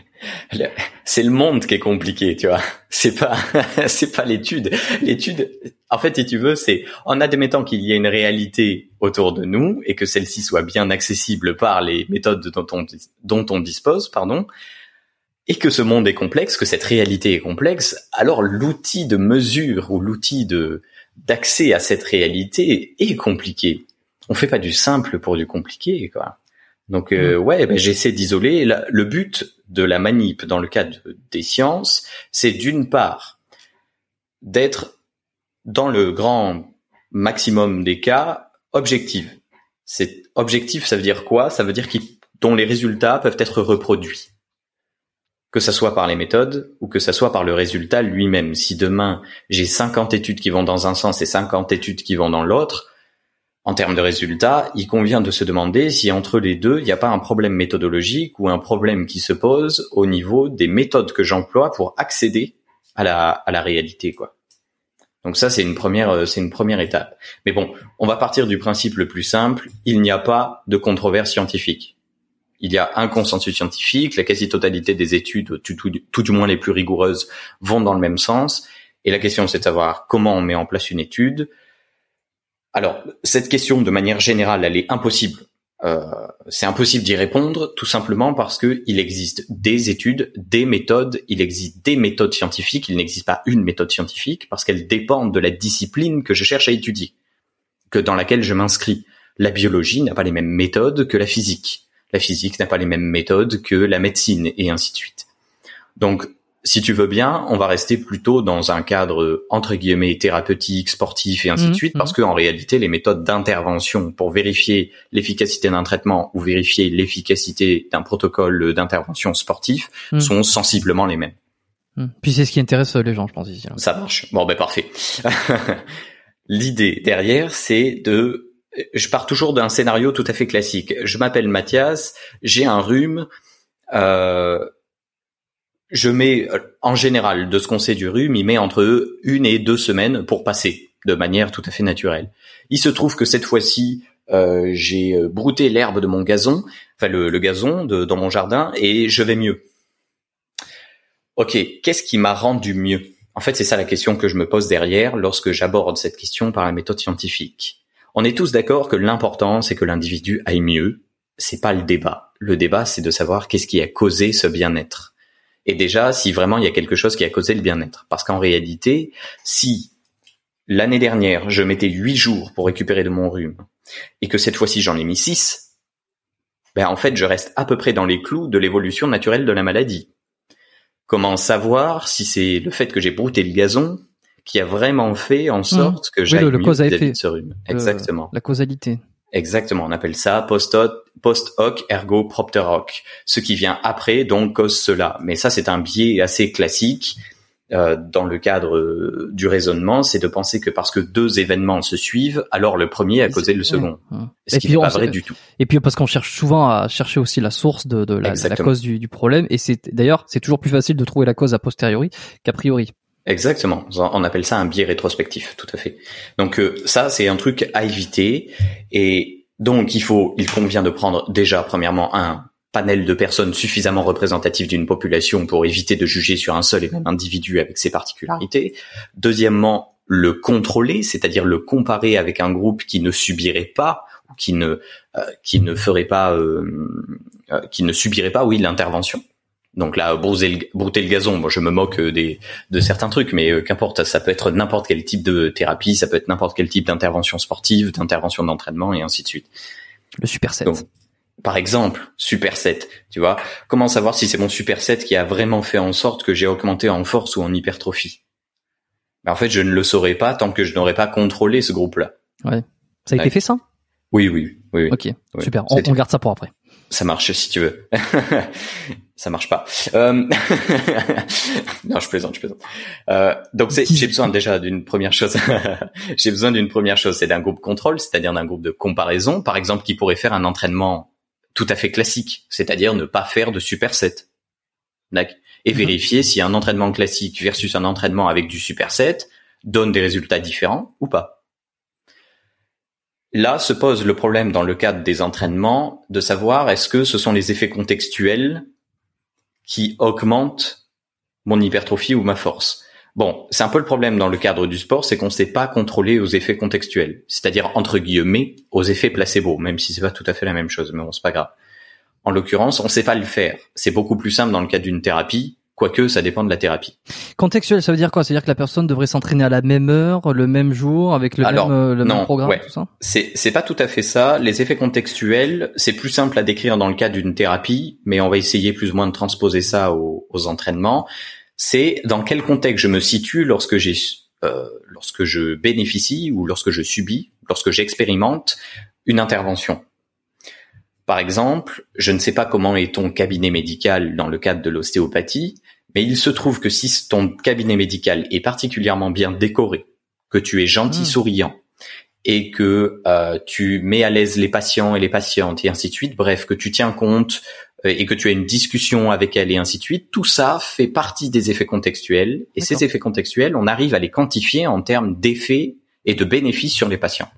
c'est le monde qui est compliqué, tu vois. C'est pas c'est pas l'étude. L'étude, en fait, si tu veux, c'est en admettant qu'il y ait une réalité autour de nous et que celle-ci soit bien accessible par les méthodes dont on dont on dispose, pardon, et que ce monde est complexe, que cette réalité est complexe, alors l'outil de mesure ou l'outil de d'accès à cette réalité est compliqué. On fait pas du simple pour du compliqué, quoi. Donc euh, ouais, ben, j'essaie d'isoler. La, le but de la manip dans le cadre des sciences, c'est d'une part d'être dans le grand maximum des cas objective. C'est objectif, ça veut dire quoi? Ça veut dire qu'ils, dont les résultats peuvent être reproduits, que ça soit par les méthodes ou que ça soit par le résultat lui-même. Si demain j'ai cinquante études qui vont dans un sens et cinquante études qui vont dans l'autre, en termes de résultats, il convient de se demander si entre les deux, il n'y a pas un problème méthodologique ou un problème qui se pose au niveau des méthodes que j'emploie pour accéder à la, à la réalité, quoi. Donc ça, c'est une première, c'est une première étape. Mais bon, on va partir du principe le plus simple. Il n'y a pas de controverse scientifique. Il y a un consensus scientifique. La quasi-totalité des études, tout, tout, tout du moins les plus rigoureuses, vont dans le même sens. Et la question, c'est de savoir comment on met en place une étude. Alors, cette question, de manière générale, elle est impossible. Euh, c'est impossible d'y répondre, tout simplement parce que il existe des études, des méthodes, il existe des méthodes scientifiques, il n'existe pas une méthode scientifique, parce qu'elles dépendent de la discipline que je cherche à étudier, que dans laquelle je m'inscris. La biologie n'a pas les mêmes méthodes que la physique. La physique n'a pas les mêmes méthodes que la médecine, et ainsi de suite. Donc, si tu veux bien, on va rester plutôt dans un cadre entre guillemets thérapeutique, sportif et ainsi mmh, de suite, mmh. parce que en réalité, les méthodes d'intervention pour vérifier l'efficacité d'un traitement ou vérifier l'efficacité d'un protocole d'intervention sportif mmh. sont sensiblement les mêmes. Mmh. Puis c'est ce qui intéresse les gens, je pense ici. Hein. Ça marche. Bon, ben parfait. L'idée derrière, c'est de... Je pars toujours d'un scénario tout à fait classique. Je m'appelle Mathias, j'ai un rhume... Euh... Je mets, en général, de ce qu'on sait du rhume, il met entre une et deux semaines pour passer, de manière tout à fait naturelle. Il se trouve que cette fois-ci, euh, j'ai brouté l'herbe de mon gazon, enfin le, le gazon de, dans mon jardin, et je vais mieux. Ok, qu'est-ce qui m'a rendu mieux? En fait, c'est ça la question que je me pose derrière lorsque j'aborde cette question par la méthode scientifique. On est tous d'accord que l'important, c'est que l'individu aille mieux. C'est pas le débat. Le débat, c'est de savoir qu'est-ce qui a causé ce bien-être. Et déjà, si vraiment il y a quelque chose qui a causé le bien-être. Parce qu'en réalité, si l'année dernière, je mettais huit jours pour récupérer de mon rhume, et que cette fois-ci j'en ai mis six, ben en fait, je reste à peu près dans les clous de l'évolution naturelle de la maladie. Comment savoir si c'est le fait que j'ai brouté le gazon qui a vraiment fait en sorte mmh. que j'aille oui, le, le mieux vis-à-vis de ce rhume? Le, Exactement. La causalité. Exactement, on appelle ça post-hoc, post-hoc ergo propter hoc. Ce qui vient après, donc, cause cela. Mais ça, c'est un biais assez classique euh, dans le cadre euh, du raisonnement, c'est de penser que parce que deux événements se suivent, alors le premier a causé le second. Ouais, ouais. Ce et qui n'est pas vrai du tout. Et puis parce qu'on cherche souvent à chercher aussi la source de, de la, la cause du, du problème, et c'est d'ailleurs c'est toujours plus facile de trouver la cause a posteriori qu'a priori. Exactement, on appelle ça un biais rétrospectif, tout à fait. Donc euh, ça, c'est un truc à éviter. Et Donc, il faut, il convient de prendre déjà, premièrement, un panel de personnes suffisamment représentatives d'une population pour éviter de juger sur un seul et même individu avec ses particularités. Deuxièmement, le contrôler, c'est-à-dire le comparer avec un groupe qui ne subirait pas, ou qui ne, euh, qui ne ferait pas, euh, euh, qui ne subirait pas, oui, l'intervention. Donc là, brouter le, brouter le gazon, bon, je me moque des, de certains trucs, mais euh, qu'importe, ça peut être n'importe quel type de thérapie, ça peut être n'importe quel type d'intervention sportive, d'intervention d'entraînement, et ainsi de suite. Le superset. Donc, par exemple, superset, tu vois, comment savoir si c'est mon superset qui a vraiment fait en sorte que j'ai augmenté en force ou en hypertrophie? Ben, en fait, je ne le saurais pas tant que je n'aurais pas contrôlé ce groupe-là. Ouais. Ça a été ouais. fait, ça? Oui, oui, oui. oui. Ok, oui. super. On, on garde ça pour après. Ça marche si tu veux. Ça marche pas. Euh... non, je plaisante, je plaisante. Euh, donc c'est, j'ai besoin déjà d'une première chose. j'ai besoin d'une première chose, c'est d'un groupe contrôle, c'est-à-dire d'un groupe de comparaison, par exemple, qui pourrait faire un entraînement tout à fait classique, c'est-à-dire ne pas faire de superset. D'accord. Et mmh. vérifier si un entraînement classique versus un entraînement avec du superset donne des résultats différents ou pas. Là se pose le problème dans le cadre des entraînements de savoir est-ce que ce sont les effets contextuels qui augmentent mon hypertrophie ou ma force. Bon, c'est un peu le problème dans le cadre du sport, c'est qu'on ne sait pas contrôler aux effets contextuels, c'est-à-dire entre guillemets aux effets placebo, même si c'est pas tout à fait la même chose, mais bon, c'est pas grave. En l'occurrence, on ne sait pas le faire. C'est beaucoup plus simple dans le cadre d'une thérapie. Quoique, ça dépend de la thérapie. Contextuel, ça veut dire quoi? Ça veut dire que la personne devrait s'entraîner à la même heure, le même jour, avec le Alors, même, euh, le non, même programme, ouais. tout ça? C'est, c'est pas tout à fait ça. Les effets contextuels, c'est plus simple à décrire dans le cadre d'une thérapie, mais on va essayer plus ou moins de transposer ça aux, aux entraînements. C'est dans quel contexte je me situe lorsque j'ai, euh, lorsque je bénéficie ou lorsque je subis, lorsque j'expérimente une intervention. Par exemple, je ne sais pas comment est ton cabinet médical dans le cadre de l'ostéopathie, mais il se trouve que si ton cabinet médical est particulièrement bien décoré, que tu es gentil, mmh. souriant, et que euh, tu mets à l'aise les patients et les patientes, et ainsi de suite, bref, que tu tiens compte euh, et que tu as une discussion avec elles, et ainsi de suite, tout ça fait partie des effets contextuels, et D'accord. ces effets contextuels, on arrive à les quantifier en termes d'effets et de bénéfices sur les patients.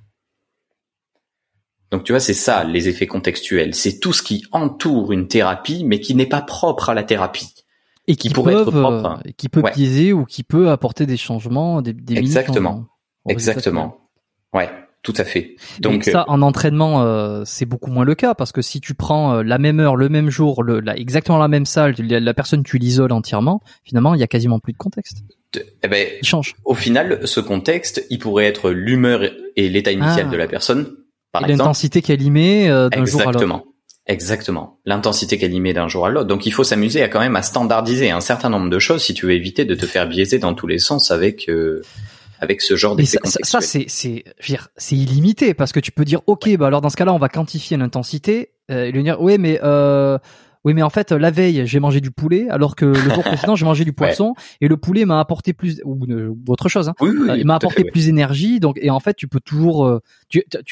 Donc tu vois, c'est ça, les effets contextuels. C'est tout ce qui entoure une thérapie, mais qui n'est pas propre à la thérapie. Et qui, qui pourrait peuvent, être propre. Euh, qui peut ouais. biaiser ou qui peut apporter des changements, des, des Exactement. En, en Exactement. Ouais, tout à fait. Donc et ça, euh, en entraînement, euh, c'est beaucoup moins le cas, parce que si tu prends euh, la même heure, le même jour, le, la, exactement la même salle, la, la personne, tu l'isoles entièrement, finalement, il y a quasiment plus de contexte. Eh ben, il change. Au final, ce contexte, il pourrait être l'humeur et l'état initial ah. de la personne. Par et l'intensité qu'elle y met euh, d'un jour à l'autre. Exactement. Exactement. L'intensité qu'elle y met d'un jour à l'autre. Donc, il faut s'amuser à quand même à standardiser un certain nombre de choses si tu veux éviter de te faire biaiser dans tous les sens avec euh, avec ce genre d'effet contextuel. Ça, c'est c'est je veux dire, c'est illimité parce que tu peux dire OK, bah alors dans ce cas-là, on va quantifier l'intensité euh, et lui dire oui, mais euh, oui, mais en fait, la veille, j'ai mangé du poulet, alors que le jour précédent, j'ai mangé du poisson, ouais. et le poulet m'a apporté plus ou, ou autre chose. Hein. Oui, oui, oui, il m'a apporté fait, plus ouais. d'énergie. Donc, et en fait, tu peux toujours euh, tu tu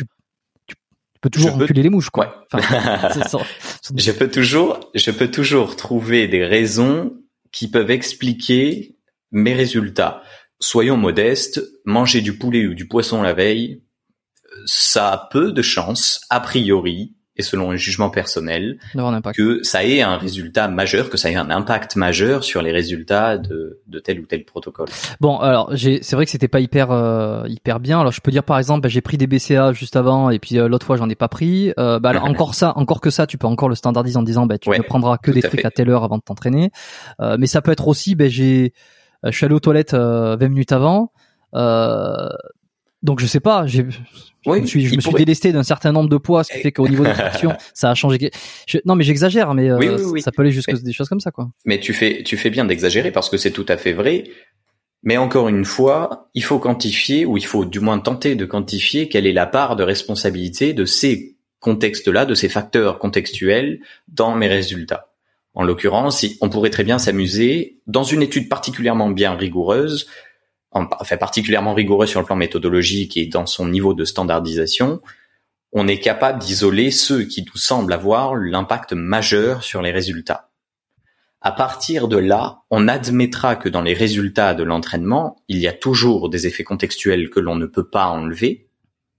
Tu peux toujours enculer les mouches, quoi. Ouais. Enfin, c'est ça. je peux toujours, je peux toujours trouver des raisons qui peuvent expliquer mes résultats. Soyons modestes, manger du poulet ou du poisson la veille, ça a peu de chances, a priori, et selon un jugement personnel, que ça ait un résultat majeur, que ça ait un impact majeur sur les résultats de, de tel ou tel protocole. Bon, alors j'ai, c'est vrai que c'était pas hyper euh, hyper bien. Alors je peux dire par exemple, bah, j'ai pris des B C A juste avant et puis euh, l'autre fois j'en ai pas pris. Euh, bah alors, encore ça, encore que ça, tu peux encore le standardiser en disant, bah tu ouais, ne prendras que des trucs à, à telle heure avant de t'entraîner. Euh, mais ça peut être aussi, bah j'ai, je suis allé aux toilettes euh, vingt minutes avant. Euh, donc je sais pas, j'ai Oui, je me suis, je me suis délesté d'un certain nombre de poids, ce qui fait qu'au niveau de l'action, ça a changé. Je, non, mais j'exagère, mais euh, oui, oui, oui. ça peut aller jusque mais, des choses comme ça, quoi. Mais tu fais, tu fais bien d'exagérer parce que c'est tout à fait vrai. Mais encore une fois, il faut quantifier, ou il faut du moins tenter de quantifier quelle est la part de responsabilité de ces contextes-là, de ces facteurs contextuels dans mes résultats. En l'occurrence, on pourrait très bien s'amuser dans une étude particulièrement bien rigoureuse, enfin particulièrement rigoureux sur le plan méthodologique et dans son niveau de standardisation, on est capable d'isoler ceux qui nous semblent avoir l'impact majeur sur les résultats. À partir de là, on admettra que dans les résultats de l'entraînement, il y a toujours des effets contextuels que l'on ne peut pas enlever,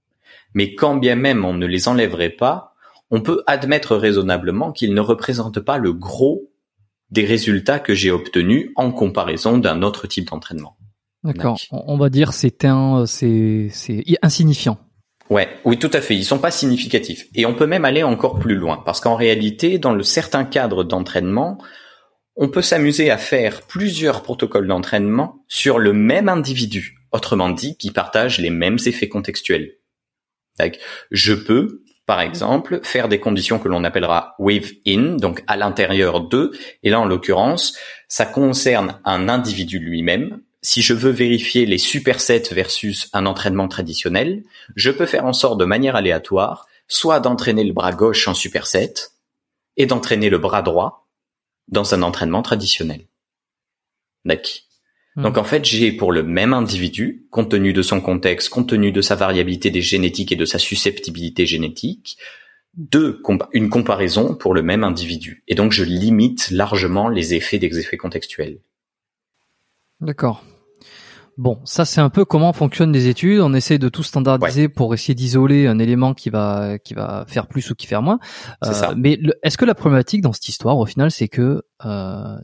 Mais quand bien même on ne les enlèverait pas, on peut admettre raisonnablement qu'ils ne représentent pas le gros des résultats que j'ai obtenus en comparaison d'un autre type d'entraînement. D'accord. Donc, on va dire c'est un, c'est, c'est insignifiant. Ouais, oui, tout à fait. Ils sont pas significatifs. Et on peut même aller encore plus loin, parce qu'en réalité, dans le certain cadre d'entraînement, on peut s'amuser à faire plusieurs protocoles d'entraînement sur le même individu. Autrement dit, qui partagent les mêmes effets contextuels. Donc, je peux, par exemple, faire des conditions que l'on appellera within, donc à l'intérieur d'eux. Et là, en l'occurrence, ça concerne un individu lui-même. Si je veux vérifier les supersets versus un entraînement traditionnel, je peux faire en sorte de manière aléatoire, soit d'entraîner le bras gauche en superset et d'entraîner le bras droit dans un entraînement traditionnel. D'accord. Mmh. Donc en fait, j'ai pour le même individu, compte tenu de son contexte, compte tenu de sa variabilité des génétiques et de sa susceptibilité génétique, deux, une comparaison pour le même individu. Et donc je limite largement les effets des effets contextuels. D'accord. Bon, ça c'est un peu comment fonctionnent les études. On essaie de tout standardiser ouais. pour essayer d'isoler un élément qui va qui va faire plus ou qui faire moins. C'est euh, ça. Mais le, est-ce que la problématique dans cette histoire, au final, c'est que euh,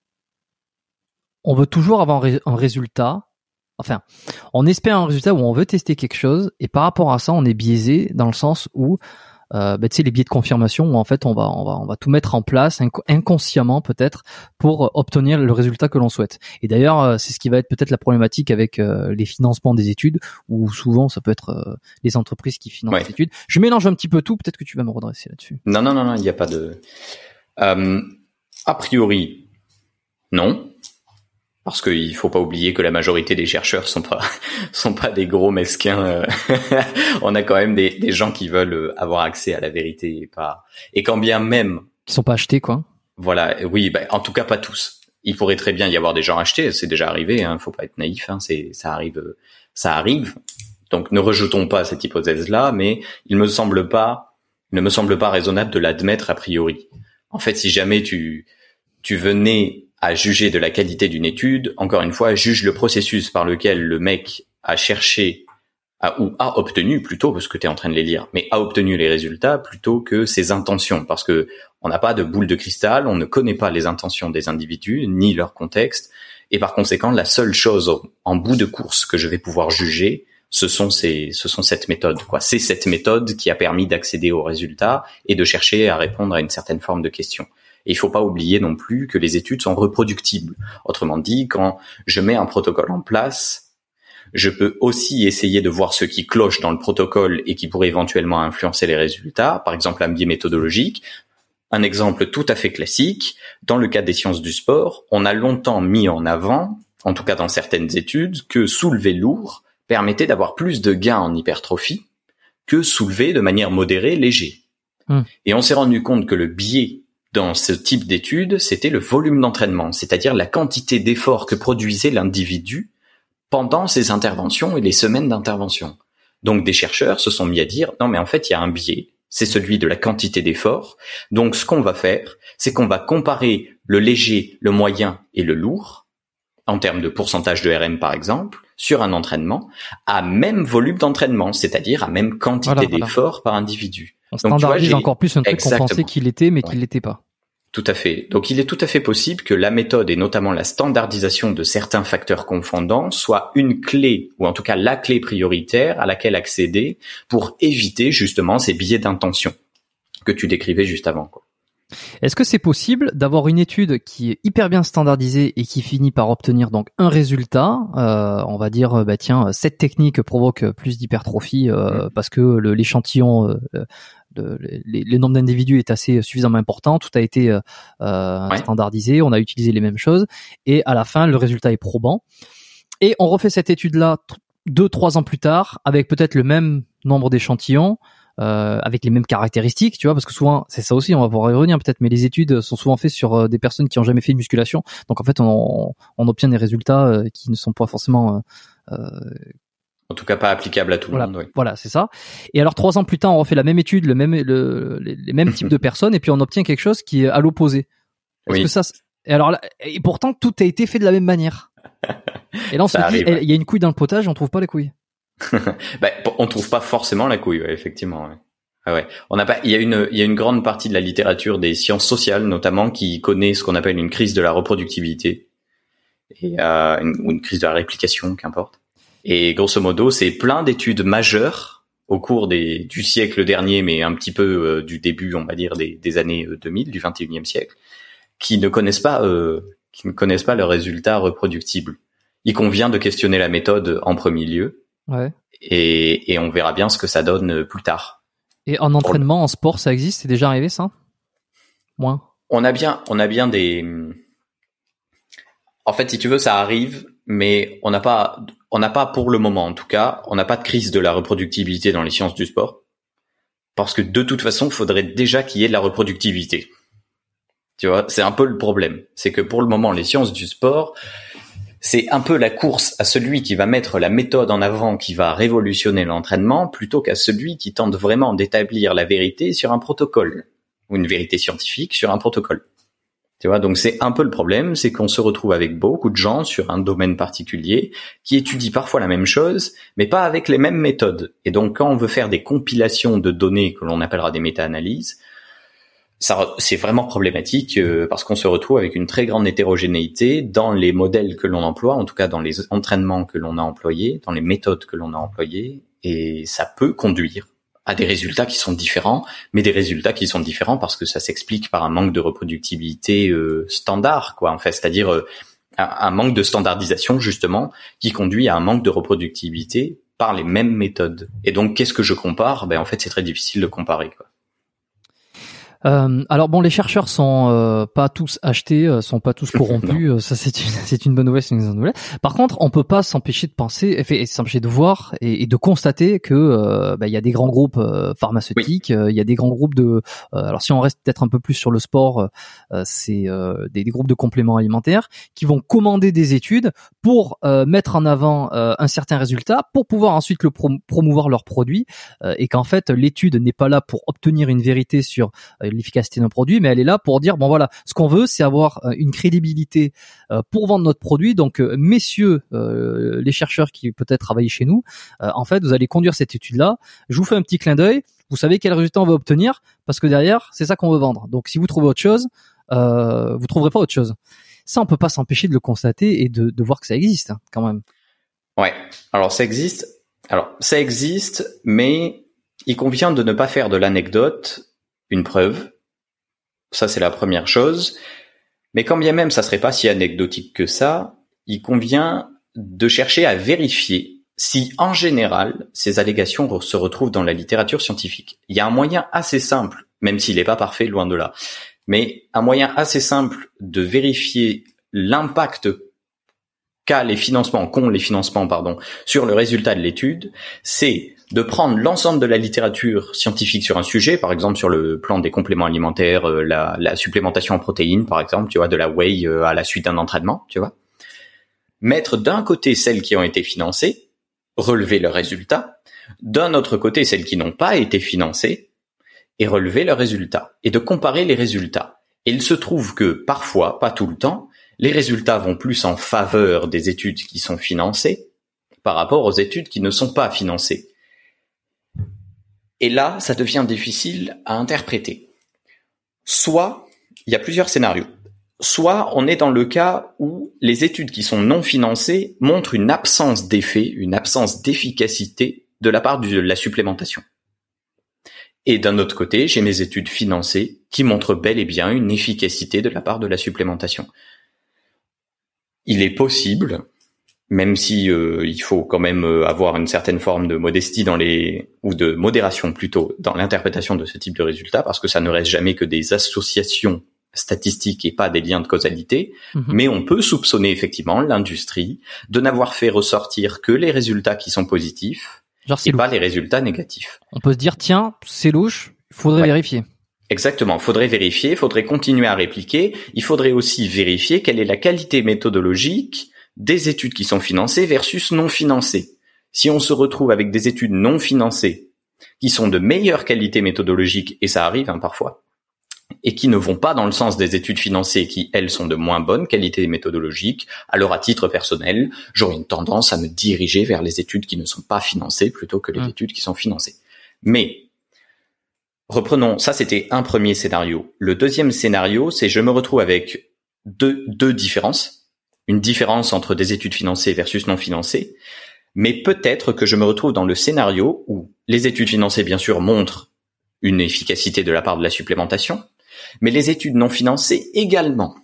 on veut toujours avoir un, ré, un résultat. Enfin, on espère un résultat où on veut tester quelque chose, et par rapport à ça, on est biaisé dans le sens où Euh, bah, tu sais, les biais de confirmation où en fait on va on va on va tout mettre en place inc- inconsciemment peut-être pour obtenir le résultat que l'on souhaite. Et d'ailleurs euh, c'est ce qui va être peut-être la problématique avec euh, les financements des études, où souvent ça peut être euh, les entreprises qui financent ouais. les études. Je mélange un petit peu tout, peut-être que tu vas me redresser là-dessus. Non non non non, il n'y a pas de euh, a priori non. Parce qu'il faut pas oublier que la majorité des chercheurs sont pas sont pas des gros mesquins. On a quand même des, des gens qui veulent avoir accès à la vérité et pas et quand bien même qui sont pas achetés quoi. Voilà, oui, bah, en tout cas pas tous. Il pourrait très bien y avoir des gens achetés, c'est déjà arrivé. Hein, faut pas être naïf, hein, c'est ça arrive, ça arrive. Donc ne rejetons pas cette hypothèse-là, mais il me semble pas, il ne me semble pas raisonnable de l'admettre a priori. En fait, si jamais tu tu venais à juger de la qualité d'une étude, encore une fois, juge le processus par lequel le mec a cherché à, ou a obtenu plutôt, parce que tu es en train de les lire, mais a obtenu les résultats plutôt que ses intentions, parce que on n'a pas de boule de cristal, on ne connaît pas les intentions des individus ni leur contexte, et par conséquent, la seule chose en bout de course que je vais pouvoir juger, ce sont ces, ce sont cette méthode, quoi. C'est cette méthode qui a permis d'accéder aux résultats et de chercher à répondre à une certaine forme de question. Et il faut pas oublier non plus que les études sont reproductibles. Autrement dit, quand je mets un protocole en place, je peux aussi essayer de voir ce qui cloche dans le protocole et qui pourrait éventuellement influencer les résultats. Par exemple, un biais méthodologique. Un exemple tout à fait classique. Dans le cadre des sciences du sport, on a longtemps mis en avant, en tout cas dans certaines études, que soulever lourd permettait d'avoir plus de gains en hypertrophie que soulever de manière modérée léger. Mmh. Et on s'est rendu compte que le biais dans ce type d'études, c'était le volume d'entraînement, c'est-à-dire la quantité d'efforts que produisait l'individu pendant ses interventions et les semaines d'intervention. Donc des chercheurs se sont mis à dire, non mais en fait il y a un biais, c'est celui de la quantité d'efforts. Donc ce qu'on va faire, c'est qu'on va comparer le léger, le moyen et le lourd, en termes de pourcentage de R M par exemple, sur un entraînement, à même volume d'entraînement, c'est-à-dire à même quantité voilà, voilà. d'efforts par individu. On standardise Donc, vois, encore plus un truc Exactement. qu'on pensait qu'il était, mais ouais. qu'il l'était pas. Tout à fait. Donc, il est tout à fait possible que la méthode et notamment la standardisation de certains facteurs confondants soit une clé, ou en tout cas la clé prioritaire à laquelle accéder pour éviter justement ces biais d'intention que tu décrivais juste avant, quoi. Est-ce que c'est possible d'avoir une étude qui est hyper bien standardisée et qui finit par obtenir donc un résultat, euh, on va dire bah tiens cette technique provoque plus d'hypertrophie euh, mmh. parce que le, l'échantillon, euh, de, les, le nombre d'individus est assez suffisamment important, tout a été euh, ouais. standardisé, on a utilisé les mêmes choses et à la fin le résultat est probant et on refait cette étude là deux trois ans plus tard avec peut-être le même nombre d'échantillons. Euh, avec les mêmes caractéristiques, tu vois, parce que souvent, c'est ça aussi, on va pouvoir y revenir peut-être, mais les études sont souvent faites sur euh, des personnes qui ont jamais fait de musculation, donc en fait, on, on obtient des résultats euh, qui ne sont pas forcément... Euh, en tout cas, pas applicables à tout voilà, le monde, oui. Voilà, c'est ça. Et alors, trois ans plus tard, on refait la même étude, le même, le, les, les mêmes types de personnes, et puis on obtient quelque chose qui est à l'opposé. Est-ce oui. que ça... Et alors là, et pourtant, tout a été fait de la même manière. Et là, on ça se dit, il y a une couille dans le potage, on trouve pas les couilles. bah, on trouve pas forcément la couille, ouais, effectivement. Ouais. Ah ouais. On n'a pas. Il y a une, il y a une grande partie de la littérature des sciences sociales, notamment, qui connaît ce qu'on appelle une crise de la reproductivité et euh, une, ou une crise de la réplication, qu'importe. Et grosso modo, c'est plein d'études majeures au cours des, du siècle dernier, mais un petit peu euh, du début, on va dire, des, des années deux mille, du vingt et unième siècle, qui ne connaissent pas, euh, qui ne connaissent pas leurs résultats reproductibles. Il convient de questionner la méthode en premier lieu, ouais. et, et on verra bien ce que ça donne plus tard. Et en entraînement, en sport, ça existe? C'est déjà arrivé, ça? Moins. On a bien, on a bien des. En fait, si tu veux, ça arrive, mais on n'a pas, on n'a pas pour le moment, en tout cas, on n'a pas de crise de la reproductibilité dans les sciences du sport, parce que de toute façon, il faudrait déjà qu'il y ait de la reproductivité. Tu vois, c'est un peu le problème, c'est que pour le moment, les sciences du sport, c'est un peu la course à celui qui va mettre la méthode en avant, qui va révolutionner l'entraînement, plutôt qu'à celui qui tente vraiment d'établir la vérité sur un protocole, ou une vérité scientifique sur un protocole. Tu vois, donc c'est un peu le problème, c'est qu'on se retrouve avec beaucoup de gens sur un domaine particulier qui étudient parfois la même chose, mais pas avec les mêmes méthodes. Et donc quand on veut faire des compilations de données que l'on appellera des méta-analyses, ça, c'est vraiment problématique euh, parce qu'on se retrouve avec une très grande hétérogénéité dans les modèles que l'on emploie, en tout cas dans les entraînements que l'on a employés, dans les méthodes que l'on a employées, et ça peut conduire à des résultats qui sont différents, mais des résultats qui sont différents parce que ça s'explique par un manque de reproductibilité euh, standard, quoi, en fait, c'est-à-dire euh, un, un manque de standardisation justement qui conduit à un manque de reproductibilité par les mêmes méthodes. Et donc, qu'est-ce que je compare ? Ben en fait, c'est très difficile de comparer, quoi. Euh, alors bon, les chercheurs sont euh, pas tous achetés, euh, sont pas tous corrompus. euh, ça c'est une, c'est une bonne nouvelle, c'est une bonne nouvelle. Par contre, on peut pas s'empêcher de penser, et s'empêcher de voir et, et de constater que euh, bah, il y a des grands groupes euh, pharmaceutiques, il oui. euh, y a des grands groupes de. Euh, alors si on reste peut-être un peu plus sur le sport, euh, c'est euh, des, des groupes de compléments alimentaires qui vont commander des études pour euh, mettre en avant euh, un certain résultat, pour pouvoir ensuite le pro- promouvoir leurs produits, euh, et qu'en fait l'étude n'est pas là pour obtenir une vérité sur euh, l'efficacité d'un produit, mais elle est là pour dire bon voilà, ce qu'on veut, c'est avoir une crédibilité euh, pour vendre notre produit. Donc euh, messieurs euh, les chercheurs qui peut-être travaillent chez nous, euh, en fait vous allez conduire cette étude-là, je vous fais un petit clin d'œil, vous savez quel résultat on va obtenir, parce que derrière c'est ça qu'on veut vendre. Donc si vous trouvez autre chose, euh, vous trouverez pas autre chose. Ça on peut pas s'empêcher de le constater et de, de voir que ça existe, hein, quand même. Ouais, alors ça existe, alors ça existe, mais il convient de ne pas faire de l'anecdote une preuve. Ça, c'est la première chose. Mais quand bien même ça serait pas si anecdotique que ça, il convient de chercher à vérifier si, en général, ces allégations se retrouvent dans la littérature scientifique. Il y a un moyen assez simple, même s'il n'est pas parfait, loin de là, mais un moyen assez simple de vérifier l'impact qu'a les financements, qu'ont les financements, pardon, sur le résultat de l'étude, c'est de prendre l'ensemble de la littérature scientifique sur un sujet, par exemple sur le plan des compléments alimentaires, euh, la, la supplémentation en protéines, par exemple, tu vois, de la whey euh, à la suite d'un entraînement, tu vois. Mettre d'un côté celles qui ont été financées, relever leurs résultats, d'un autre côté celles qui n'ont pas été financées, et relever leurs résultats, et de comparer les résultats. Et il se trouve que parfois, pas tout le temps, les résultats vont plus en faveur des études qui sont financées par rapport aux études qui ne sont pas financées. Et là, ça devient difficile à interpréter. Soit, il y a plusieurs scénarios. Soit on est dans le cas où les études qui sont non financées montrent une absence d'effet, une absence d'efficacité de la part de la supplémentation. Et d'un autre côté, j'ai mes études financées qui montrent bel et bien une efficacité de la part de la supplémentation. Il est possible, même si euh, il faut quand même euh, avoir une certaine forme de modestie dans les ou de modération plutôt dans l'interprétation de ce type de résultats, parce que ça ne reste jamais que des associations statistiques et pas des liens de causalité. Mmh. Mais on peut soupçonner effectivement l'industrie de n'avoir fait ressortir que les résultats qui sont positifs, genre et louche. Pas les résultats négatifs. On peut se dire tiens, c'est louche, il faudrait ouais. vérifier. Exactement, faudrait vérifier, faudrait continuer à répliquer, il faudrait aussi vérifier quelle est la qualité méthodologique des études qui sont financées versus non financées. Si on se retrouve avec des études non financées qui sont de meilleure qualité méthodologique, et ça arrive hein, parfois, et qui ne vont pas dans le sens des études financées qui, elles, sont de moins bonne qualité méthodologique, alors à titre personnel, j'aurais une tendance à me diriger vers les études qui ne sont pas financées plutôt que les mmh. études qui sont financées. Mais, reprenons, ça c'était un premier scénario. Le deuxième scénario, c'est je me retrouve avec deux, deux différences. Une différence entre des études financées versus non financées. Mais peut-être que je me retrouve dans le scénario où les études financées, bien sûr, montrent une efficacité de la part de la supplémentation, mais les études non financées également.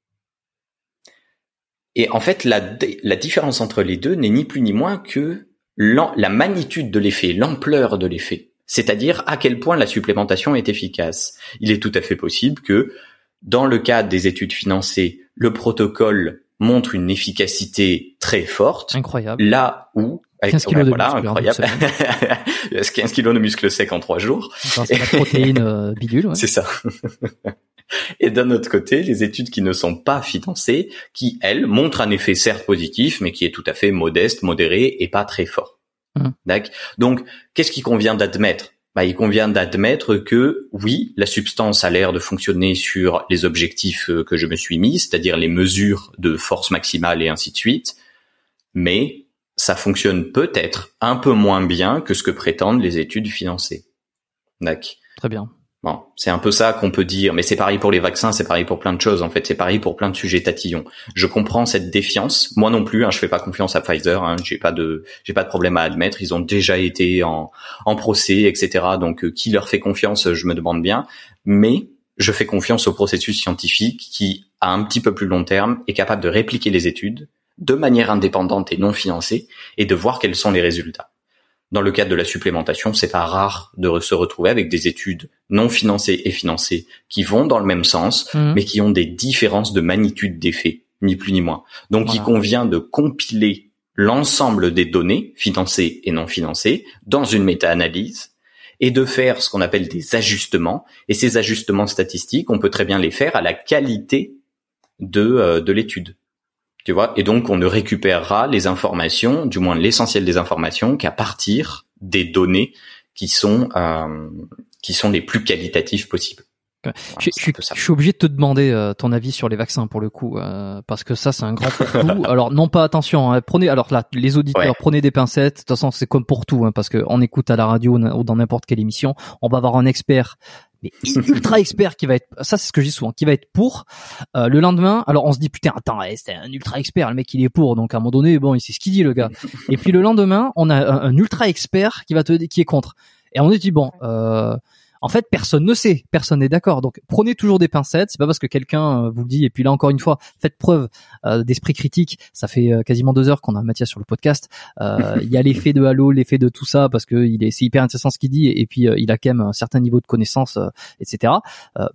Et en fait, la, la différence entre les deux n'est ni plus ni moins que la magnitude de l'effet, l'ampleur de l'effet. C'est-à-dire à quel point la supplémentation est efficace. Il est tout à fait possible que, dans le cas des études financées, le protocole montre une efficacité très forte. Incroyable. Là où... quinze kilos ouais, de voilà, muscle. Incroyable. quinze kilos de muscle sec en trois jours. Enfin, c'est la protéine euh, bidule. Ouais. C'est ça. Et d'un autre côté, les études qui ne sont pas financées, qui, elles, montrent un effet certes positif, mais qui est tout à fait modeste, modéré et pas très fort. Mmh. D'accord. Donc, qu'est-ce qu'il convient d'admettre? Bah, il convient d'admettre que, oui, la substance a l'air de fonctionner sur les objectifs que je me suis mis, c'est-à-dire les mesures de force maximale et ainsi de suite, mais ça fonctionne peut-être un peu moins bien que ce que prétendent les études financées. D'accord. Très bien. Bon, c'est un peu ça qu'on peut dire, mais c'est pareil pour les vaccins, c'est pareil pour plein de choses. En fait, c'est pareil pour plein de sujets tatillons. Je comprends cette défiance. Moi non plus, hein, je fais pas confiance à Pfizer. Hein, j'ai pas de, j'ai pas de problème à admettre. Ils ont déjà été en, en procès, et cetera. Donc, euh, qui leur fait confiance, je me demande bien. Mais je fais confiance au processus scientifique qui, à un petit peu plus long terme, est capable de répliquer les études de manière indépendante et non financée et de voir quels sont les résultats. Dans le cadre de la supplémentation, c'est pas rare de se retrouver avec des études non financées et financées qui vont dans le même sens, mmh. mais qui ont des différences de magnitude d'effet, ni plus ni moins. Donc, voilà. Il convient de compiler l'ensemble des données, financées et non financées, dans une méta-analyse et de faire ce qu'on appelle des ajustements. Et ces ajustements statistiques, on peut très bien les faire à la qualité de, euh, de l'étude. Tu vois, et donc on ne récupérera les informations, du moins l'essentiel des informations, qu'à partir des données qui sont euh, qui sont les plus qualitatives possibles. Voilà, je, je, je suis obligé de te demander euh, ton avis sur les vaccins pour le coup, euh, parce que ça c'est un grand coup. Alors non pas attention, hein, prenez alors là les auditeurs ouais. prenez des pincettes. De toute façon c'est comme pour tout, hein, parce que on écoute à la radio ou dans n'importe quelle émission, on va avoir un expert. Mais ultra expert qui va être, ça c'est ce que je dis souvent, qui va être pour. Euh, le lendemain, alors on se dit putain, attends, c'est un ultra expert, le mec il est pour, donc à un moment donné, bon, il sait ce qu'il dit le gars. Et puis le lendemain, on a un, un ultra expert qui va te, qui est contre. Et on se dit bon, euh, en fait personne ne sait, personne n'est d'accord. Donc prenez toujours des pincettes. C'est pas parce que quelqu'un vous le dit. Et puis là encore une fois, faites preuve euh, d'esprit critique. Ça fait euh, quasiment deux heures qu'on a Mathias sur le podcast. Euh, il y a l'effet de halo, l'effet de tout ça parce que il est, c'est hyper intéressant ce qu'il dit. Et, et puis euh, il a quand même un certain niveau de connaissance, euh, et cetera. Euh,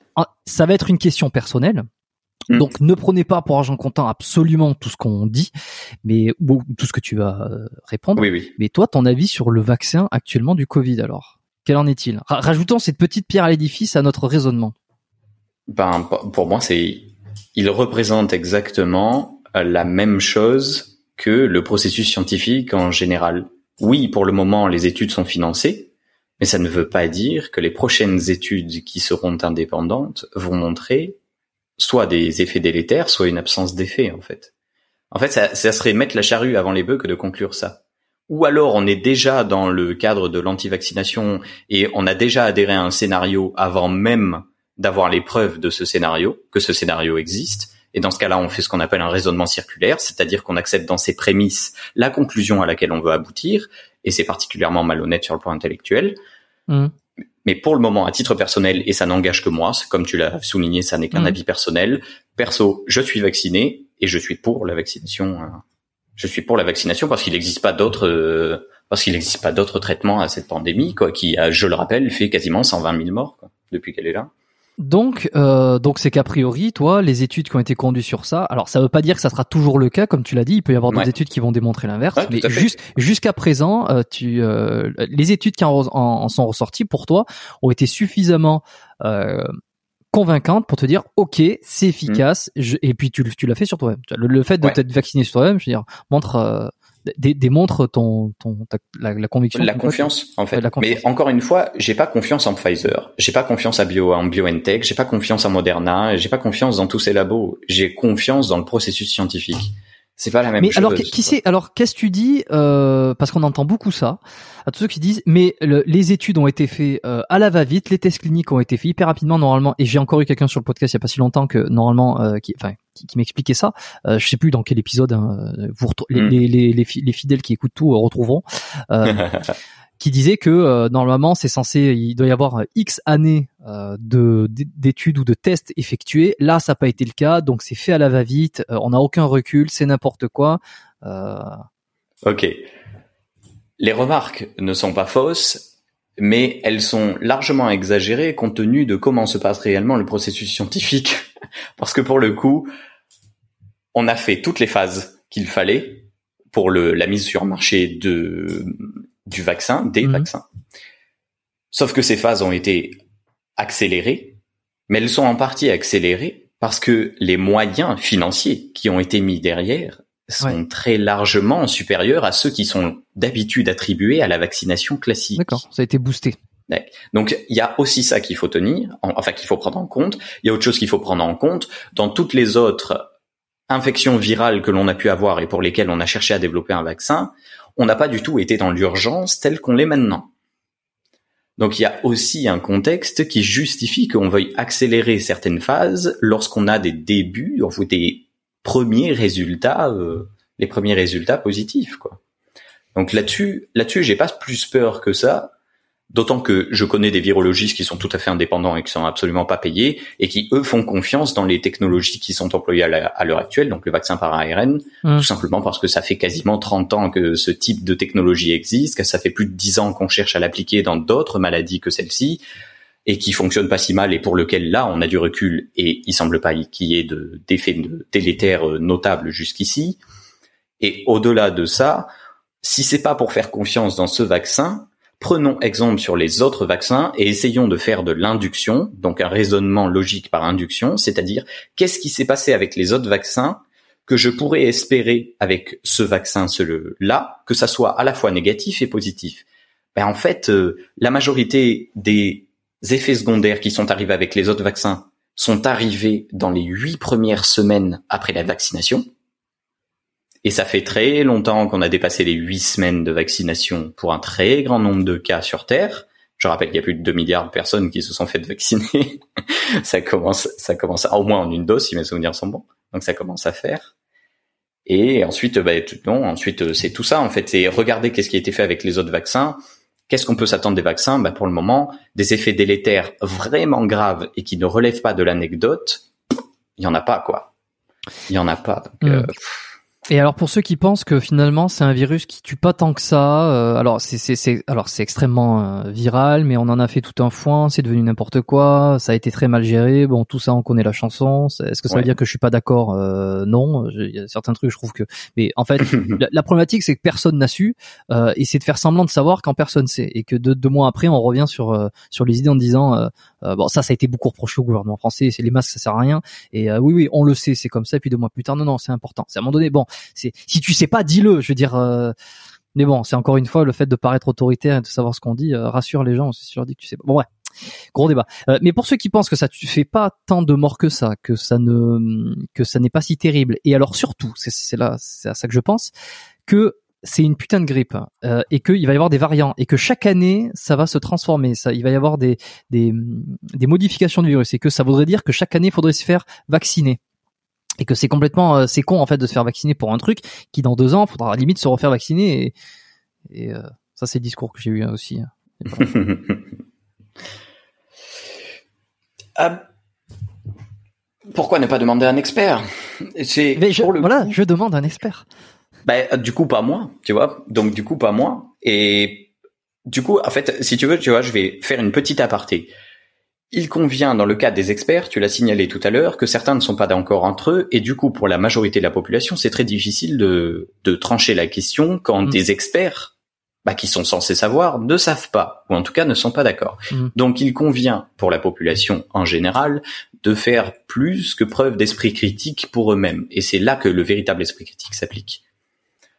ça va être une question personnelle. Donc ne prenez pas pour argent comptant absolument tout ce qu'on dit, mais ou tout ce que tu vas euh, répondre. Oui, oui. Mais toi, ton avis sur le vaccin actuellement du Covid alors? Quel en est-il? Rajoutons cette petite pierre à l'édifice à notre raisonnement. Ben, pour moi, c'est, il représente exactement la même chose que le processus scientifique en général. Oui, pour le moment, les études sont financées, mais ça ne veut pas dire que les prochaines études qui seront indépendantes vont montrer soit des effets délétères, soit une absence d'effet, en fait. En fait, ça, ça serait mettre la charrue avant les bœufs que de conclure ça. Ou alors on est déjà dans le cadre de l'anti-vaccination et on a déjà adhéré à un scénario avant même d'avoir les preuves de ce scénario, que ce scénario existe. Et dans ce cas-là, on fait ce qu'on appelle un raisonnement circulaire, c'est-à-dire qu'on accepte dans ses prémices la conclusion à laquelle on veut aboutir, et c'est particulièrement malhonnête sur le plan intellectuel. Mmh. Mais pour le moment, à titre personnel, et ça n'engage que moi, comme tu l'as souligné, ça n'est qu'un mmh. avis personnel. Perso, je suis vacciné et je suis pour la vaccination. Je suis pour la vaccination parce qu'il n'existe pas d'autres, euh, parce qu'il n'existe pas d'autres traitements à cette pandémie, quoi, qui a, je le rappelle, fait quasiment cent vingt mille morts, quoi, depuis qu'elle est là. Donc, euh, donc c'est qu'a priori, toi, les études qui ont été conduites sur ça, alors ça veut pas dire que ça sera toujours le cas, comme tu l'as dit, il peut y avoir ouais. d'autres études qui vont démontrer l'inverse, ouais, mais juste, jusqu'à présent, euh, tu, euh, les études qui en, en, en sont ressorties pour toi ont été suffisamment euh, convaincantes pour te dire, ok, c'est efficace, mmh. je, et puis tu, tu l'as fait sur toi-même. Le, le fait de ouais. t'être vacciné sur toi-même, je veux dire, montre, euh, dé- démontre ton, ton, ta, la, la conviction. La confiance, en fait. Ouais, la confiance. Mais encore une fois, j'ai pas confiance en Pfizer, j'ai pas confiance à Bio, en BioNTech, j'ai pas confiance en Moderna, j'ai pas confiance dans tous ces labos. J'ai confiance dans le processus scientifique. C'est pas la même mais chose. Mais alors, qui c'est, alors, qu'est-ce que tu dis, euh, parce qu'on entend beaucoup ça, à tous ceux qui disent, mais le, les études ont été faites euh, à la va-vite, les tests cliniques ont été faits hyper rapidement, normalement, et j'ai encore eu quelqu'un sur le podcast il y a pas si longtemps que, normalement, euh, qui, enfin, qui, qui m'expliquait ça, euh, je sais plus dans quel épisode, hein, vous retrou- mm. les, les, les, les, les fidèles qui écoutent tout euh, retrouveront, euh, qui disait que euh, normalement c'est censé, il doit y avoir euh, X années euh, de d'études ou de tests effectués. Là, ça n'a pas été le cas, donc c'est fait à la va-vite. Euh, on n'a aucun recul, c'est n'importe quoi. Euh... Ok. Les remarques ne sont pas fausses, mais elles sont largement exagérées compte tenu de comment se passe réellement le processus scientifique. Parce que pour le coup, on a fait toutes les phases qu'il fallait pour le la mise sur marché de du vaccin, des mmh. vaccins. Sauf que ces phases ont été accélérées, mais elles sont en partie accélérées parce que les moyens financiers qui ont été mis derrière sont ouais. très largement supérieurs à ceux qui sont d'habitude attribués à la vaccination classique. D'accord, ça a été boosté. Ouais. Donc il y a aussi ça qu'il faut tenir, enfin qu'il faut prendre en compte. Il y a autre chose qu'il faut prendre en compte dans toutes les autres infections virales que l'on a pu avoir et pour lesquelles on a cherché à développer un vaccin. On n'a pas du tout été dans l'urgence telle qu'on l'est maintenant. Donc il y a aussi un contexte qui justifie qu'on veuille accélérer certaines phases lorsqu'on a des débuts, enfin des premiers résultats, euh, les premiers résultats positifs, quoi. Donc là-dessus, là-dessus, j'ai pas plus peur que ça. D'autant que je connais des virologistes qui sont tout à fait indépendants et qui sont absolument pas payés et qui, eux, font confiance dans les technologies qui sont employées à, la, à l'heure actuelle, donc le vaccin par A R N, mmh. tout simplement parce que ça fait quasiment trente ans que ce type de technologie existe, que ça fait plus de dix ans qu'on cherche à l'appliquer dans d'autres maladies que celle-ci et qui fonctionne pas si mal et pour lequel, là, on a du recul et il semble pas qu'il y ait de, d'effets de, délétères notables jusqu'ici. Et au-delà de ça, si c'est pas pour faire confiance dans ce vaccin, prenons exemple sur les autres vaccins et essayons de faire de l'induction, donc un raisonnement logique par induction, c'est-à-dire qu'est-ce qui s'est passé avec les autres vaccins que je pourrais espérer avec ce vaccin-là, que ça soit à la fois négatif et positif. Ben en fait, euh, la majorité des effets secondaires qui sont arrivés avec les autres vaccins sont arrivés dans les huit premières semaines après la vaccination. Et ça fait très longtemps qu'on a dépassé les huit semaines de vaccination pour un très grand nombre de cas sur Terre. Je rappelle qu'il y a plus de deux milliards de personnes qui se sont faites vacciner. ça commence, ça commence à, au moins en une dose, si mes souvenirs sont bons. Donc ça commence à faire. Et ensuite, bah, non, ensuite, c'est tout ça, en fait. C'est regarder qu'est-ce qui a été fait avec les autres vaccins. Qu'est-ce qu'on peut s'attendre des vaccins? Bah, pour le moment, des effets délétères vraiment graves et qui ne relèvent pas de l'anecdote, il y en a pas, quoi. Il y en a pas. Donc, mmh. euh, Et alors pour ceux qui pensent que finalement c'est un virus qui tue pas tant que ça, euh, alors c'est c'est c'est alors c'est extrêmement euh, viral, mais on en a fait tout un foin, c'est devenu n'importe quoi, ça a été très mal géré. Bon, tout ça on connaît la chanson. Est-ce que ça ouais. veut dire que je suis pas d'accord? euh, Non, il y a certains trucs je trouve que, mais en fait la, la problématique c'est que personne n'a su euh, et c'est de faire semblant de savoir quand personne sait et que deux, deux mois après on revient sur euh, sur les idées en disant euh, euh, bon ça ça a été beaucoup reproché au gouvernement français, c'est les masques ça sert à rien et euh, oui oui on le sait c'est comme ça et puis deux mois plus tard non non c'est important, c'est à un moment donné bon. C'est, si tu sais pas, dis-le. Je veux dire, euh, mais bon, c'est encore une fois le fait de paraître autoritaire et de savoir ce qu'on dit euh, rassure les gens. Si tu leur dis que tu sais pas. Bon ouais, gros débat. Euh, mais pour ceux qui pensent que ça tu fais pas tant de morts que ça, que ça ne, que ça n'est pas si terrible. Et alors surtout, c'est, c'est là, c'est à ça que je pense, que c'est une putain de grippe euh, et qu'il va y avoir des variants et que chaque année ça va se transformer. Ça, il va y avoir des des des modifications du virus et que ça voudrait dire que chaque année il faudrait se faire vacciner. Et que c'est complètement, euh, c'est con en fait de se faire vacciner pour un truc qui dans deux ans faudra à la limite se refaire vacciner et, et euh, ça c'est le discours que j'ai eu aussi. ah, pourquoi ne pas demander un expert? C'est Mais je, pour le voilà, coup, je demande un expert. Bah du coup pas moi, tu vois. Donc du coup pas moi. Et du coup en fait si tu veux, tu vois, je vais faire une petite aparté. Il convient, dans le cas des experts, tu l'as signalé tout à l'heure, que certains ne sont pas d'accord entre eux, et du coup, pour la majorité de la population, c'est très difficile de, de trancher la question quand mmh. des experts, bah, qui sont censés savoir, ne savent pas, ou en tout cas ne sont pas d'accord. Mmh. Donc, il convient, pour la population en général, de faire plus que preuve d'esprit critique pour eux-mêmes, et c'est là que le véritable esprit critique s'applique.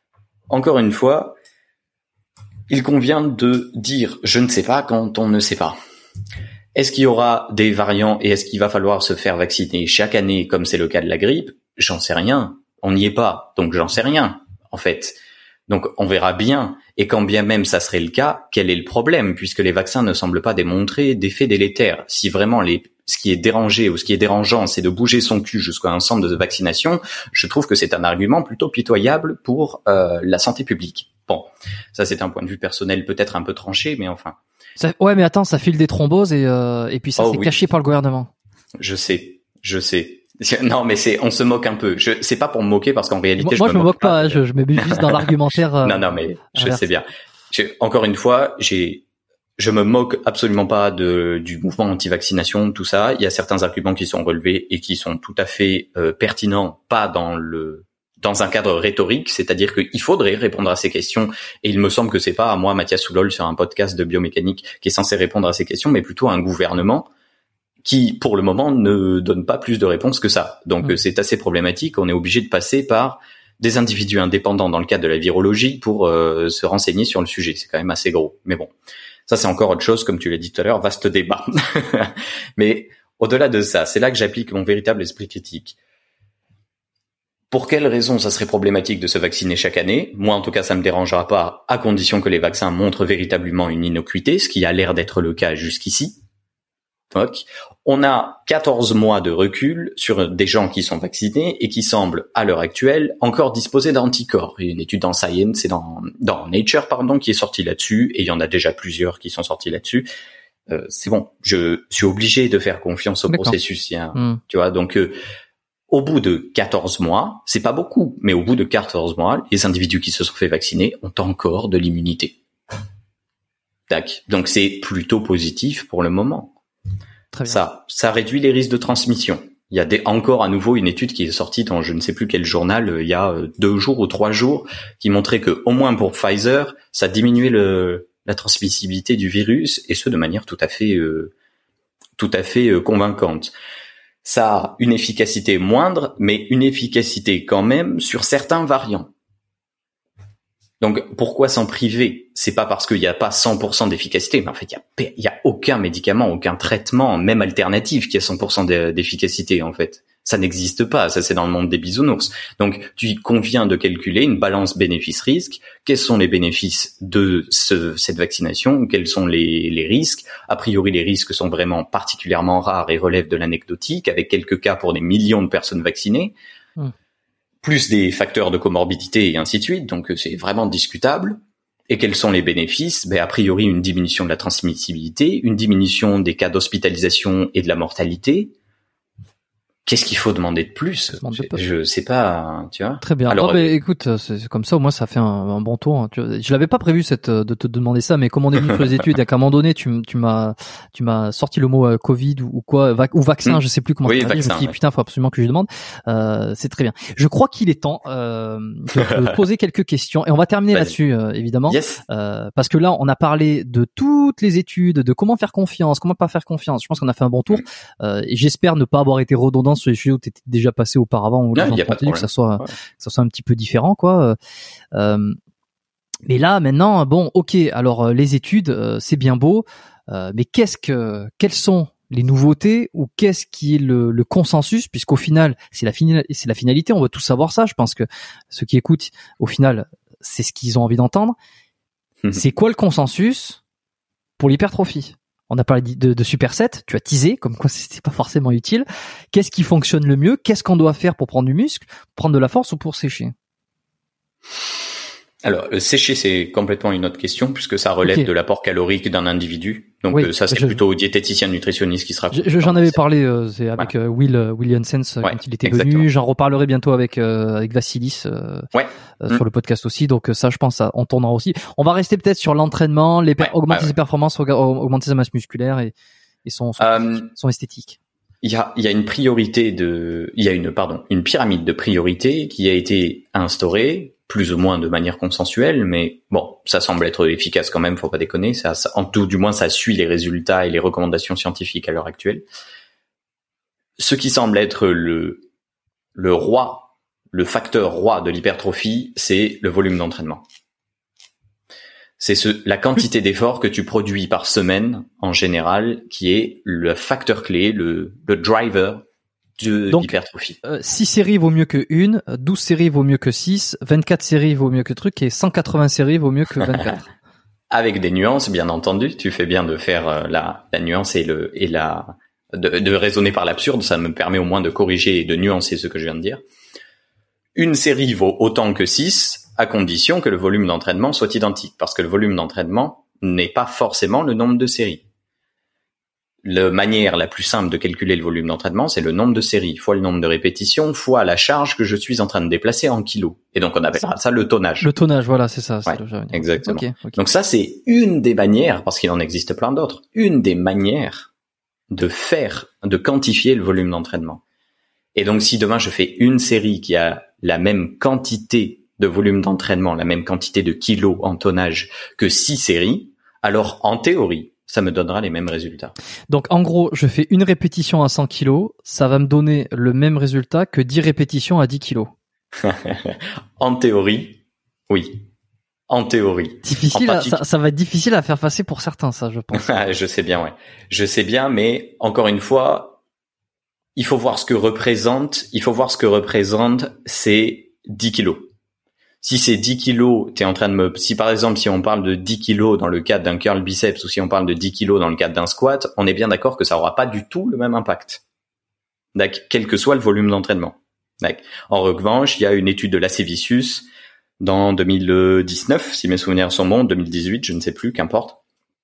encore une fois, il convient de dire « je ne sais pas » quand on ne sait pas. Est-ce qu'il y aura des variants et est-ce qu'il va falloir se faire vacciner chaque année comme c'est le cas de la grippe? J'en sais rien. On n'y est pas, donc j'en sais rien, en fait. Donc on verra bien. Et quand bien même ça serait le cas, quel est le problème? Puisque les vaccins ne semblent pas démontrer d'effets délétères. Si vraiment les, ce qui est dérangé ou ce qui est dérangeant, c'est de bouger son cul jusqu'à un centre de vaccination, je trouve que c'est un argument plutôt pitoyable pour euh, la santé publique. Bon, ça c'est un point de vue personnel peut-être un peu tranché, mais enfin... Ça, ouais, mais attends, ça file des thromboses et euh, et puis ça oh, c'est oui. caché par le gouvernement. Je sais, je sais. Non, mais c'est, on se moque un peu. Je, c'est pas pour me moquer parce qu'en réalité, moi, je, je me, me moque pas. pas. pas je, je me mets juste dans l'argumentaire. Euh, non, non, mais je inverse. sais bien. Je, encore une fois, j'ai, je me moque absolument pas de du mouvement anti-vaccination, tout ça. Il y a certains arguments qui sont relevés et qui sont tout à fait euh, pertinents, pas dans le dans un cadre rhétorique, c'est-à-dire qu'il faudrait répondre à ces questions, et il me semble que c'est pas à moi, Mathias Soulol, sur un podcast de biomécanique, qui est censé répondre à ces questions, mais plutôt à un gouvernement qui, pour le moment, ne donne pas plus de réponses que ça. Donc mmh. c'est assez problématique, on est obligé de passer par des individus indépendants dans le cadre de la virologie pour euh, se renseigner sur le sujet, c'est quand même assez gros. Mais bon, ça c'est encore autre chose, comme tu l'as dit tout à l'heure, vaste débat. Mais au-delà de ça, c'est là que j'applique mon véritable esprit critique. Pour quelles raisons ça serait problématique de se vacciner chaque année? Moi, en tout cas, ça me dérangera pas, à condition que les vaccins montrent véritablement une innocuité, ce qui a l'air d'être le cas jusqu'ici. Donc, on a quatorze mois de recul sur des gens qui sont vaccinés et qui semblent, à l'heure actuelle, encore disposer d'anticorps. Il y a une étude dans Science et dans, dans Nature, pardon, qui est sortie là-dessus, et il y en a déjà plusieurs qui sont sortis là-dessus. Euh, c'est bon, je suis obligé de faire confiance au D'accord. processus, hein, mmh. tu vois, donc... Euh, Au bout de quatorze mois, c'est pas beaucoup, mais au bout de quatorze mois, les individus qui se sont fait vacciner ont encore de l'immunité. Tac. Donc c'est plutôt positif pour le moment. Très bien. Ça, ça réduit les risques de transmission. Il y a des, encore à nouveau une étude qui est sortie dans je ne sais plus quel journal il y a deux jours ou trois jours qui montrait que au moins pour Pfizer, ça diminuait le, la transmissibilité du virus et ce de manière tout à fait, euh, tout à fait euh, convaincante. Ça a une efficacité moindre, mais une efficacité quand même sur certains variants. Donc, pourquoi s'en priver? C'est pas parce qu'il n'y a pas cent pour cent d'efficacité, mais en fait, il y a, il y a aucun médicament, aucun traitement, même alternatif, qui a cent pour cent d'efficacité, en fait. Ça n'existe pas, ça c'est dans le monde des bisounours. Donc, tu conviens de calculer une balance bénéfice-risque. Quels sont les bénéfices de ce, cette vaccination? Quels sont les, les risques? A priori, les risques sont vraiment particulièrement rares et relèvent de l'anecdotique, avec quelques cas pour des millions de personnes vaccinées, mmh. plus des facteurs de comorbidité et ainsi de suite. Donc, c'est vraiment discutable. Et quels sont les bénéfices? Ben, a priori, une diminution de la transmissibilité, une diminution des cas d'hospitalisation et de la mortalité. Qu'est-ce qu'il faut demander de plus? Demande de je, je sais pas, tu vois. Très bien. Alors, oh, bah, écoute, c'est comme ça, au moins, ça fait un, un bon tour. Hein. Tu vois, je l'avais pas prévu cette de te demander ça, mais comme on est venu sur les études, et qu'à un moment donné, tu, tu m'as, tu m'as sorti le mot euh, Covid ou, ou quoi, vac, ou vaccin, mmh. je sais plus comment. Oui, ça vaccin. Je me suis dit, ouais. putain, faut absolument que je lui demande. Euh, c'est très bien. Je crois qu'il est temps euh, de, de poser quelques questions, et on va terminer là-dessus, euh, évidemment, yes. euh, parce que là, on a parlé de toutes les études, de comment faire confiance, comment pas faire confiance. Je pense qu'on a fait un bon tour, mmh. euh, et j'espère ne pas avoir été redondant sur les sujets où t'étais déjà passé auparavant ou non, y a pas de que ça soit ouais. que ça soit un petit peu différent quoi. Euh, mais là maintenant bon ok alors les études euh, c'est bien beau euh, mais qu'est-ce que quelles sont les nouveautés ou qu'est-ce qui est le, le consensus puisqu'au final c'est la fina- c'est la finalité, on veut tous savoir ça. Je pense que ceux qui écoutent au final c'est ce qu'ils ont envie d'entendre. C'est quoi le consensus pour l'hypertrophie? On a parlé de, de superset, tu as teasé, comme quoi c'était pas forcément utile. Qu'est-ce qui fonctionne le mieux? Qu'est-ce qu'on doit faire pour prendre du muscle, prendre de la force ou pour sécher? Alors, euh, sécher, c'est complètement une autre question puisque ça relève okay. de l'apport calorique d'un individu. Donc, oui, euh, ça, c'est je... plutôt diététicien nutritionniste qui sera... Je, je, j'en avais parlé, euh, c'est avec voilà. euh, Will, euh, Will Janssens ouais, quand il était exactement. venu. J'en reparlerai bientôt avec euh, avec Vassilis euh, ouais. euh, mmh. sur le podcast aussi. Donc, ça, je pense, ça, on tournera aussi. On va rester peut-être sur l'entraînement, les per- ouais, augmenter ouais, ses ouais. performances, augmenter sa masse musculaire et, et son, son, euh, son esthétique. Il y a, il y a une priorité de, il y a une, pardon, une pyramide de priorité qui a été instaurée, plus ou moins de manière consensuelle, mais bon, ça semble être efficace quand même, faut pas déconner. Ça, ça, en tout du moins, ça suit les résultats et les recommandations scientifiques à l'heure actuelle. Ce qui semble être le, le roi, le facteur roi de l'hypertrophie, c'est le volume d'entraînement. C'est ce, la quantité d'efforts que tu produis par semaine, en général, qui est le facteur clé, le, le driver de Donc, l'hypertrophie. Euh, six séries vaut mieux que une, douze séries vaut mieux que six, vingt-quatre séries vaut mieux que truc, et cent quatre-vingts séries vaut mieux que vingt-quatre. Avec des nuances, bien entendu. Tu fais bien de faire euh, la, la nuance et le, et la, de, de raisonner par l'absurde. Ça me permet au moins de corriger et de nuancer ce que je viens de dire. Une série vaut autant que six, à condition que le volume d'entraînement soit identique, parce que le volume d'entraînement n'est pas forcément le nombre de séries. La manière la plus simple de calculer le volume d'entraînement, c'est le nombre de séries fois le nombre de répétitions fois la charge que je suis en train de déplacer en kilos. Et donc on appellera ça, ça le tonnage. Le tonnage, voilà, c'est ça. C'est ouais, le exactement. Okay, okay. Donc ça, c'est une des manières, parce qu'il en existe plein d'autres, une des manières de faire, de quantifier le volume d'entraînement. Et donc si demain je fais une série qui a la même quantité de volume d'entraînement, la même quantité de kilos en tonnage que six séries, alors en théorie, ça me donnera les mêmes résultats. Donc en gros, je fais une répétition à cent kilos, ça va me donner le même résultat que dix répétitions à dix kilos. En théorie, oui. En théorie. Difficile, en pratique... à, ça, ça va être difficile à faire passer pour certains, ça, je pense. Je sais bien, ouais. Je sais bien, mais encore une fois, il faut voir ce que représente, il faut voir ce que représente ces dix kilos. Si c'est dix kilos, t'es en train de me, si par exemple, si on parle de dix kilos dans le cadre d'un curl biceps ou si on parle de dix kilos dans le cadre d'un squat, on est bien d'accord que ça aura pas du tout le même impact. D'accord, quel que soit le volume d'entraînement. D'accord. En revanche, il y a une étude de Lascivicius dans deux mille dix-neuf, si mes souvenirs sont bons, deux mille dix-huit, je ne sais plus, qu'importe.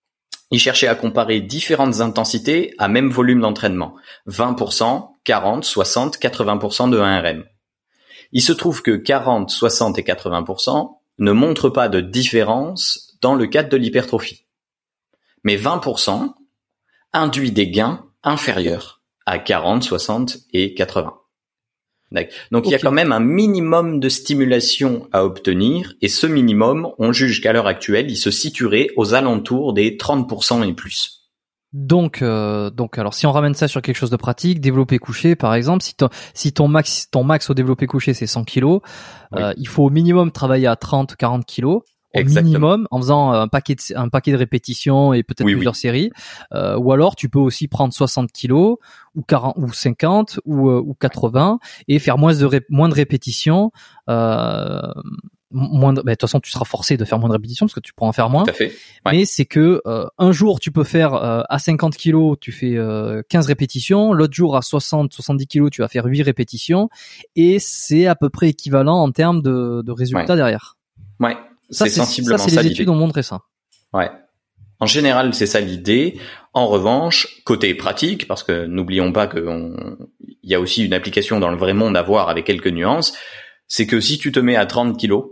Il cherchait à comparer différentes intensités à même volume d'entraînement. vingt pour cent, quarante, soixante, quatre-vingts pour cent de un R M. Il se trouve que quarante, soixante et quatre-vingts pour cent ne montrent pas de différence dans le cadre de l'hypertrophie. Mais vingt pour cent induit des gains inférieurs à quarante, soixante et quatre-vingts. D'accord. Donc, okay. Il y a quand même un minimum de stimulation à obtenir et ce minimum, on juge qu'à l'heure actuelle, il se situerait aux alentours des trente pour cent et plus. Donc, euh, donc, alors, si on ramène ça sur quelque chose de pratique, développé couché, par exemple, si ton, si ton max, ton max au développé couché, c'est cent kilos, oui. euh, il faut au minimum travailler à trente, quarante kilos. Au Exactement. minimum, en faisant un paquet de, un paquet de répétitions et peut-être oui, plusieurs oui. séries, euh, ou alors tu peux aussi prendre soixante kilos, ou quarante, ou cinquante, ou, euh, ou quatre-vingts, et faire moins de, ré, moins de répétitions, euh, moins de, bah, de toute façon, tu seras forcé de faire moins de répétitions parce que tu pourras en faire moins. Tout à fait. Ouais. Mais c'est que, euh, un jour, tu peux faire, euh, à cinquante kilos, tu fais, euh, quinze répétitions. L'autre jour, à soixante, soixante-dix kilos, tu vas faire huit répétitions. Et c'est à peu près équivalent en termes de, de résultats ouais. derrière. Ouais. Ça, c'est, c'est sensiblement ça, c'est ça les l'idée. Études ont montré ça. Ouais. En général, c'est ça l'idée. En revanche, côté pratique, parce que n'oublions pas qu'il y a aussi une application dans le vrai monde à voir avec quelques nuances, c'est que si tu te mets à trente kilos,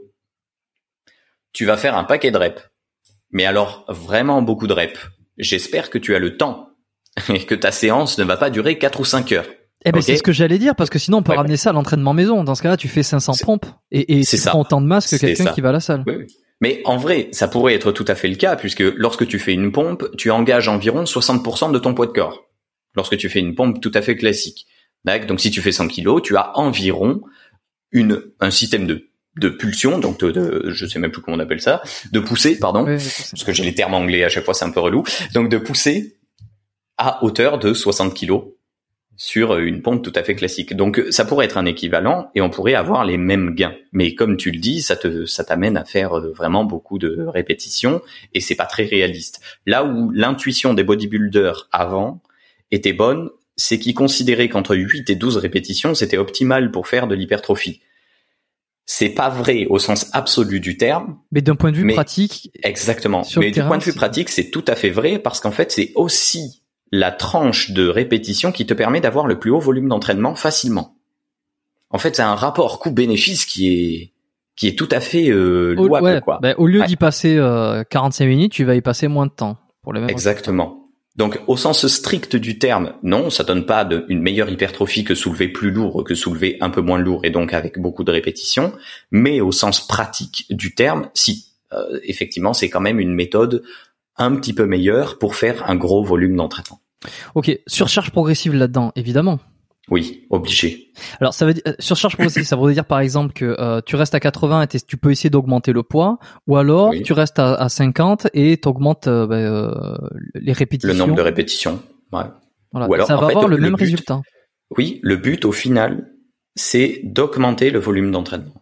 tu vas faire un paquet de reps. Mais alors, vraiment beaucoup de reps. J'espère que tu as le temps et que ta séance ne va pas durer quatre ou cinq heures. Eh ben, okay. c'est ce que j'allais dire, parce que sinon, on peut ouais, ramener ouais. ça à l'entraînement maison. Dans ce cas-là, tu fais cinq cents c'est, pompes et, et tu prends autant de masse que c'est quelqu'un ça. qui va à la salle. Oui, oui. Mais en vrai, ça pourrait être tout à fait le cas, puisque lorsque tu fais une pompe, tu engages environ soixante pour cent de ton poids de corps. Lorsque tu fais une pompe tout à fait classique. D'accord. Donc, si tu fais cent kilos, tu as environ une, un système de de pulsion, donc de, de, je sais même plus comment on appelle ça, de poussée, pardon, oui, parce que j'ai les termes anglais à chaque fois, c'est un peu relou, donc de pousser à hauteur de soixante kilos sur une pompe tout à fait classique. Donc ça pourrait être un équivalent et on pourrait avoir les mêmes gains. Mais comme tu le dis, ça te, ça t'amène à faire vraiment beaucoup de répétitions et c'est pas très réaliste. Là où l'intuition des bodybuilders avant était bonne, c'est qu'ils considéraient qu'entre huit et douze répétitions, c'était optimal pour faire de l'hypertrophie. C'est pas vrai au sens absolu du terme. Mais d'un point de vue mais, pratique. Exactement. Mais du terrain, point de vue c'est... pratique, c'est tout à fait vrai parce qu'en fait, c'est aussi la tranche de répétition qui te permet d'avoir le plus haut volume d'entraînement facilement. En fait, c'est un rapport coût-bénéfice qui est, qui est tout à fait, euh, louable, ouais, quoi. Bah, au lieu ouais. d'y passer, euh, quarante-cinq minutes, tu vas y passer moins de temps. Pour les mêmes Exactement. Résultats. Donc, au sens strict du terme, non, ça donne pas de, une meilleure hypertrophie que soulever plus lourd, que soulever un peu moins lourd et donc avec beaucoup de répétitions. Mais au sens pratique du terme, si, euh, effectivement, c'est quand même une méthode un petit peu meilleure pour faire un gros volume d'entraînement. Ok, surcharge progressive là-dedans, évidemment. Oui, obligé. Alors ça veut dire surcharge progressive, ça veut dire par exemple que euh, tu restes à quatre-vingts et tu peux essayer d'augmenter le poids, ou alors oui. tu restes à, à cinquante et t'augmentes euh, bah, euh, les répétitions. Le nombre de répétitions. Ouais. Voilà. Ou alors, ça va en avoir fait, le, le même but, résultat. Oui, le but au final, c'est d'augmenter le volume d'entraînement.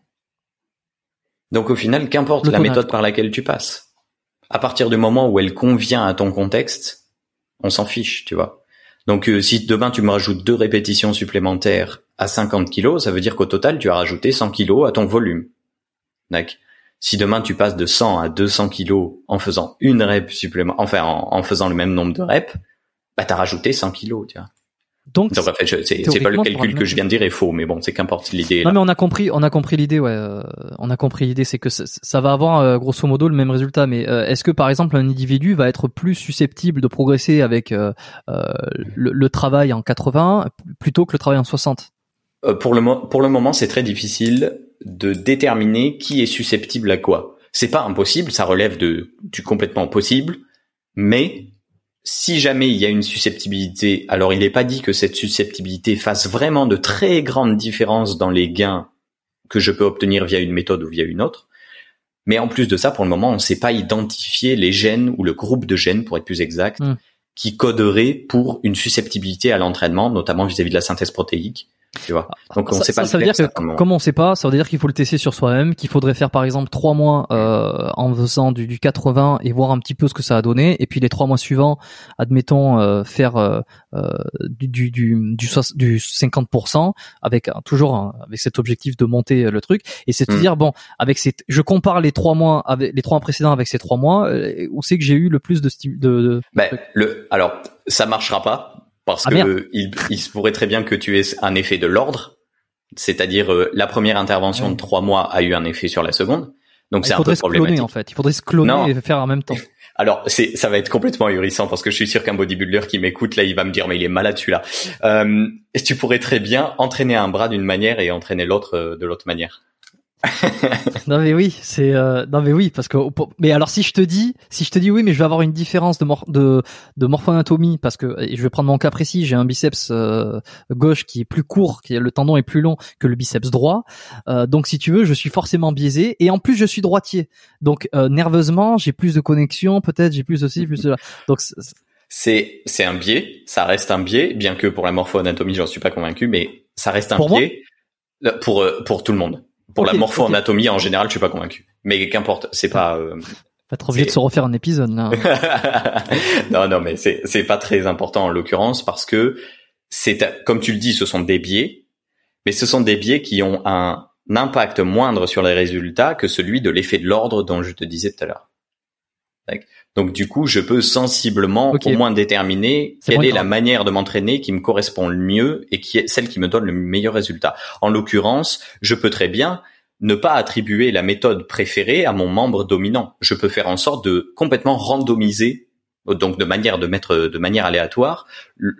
Donc au final, qu'importe le la tonnage, méthode quoi. Par laquelle tu passes, à partir du moment où elle convient à ton contexte, on s'en fiche, tu vois. Donc euh, si demain tu me rajoutes deux répétitions supplémentaires à cinquante kilos, ça veut dire qu'au total tu as rajouté cent kilos à ton volume. D'accord. Si demain tu passes de cent à deux cents kilos en faisant une rep supplémentaire, enfin en, en faisant le même nombre de reps, bah t'as rajouté cent kilos, tu vois. Donc, Donc en fait, je, c'est, c'est pas le calcul que je viens de dire est faux, mais bon, c'est qu'importe l'idée. Non, là. mais on a compris, on a compris l'idée, ouais. Euh, on a compris l'idée, c'est que ça, ça va avoir euh, grosso modo le même résultat. Mais euh, est-ce que par exemple un individu va être plus susceptible de progresser avec euh, euh, le, le travail en quatre-vingts plutôt que le travail en soixante? euh, Pour le mo- pour le moment, c'est très difficile de déterminer qui est susceptible à quoi. C'est pas impossible, ça relève de du complètement possible, mais si jamais il y a une susceptibilité, alors il n'est pas dit que cette susceptibilité fasse vraiment de très grandes différences dans les gains que je peux obtenir via une méthode ou via une autre. Mais en plus de ça, pour le moment, on ne sait pas identifier les gènes ou le groupe de gènes, pour être plus exact, mmh. qui coderait pour une susceptibilité à l'entraînement, notamment vis-à-vis de la synthèse protéique. Tu vois. Donc on ça, sait pas. Ça, ça veut dire que comme on sait pas, ça veut dire qu'il faut le tester sur soi-même, qu'il faudrait faire par exemple trois mois euh, en faisant du, du quatre-vingts et voir un petit peu ce que ça a donné, et puis les trois mois suivants, admettons euh, faire euh, euh, du, du du du du cinquante pour cent avec toujours hein, avec cet objectif de monter le truc, et c'est de mmh. dire bon avec ces, je compare les trois mois avec les trois mois précédents avec ces trois mois, euh, où c'est que j'ai eu le plus de de, de... Ben, le alors ça marchera pas. Parce ah, que il, il se pourrait très bien que tu aies un effet de l'ordre, c'est-à-dire euh, la première intervention ouais. de trois mois a eu un effet sur la seconde, donc il c'est un peu problématique. Cloner, en fait, il faudrait se cloner non. et faire en même temps. Alors c'est, ça va être complètement ahurissant parce que je suis sûr qu'un bodybuilder qui m'écoute là, il va me dire mais il est malade celui-là. Euh, et tu pourrais très bien entraîner un bras d'une manière et entraîner l'autre de l'autre manière. non mais oui, c'est euh, non mais oui parce que mais alors si je te dis si je te dis oui mais je vais avoir une différence de mor- de de morphoanatomie parce que et je vais prendre mon cas précis, j'ai un biceps euh, gauche qui est plus court, qui le tendon est plus long que le biceps droit, euh, donc si tu veux je suis forcément biaisé et en plus je suis droitier, donc euh, nerveusement j'ai plus de connexion, peut-être j'ai plus de ci, plus de là, donc c'est, c'est c'est un biais, ça reste un biais, bien que pour la morphoanatomie j'en suis pas convaincu, mais ça reste un pour biais moi pour pour tout le monde. Pour okay, la morpho-anatomie, okay. en général, je suis pas convaincu. Mais qu'importe, c'est pas... Euh, pas trop obligé de se refaire un épisode, là. non, non, mais c'est, c'est pas très important en l'occurrence parce que c'est, comme tu le dis, ce sont des biais, mais ce sont des biais qui ont un impact moindre sur les résultats que celui de l'effet de l'ordre dont je te disais tout à l'heure. Donc, du coup, je peux sensiblement okay. au moins déterminer c'est quelle est la manière de m'entraîner qui me correspond le mieux et qui est celle qui me donne le meilleur résultat. En l'occurrence, je peux très bien ne pas attribuer la méthode préférée à mon membre dominant. Je peux faire en sorte de complètement randomiser, donc de manière de mettre de manière aléatoire,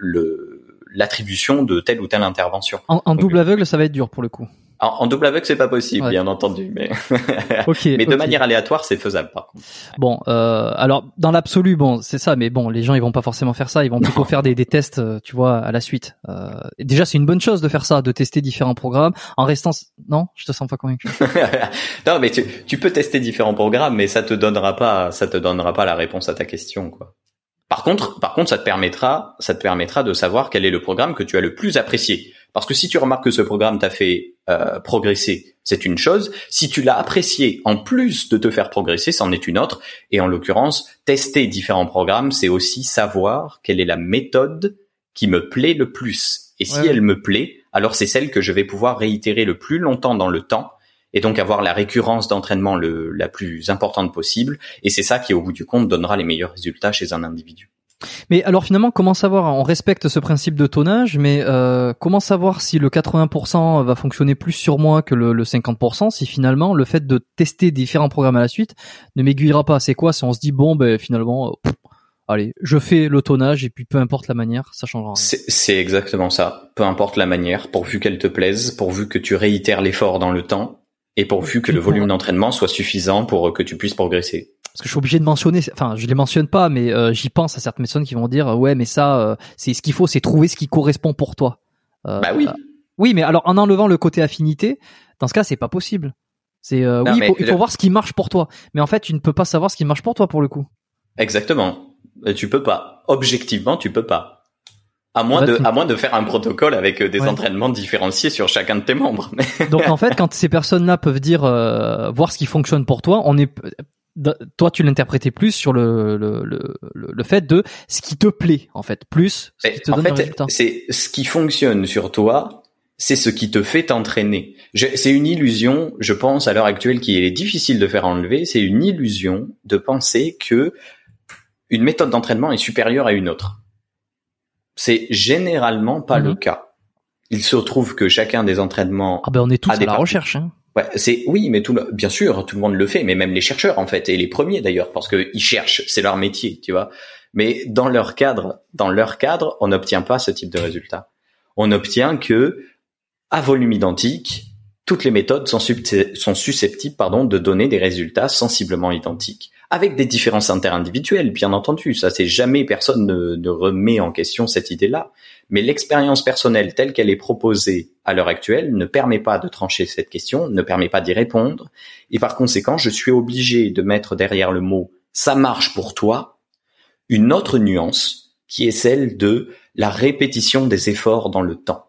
le, l'attribution de telle ou telle intervention. En, en donc, double aveugle, ça va être dur pour le coup. En, en double aveugle, c'est pas possible, ouais. bien entendu, mais okay, mais de okay. manière aléatoire, c'est faisable par contre. Bon, euh, alors dans l'absolu, bon, c'est ça, mais bon, les gens ils vont pas forcément faire ça, ils vont plutôt faire des, des tests, tu vois, à la suite. Euh, déjà, c'est une bonne chose de faire ça, de tester différents programmes en restant. Non, je te sens pas convaincu. non, mais tu, tu peux tester différents programmes, mais ça te donnera pas, ça te donnera pas la réponse à ta question, quoi. Par contre, par contre, ça te permettra, ça te permettra de savoir quel est le programme que tu as le plus apprécié. Parce que si tu remarques que ce programme t'a fait euh, progresser, c'est une chose. Si tu l'as apprécié en plus de te faire progresser, c'en est une autre. Et en l'occurrence, tester différents programmes, c'est aussi savoir quelle est la méthode qui me plaît le plus. Et si ouais. elle me plaît, alors c'est celle que je vais pouvoir réitérer le plus longtemps dans le temps. Et donc avoir la récurrence d'entraînement le, la plus importante possible. Et c'est ça qui, au bout du compte, donnera les meilleurs résultats chez un individu. Mais alors finalement, comment savoir, on respecte ce principe de tonnage, mais euh, comment savoir si le quatre-vingts pour cent va fonctionner plus sur moi que le, le cinquante pour cent, si finalement le fait de tester différents programmes à la suite ne m'aiguillera pas? C'est quoi si on se dit, bon, ben finalement... Pff, allez, je fais le tonnage et puis peu importe la manière, ça changera. C'est, c'est exactement ça. Peu importe la manière, pourvu qu'elle te plaise, pourvu que tu réitères l'effort dans le temps et pourvu que le volume d'entraînement soit suffisant pour que tu puisses progresser. Parce que je suis obligé de mentionner, enfin je les mentionne pas, mais euh, j'y pense à certaines personnes qui vont dire ouais mais ça, euh, c'est ce qu'il faut, c'est trouver ce qui correspond pour toi. Euh, bah oui. Euh, oui, mais alors en enlevant le côté affinité, dans ce cas, c'est pas possible. C'est euh, non, oui, il faut, il faut le... voir ce qui marche pour toi. Mais en fait, tu ne peux pas savoir ce qui marche pour toi pour le coup. Exactement. Tu peux pas. Objectivement, tu peux pas. À moins de, à moins de faire un protocole avec des ouais. entraînements différenciés sur chacun de tes membres. Donc en fait, quand ces personnes-là peuvent dire euh, voir ce qui fonctionne pour toi, on est, toi tu l'interprétais plus sur le le le le fait de ce qui te plaît en fait, plus ce qui te en donne fait, le résultat. C'est ce qui fonctionne sur toi, c'est ce qui te fait t'entraîner. Je, c'est une illusion, je pense à l'heure actuelle, qui est difficile de faire enlever. C'est une illusion de penser que une méthode d'entraînement est supérieure à une autre. C'est généralement pas mmh. le cas. Il se trouve que chacun des entraînements ah ben on est tous à la recherche. Hein. Ouais, c'est oui, mais tout le, bien sûr, tout le monde le fait, mais même les chercheurs en fait, et les premiers d'ailleurs, parce que ils cherchent, c'est leur métier, tu vois. Mais dans leur cadre, dans leur cadre, on n'obtient pas ce type de résultat. On obtient que à volume identique, toutes les méthodes sont, sub- sont susceptibles, pardon, de donner des résultats sensiblement identiques, avec des différences interindividuelles, bien entendu. Ça, c'est jamais personne ne, ne remet en question cette idée-là. Mais l'expérience personnelle telle qu'elle est proposée à l'heure actuelle ne permet pas de trancher cette question, ne permet pas d'y répondre. Et par conséquent, je suis obligé de mettre derrière le mot « ça marche pour toi » une autre nuance qui est celle de la répétition des efforts dans le temps.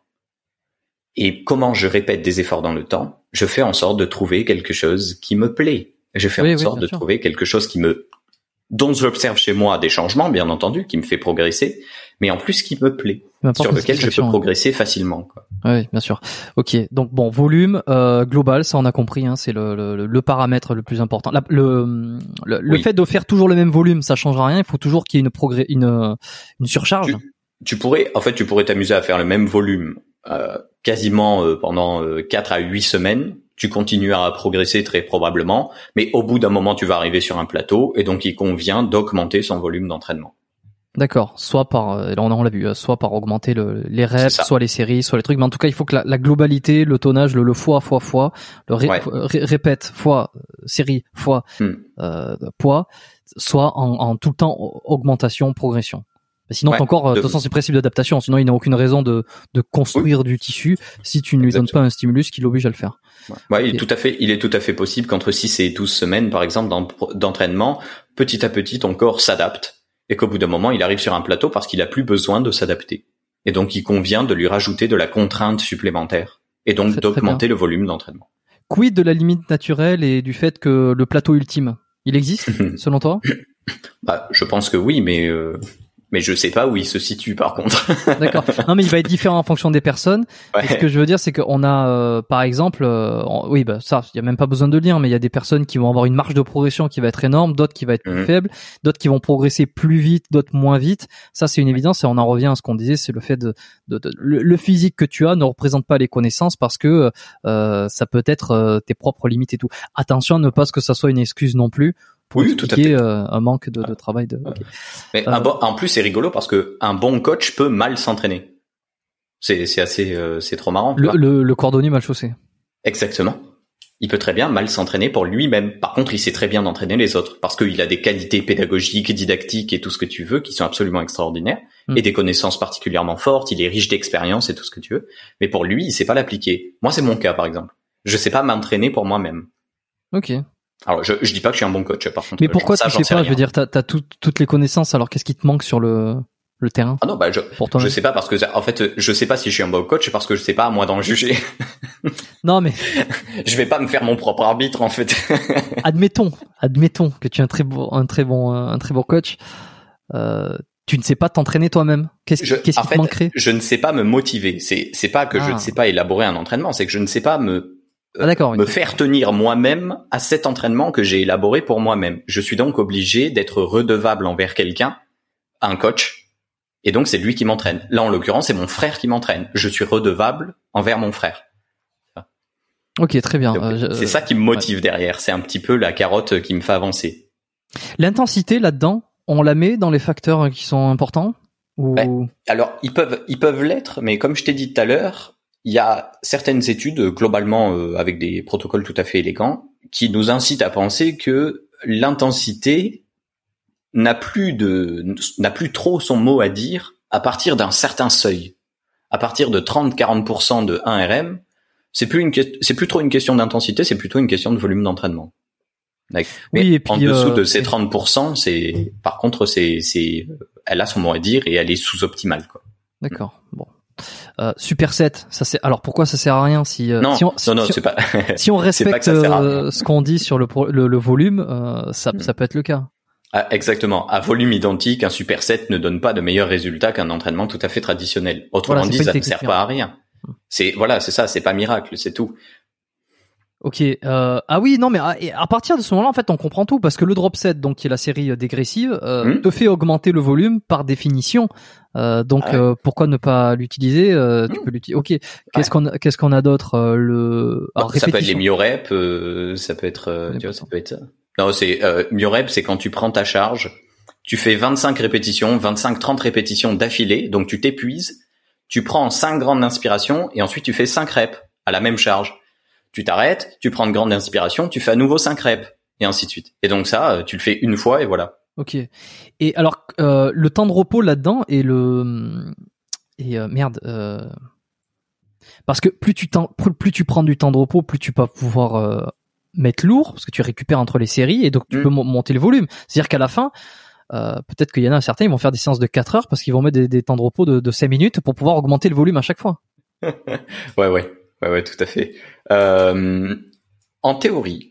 Et comment je répète des efforts dans le temps? Je fais en sorte de trouver quelque chose qui me plaît. Je fais oui, en oui, sorte de sûr. trouver quelque chose qui me, dont j'observe chez moi des changements, bien entendu, qui me fait progresser, mais en plus qui me plaît, sur lequel je peux progresser facilement, quoi. Oui, bien sûr. Ok, donc bon, volume euh, global, ça on a compris, hein, c'est le, le, le paramètre le plus important. La, le le, le oui. fait de faire toujours le même volume, ça changera rien. Il faut toujours qu'il y ait une progrès, une une surcharge. Tu, tu pourrais, en fait, tu pourrais t'amuser à faire le même volume euh, quasiment euh, pendant euh, quatre à huit semaines. Tu continues à progresser très probablement, mais au bout d'un moment, tu vas arriver sur un plateau et donc il convient d'augmenter son volume d'entraînement. D'accord, soit par, là on l'a vu, soit par augmenter le, les reps, soit les séries, soit les trucs, mais en tout cas il faut que la, la globalité, le tonnage, le, le fois, fois, fois, le ré, ouais. ré, répète, fois, série, fois, hmm. euh, poids, soit en, en tout le temps augmentation, progression. Sinon, ouais, encore, de toute façon, c'est principe d'adaptation. Sinon, il n'a aucune raison de, de construire oui. du tissu si tu ne lui Exactement. donnes pas un stimulus qui l'oblige à le faire. Ouais, ouais okay. il est tout à fait, il est tout à fait possible qu'entre six et douze semaines, par exemple, d'entraînement, petit à petit, ton corps s'adapte et qu'au bout d'un moment, il arrive sur un plateau parce qu'il a plus besoin de s'adapter. Et donc, il convient de lui rajouter de la contrainte supplémentaire et donc très, d'augmenter très le volume d'entraînement. Quid de la limite naturelle et du fait que le plateau ultime, il existe, selon toi? Bah, je pense que oui, mais euh... mais je sais pas où il se situe par contre. D'accord. Non, mais il va être différent en fonction des personnes. Ouais. Et ce que je veux dire, c'est qu'on a, euh, par exemple, euh, on, oui, bah ça, il y a même pas besoin de lire, mais il y a des personnes qui vont avoir une marge de progression qui va être énorme, d'autres qui va être plus mmh. faible, d'autres qui vont progresser plus vite, d'autres moins vite. Ça, c'est une évidence. Et on en revient à ce qu'on disait, c'est le fait de, de, de le, le physique que tu as ne représente pas les connaissances parce que euh, ça peut être euh, tes propres limites et tout. Attention à ne pas que ça soit une excuse non plus. Pour oui, expliquer tout à fait. Euh, un manque de, de travail. De... Okay. Mais euh... un bon, en plus, c'est rigolo parce que un bon coach peut mal s'entraîner. C'est, c'est assez, euh, c'est trop marrant. Le, le, le cordonnier mal chaussé. Exactement. Il peut très bien mal s'entraîner pour lui-même. Par contre, il sait très bien d'entraîner les autres parce qu'il a des qualités pédagogiques, didactiques et tout ce que tu veux qui sont absolument extraordinaires mm. et des connaissances particulièrement fortes. Il est riche d'expérience et tout ce que tu veux. Mais pour lui, il sait pas l'appliquer. Moi, c'est mon cas, par exemple. Je sais pas m'entraîner pour moi-même. Ok. Alors, je, je dis pas que je suis un bon coach, par contre. Mais pourquoi tu sais pas? Je veux dire, t'as, t'as tout, toutes les connaissances, alors qu'est-ce qui te manque sur le, le terrain? Ah non, bah, je, je sais pas parce que, en fait, je sais pas si je suis un bon coach parce que je sais pas à moi d'en juger. Non, mais. Je vais pas me faire mon propre arbitre, en fait. admettons, admettons que tu es un très bon, un très bon, un très bon coach. Euh, tu ne sais pas t'entraîner toi-même. Qu'est-ce, je, qu'est-ce qui fait, te manquerait? Je ne sais pas me motiver. C'est, c'est pas que ah. je ne sais pas élaborer un entraînement, c'est que je ne sais pas me, Ah, d'accord, me oui. faire tenir moi-même à cet entraînement que j'ai élaboré pour moi-même. Je suis donc obligé d'être redevable envers quelqu'un, un coach, et donc c'est lui qui m'entraîne. Là, en l'occurrence, c'est mon frère qui m'entraîne. Je suis redevable envers mon frère. Ok, très bien. Donc, euh, c'est ça qui me motive ouais. derrière. C'est un petit peu la carotte qui me fait avancer. L'intensité là-dedans, on la met dans les facteurs qui sont importants ou... ben, alors, ils peuvent, ils peuvent l'être, mais comme je t'ai dit tout à l'heure, il y a certaines études, globalement euh, avec des protocoles tout à fait élégants, qui nous incitent à penser que l'intensité n'a plus de n'a plus trop son mot à dire à partir d'un certain seuil. À partir de trente à quarante pour cent de un R M, c'est plus une que- c'est plus trop une question d'intensité, c'est plutôt une question de volume d'entraînement. Mais Oui, et puis, en dessous euh, de ces trente pour cent, c'est par contre c'est c'est elle a son mot à dire et elle est sous-optimale quoi. D'accord. Bon. Euh, superset, ça c'est. Alors pourquoi ça sert à rien si euh, Non, si on, non, non, si, c'est pas. si on respecte pas que ça sert à rien. euh, ce qu'on dit sur le pro- le, le volume, euh, ça Hmm. ça peut être le cas. Ah, exactement. À volume identique, un superset ne donne pas de meilleurs résultats qu'un entraînement tout à fait traditionnel. Autrement Voilà, c'est dit, pas ça une ne sert technique pas à rien. C'est voilà, c'est ça, c'est pas miracle, c'est tout. Ok. Euh, ah oui, non, mais à, et à partir de ce moment-là, en fait, on comprend tout parce que le drop set, donc qui est la série euh, dégressive, euh, Hmm. te fait augmenter le volume par définition. Euh, donc Ah ouais. euh, pourquoi ne pas l'utiliser euh, Tu Hmm. peux l'utiliser. Ok. Qu'est-ce qu'on a, qu'est-ce qu'on a d'autre euh, Le alors, ça peut être les répétition. myoreps, euh, ça peut être, euh, Ouais, tu vois, pas ça peut être ça. Non, c'est euh, myoreps, c'est quand tu prends ta charge, tu fais vingt-cinq répétitions, vingt-cinq trente répétitions d'affilée, donc tu t'épuises, tu prends cinq grandes inspirations et ensuite tu fais cinq reps à la même charge. Tu t'arrêtes, tu prends une grande inspiration, tu fais à nouveau cinq reps et ainsi de suite. Et donc ça, euh, tu le fais une fois et voilà. Ok. Et alors euh, le temps de repos là-dedans et le et euh, merde. Euh... Parce que plus tu t'en- plus tu prends du temps de repos, plus tu vas pouvoir euh, mettre lourd parce que tu récupères entre les séries et donc tu Mm. peux mo- monter le volume. C'est-à-dire qu'à la fin, euh, peut-être qu'il y en a certains, ils vont faire des séances de quatre heures parce qu'ils vont mettre des, des temps de repos de, de cinq minutes pour pouvoir augmenter le volume à chaque fois. Ouais, ouais, ouais, ouais, tout à fait. Euh, en théorie,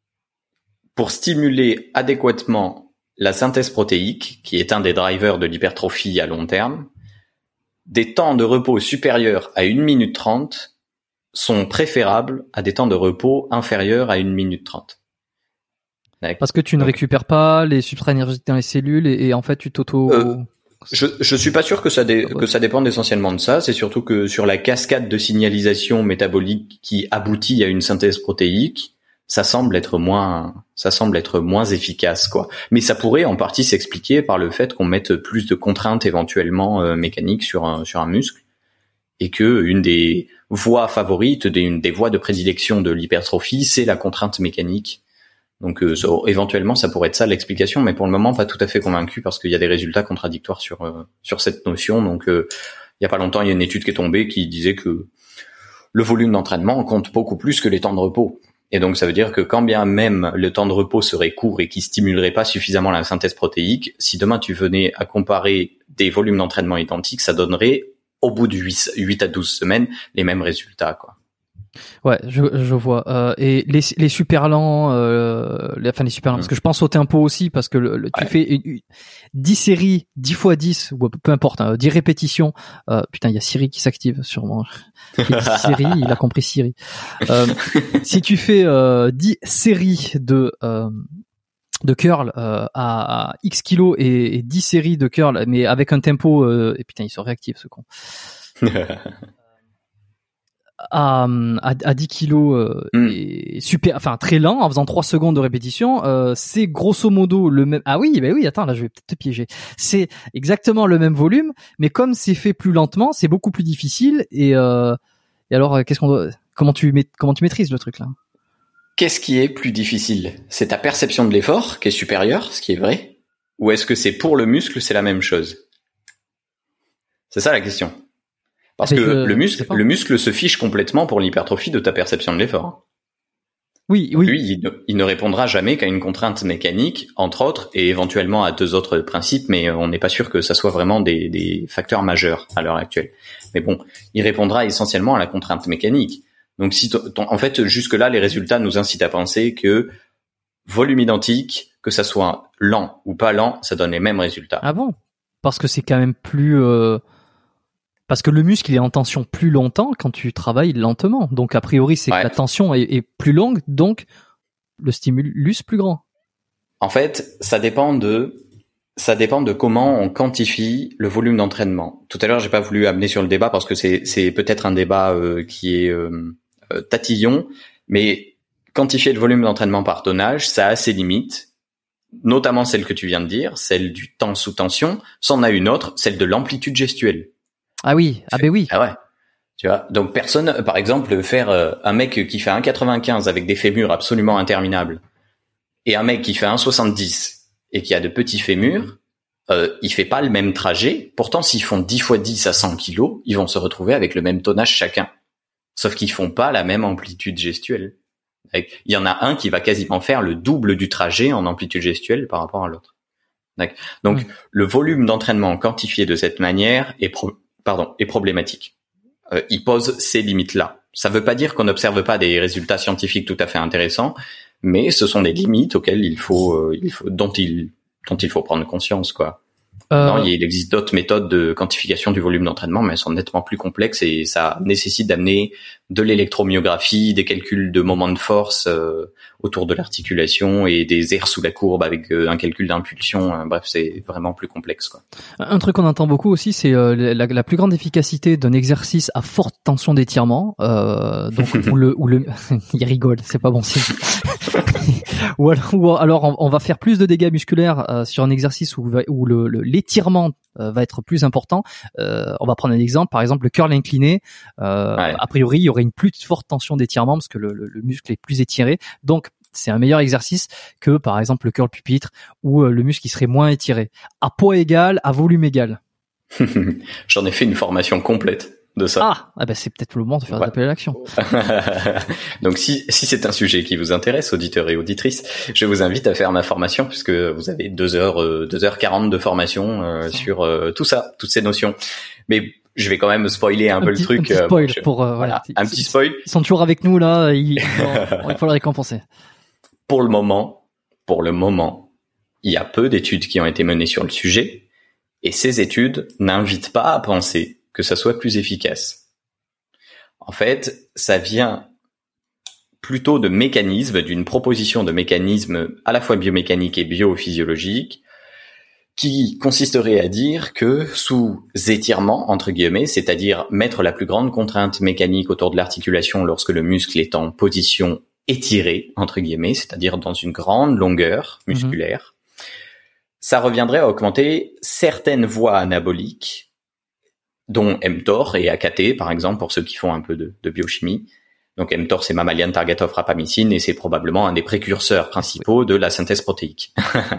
pour stimuler adéquatement la synthèse protéique, qui est un des drivers de l'hypertrophie à long terme, des temps de repos supérieurs à une minute trente sont préférables à des temps de repos inférieurs à une minute trente. D'accord. Parce que tu ne Donc, récupères pas les substrats énergétiques dans les cellules et, et en fait tu t'auto. Euh, Je, je suis pas sûr que ça, dé, Ah ouais. que ça dépende essentiellement de ça. C'est surtout que sur la cascade de signalisation métabolique qui aboutit à une synthèse protéique, ça semble être moins, ça semble être moins efficace, quoi. Mais ça pourrait en partie s'expliquer par le fait qu'on mette plus de contraintes éventuellement euh, mécaniques sur un, sur un muscle et que une des voies favorites, des, une des voies de prédilection de l'hypertrophie, c'est la contrainte mécanique. Donc euh, ça, éventuellement ça pourrait être ça l'explication, mais pour le moment pas tout à fait convaincu parce qu'il y a des résultats contradictoires sur euh, sur cette notion. Donc euh, il y a pas longtemps il y a une étude qui est tombée qui disait que le volume d'entraînement compte beaucoup plus que les temps de repos. Et donc ça veut dire que quand bien même le temps de repos serait court et qui stimulerait pas suffisamment la synthèse protéique, si demain tu venais à comparer des volumes d'entraînement identiques, ça donnerait au bout de huit à douze semaines les mêmes résultats, quoi. Ouais, je, je vois. Euh, et les, les super lents, euh, les, enfin les super lents, Mm. parce que je pense au tempo aussi, parce que le, le- tu Ouais. fais une, une- dix séries, dix fois dix, ou peu importe, hein, dix répétitions. Euh, putain, il y a Siri qui s'active, sûrement. J'ai dit Siri, il a compris Siri. Euh, si tu fais euh, dix séries de... Euh, de curl euh, à, à X kilos et, et dix séries de curl, mais avec un tempo... Euh, et putain, ils sont réactifs, ce con. À, à, à dix kilos euh, Mm. et super, enfin très lent en faisant trois secondes de répétition, euh, c'est grosso modo le même. Ah oui, ben oui, attends, là je vais peut-être te piéger. C'est exactement le même volume, mais comme c'est fait plus lentement, c'est beaucoup plus difficile. Et, euh, et alors, qu'est-ce qu'on doit, comment tu mets, comment tu maîtrises le truc là? Qu'est-ce qui est plus difficile? C'est ta perception de l'effort qui est supérieure, ce qui est vrai, ou est-ce que c'est pour le muscle, c'est la même chose? C'est ça la question. Parce Mais que je- le je sais muscle, pas. le muscle se fiche complètement pour l'hypertrophie de ta perception de l'effort. Oui, oui. Lui, il ne, il ne répondra jamais qu'à une contrainte mécanique, entre autres, et éventuellement à deux autres principes, mais on n'est pas sûr que ça soit vraiment des, des facteurs majeurs à l'heure actuelle. Mais bon, il répondra essentiellement à la contrainte mécanique. Donc, si ton- ton- en fait, jusque-là, les résultats nous incitent à penser que volume identique, que ça soit lent ou pas lent, ça donne les mêmes résultats. Ah bon? Parce que c'est quand même plus. Euh... Parce que le muscle il est en tension plus longtemps quand tu travailles lentement. Donc a priori c'est Ouais. que la tension est, est plus longue, donc le stimulus plus grand. En fait, ça dépend de ça dépend de comment on quantifie le volume d'entraînement. Tout à l'heure, j'ai pas voulu amener sur le débat parce que c'est c'est peut-être un débat euh, qui est euh, euh, tatillon, mais quantifier le volume d'entraînement par tonnage, ça a ses limites, notamment celle que tu viens de dire, celle du temps sous tension. C'en a une autre, celle de l'amplitude gestuelle. Ah oui, ah ben oui. Ah ouais. Tu vois, donc personne, par exemple, faire euh, un mec qui fait un mètre quatre-vingt-quinze avec des fémurs absolument interminables et un mec qui fait un mètre soixante-dix et qui a de petits fémurs, euh, il fait pas le même trajet. Pourtant, s'ils font dix fois dix à cent kilos, ils vont se retrouver avec le même tonnage chacun. Sauf qu'ils font pas la même amplitude gestuelle. Il y en a un qui va quasiment faire le double du trajet en amplitude gestuelle par rapport à l'autre. Donc, mmh. le volume d'entraînement quantifié de cette manière est, pro- pardon, est problématique. Euh, il pose ces limites-là. Ça veut pas dire qu'on n'observe pas des résultats scientifiques tout à fait intéressants, mais ce sont des limites auxquelles il faut, euh, il faut dont il dont il faut prendre conscience, quoi. Euh... Non, il existe d'autres méthodes de quantification du volume d'entraînement, mais elles sont nettement plus complexes et ça nécessite d'amener de l'électromyographie, des calculs de moments de force euh, autour de l'articulation et des aires sous la courbe avec euh, un calcul d'impulsion. Euh, bref, c'est vraiment plus complexe, quoi. Un truc qu'on entend beaucoup aussi, c'est euh, la, la plus grande efficacité d'un exercice à forte tension d'étirement, euh, donc où le, où le, il rigole, c'est pas bon signe. ou alors, ou alors on, on va faire plus de dégâts musculaires euh, sur un exercice où, où le, le l'étirement euh, va être plus important. Euh, on va prendre un exemple, par exemple le curl incliné. Euh, ouais. A priori, il y aurait une plus forte tension d'étirement parce que le, le, le muscle est plus étiré. Donc, c'est un meilleur exercice que, par exemple, le curl pupitre où euh, le muscle qui serait moins étiré. À poids égal, à volume égal. J'en ai fait une formation complète de ça. Ah, ah ben c'est peut-être le moment de faire ouais. appel à l'action. Donc si si c'est un sujet qui vous intéresse, auditeurs et auditrices, je vous invite à faire ma formation puisque vous avez deux heures euh, deux heures quarante de formation euh, sur euh, tout ça, toutes ces notions. Mais je vais quand même spoiler un, un peu petit, le truc. Un petit spoil euh, pour euh, voilà, un petit spoil. Ils sont toujours avec nous là, ils, bon, il faut le récompenser. Pour le moment, pour le moment, il y a peu d'études qui ont été menées sur le sujet et ces études n'invitent pas à penser que ça soit plus efficace. En fait, ça vient plutôt de mécanismes, d'une proposition de mécanismes à la fois biomécaniques et biophysiologiques, qui consisterait à dire que sous étirement, entre guillemets, c'est-à-dire mettre la plus grande contrainte mécanique autour de l'articulation lorsque le muscle est en position étirée, entre guillemets, c'est-à-dire dans une grande longueur musculaire, mmh. ça reviendrait à augmenter certaines voies anaboliques dont mTOR et A K T, par exemple, pour ceux qui font un peu de, de biochimie. Donc mTOR, c'est mammalian target of rapamycine, et c'est probablement un des précurseurs principaux de la synthèse protéique.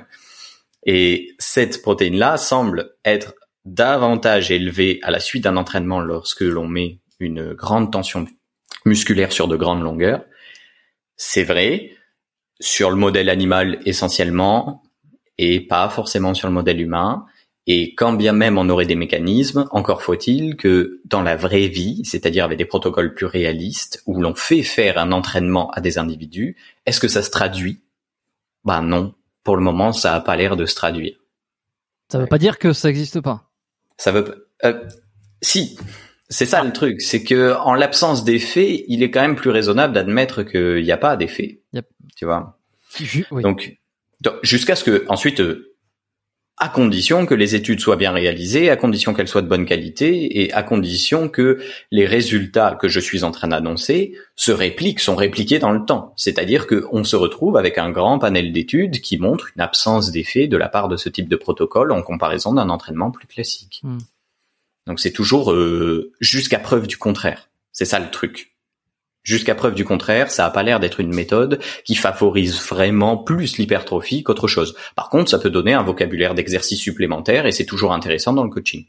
Et cette protéine-là semble être davantage élevée à la suite d'un entraînement lorsque l'on met une grande tension musculaire sur de grandes longueurs. C'est vrai, sur le modèle animal essentiellement, et pas forcément sur le modèle humain. Et quand bien même on aurait des mécanismes, encore faut-il que dans la vraie vie, c'est-à-dire avec des protocoles plus réalistes, où l'on fait faire un entraînement à des individus, est-ce que ça se traduit? Ben non, pour le moment, ça n'a pas l'air de se traduire. Ça veut ouais. pas dire que ça n'existe pas. Ça veut, euh, si, c'est ça ah. le truc, c'est que en l'absence d'effet, il est quand même plus raisonnable d'admettre qu'il n'y a pas d'effet. Yep. Tu vois. Je, oui. Donc, donc, jusqu'à ce que ensuite. Euh, à condition que les études soient bien réalisées, à condition qu'elles soient de bonne qualité et à condition que les résultats que je suis en train d'annoncer se répliquent, sont répliqués dans le temps. C'est-à-dire qu'on se retrouve avec un grand panel d'études qui montre une absence d'effet de la part de ce type de protocole en comparaison d'un entraînement plus classique. Mmh. Donc c'est toujours euh, jusqu'à preuve du contraire. C'est ça le truc. Jusqu'à preuve du contraire, ça a pas l'air d'être une méthode qui favorise vraiment plus l'hypertrophie qu'autre chose. Par contre, ça peut donner un vocabulaire d'exercice supplémentaire et c'est toujours intéressant dans le coaching.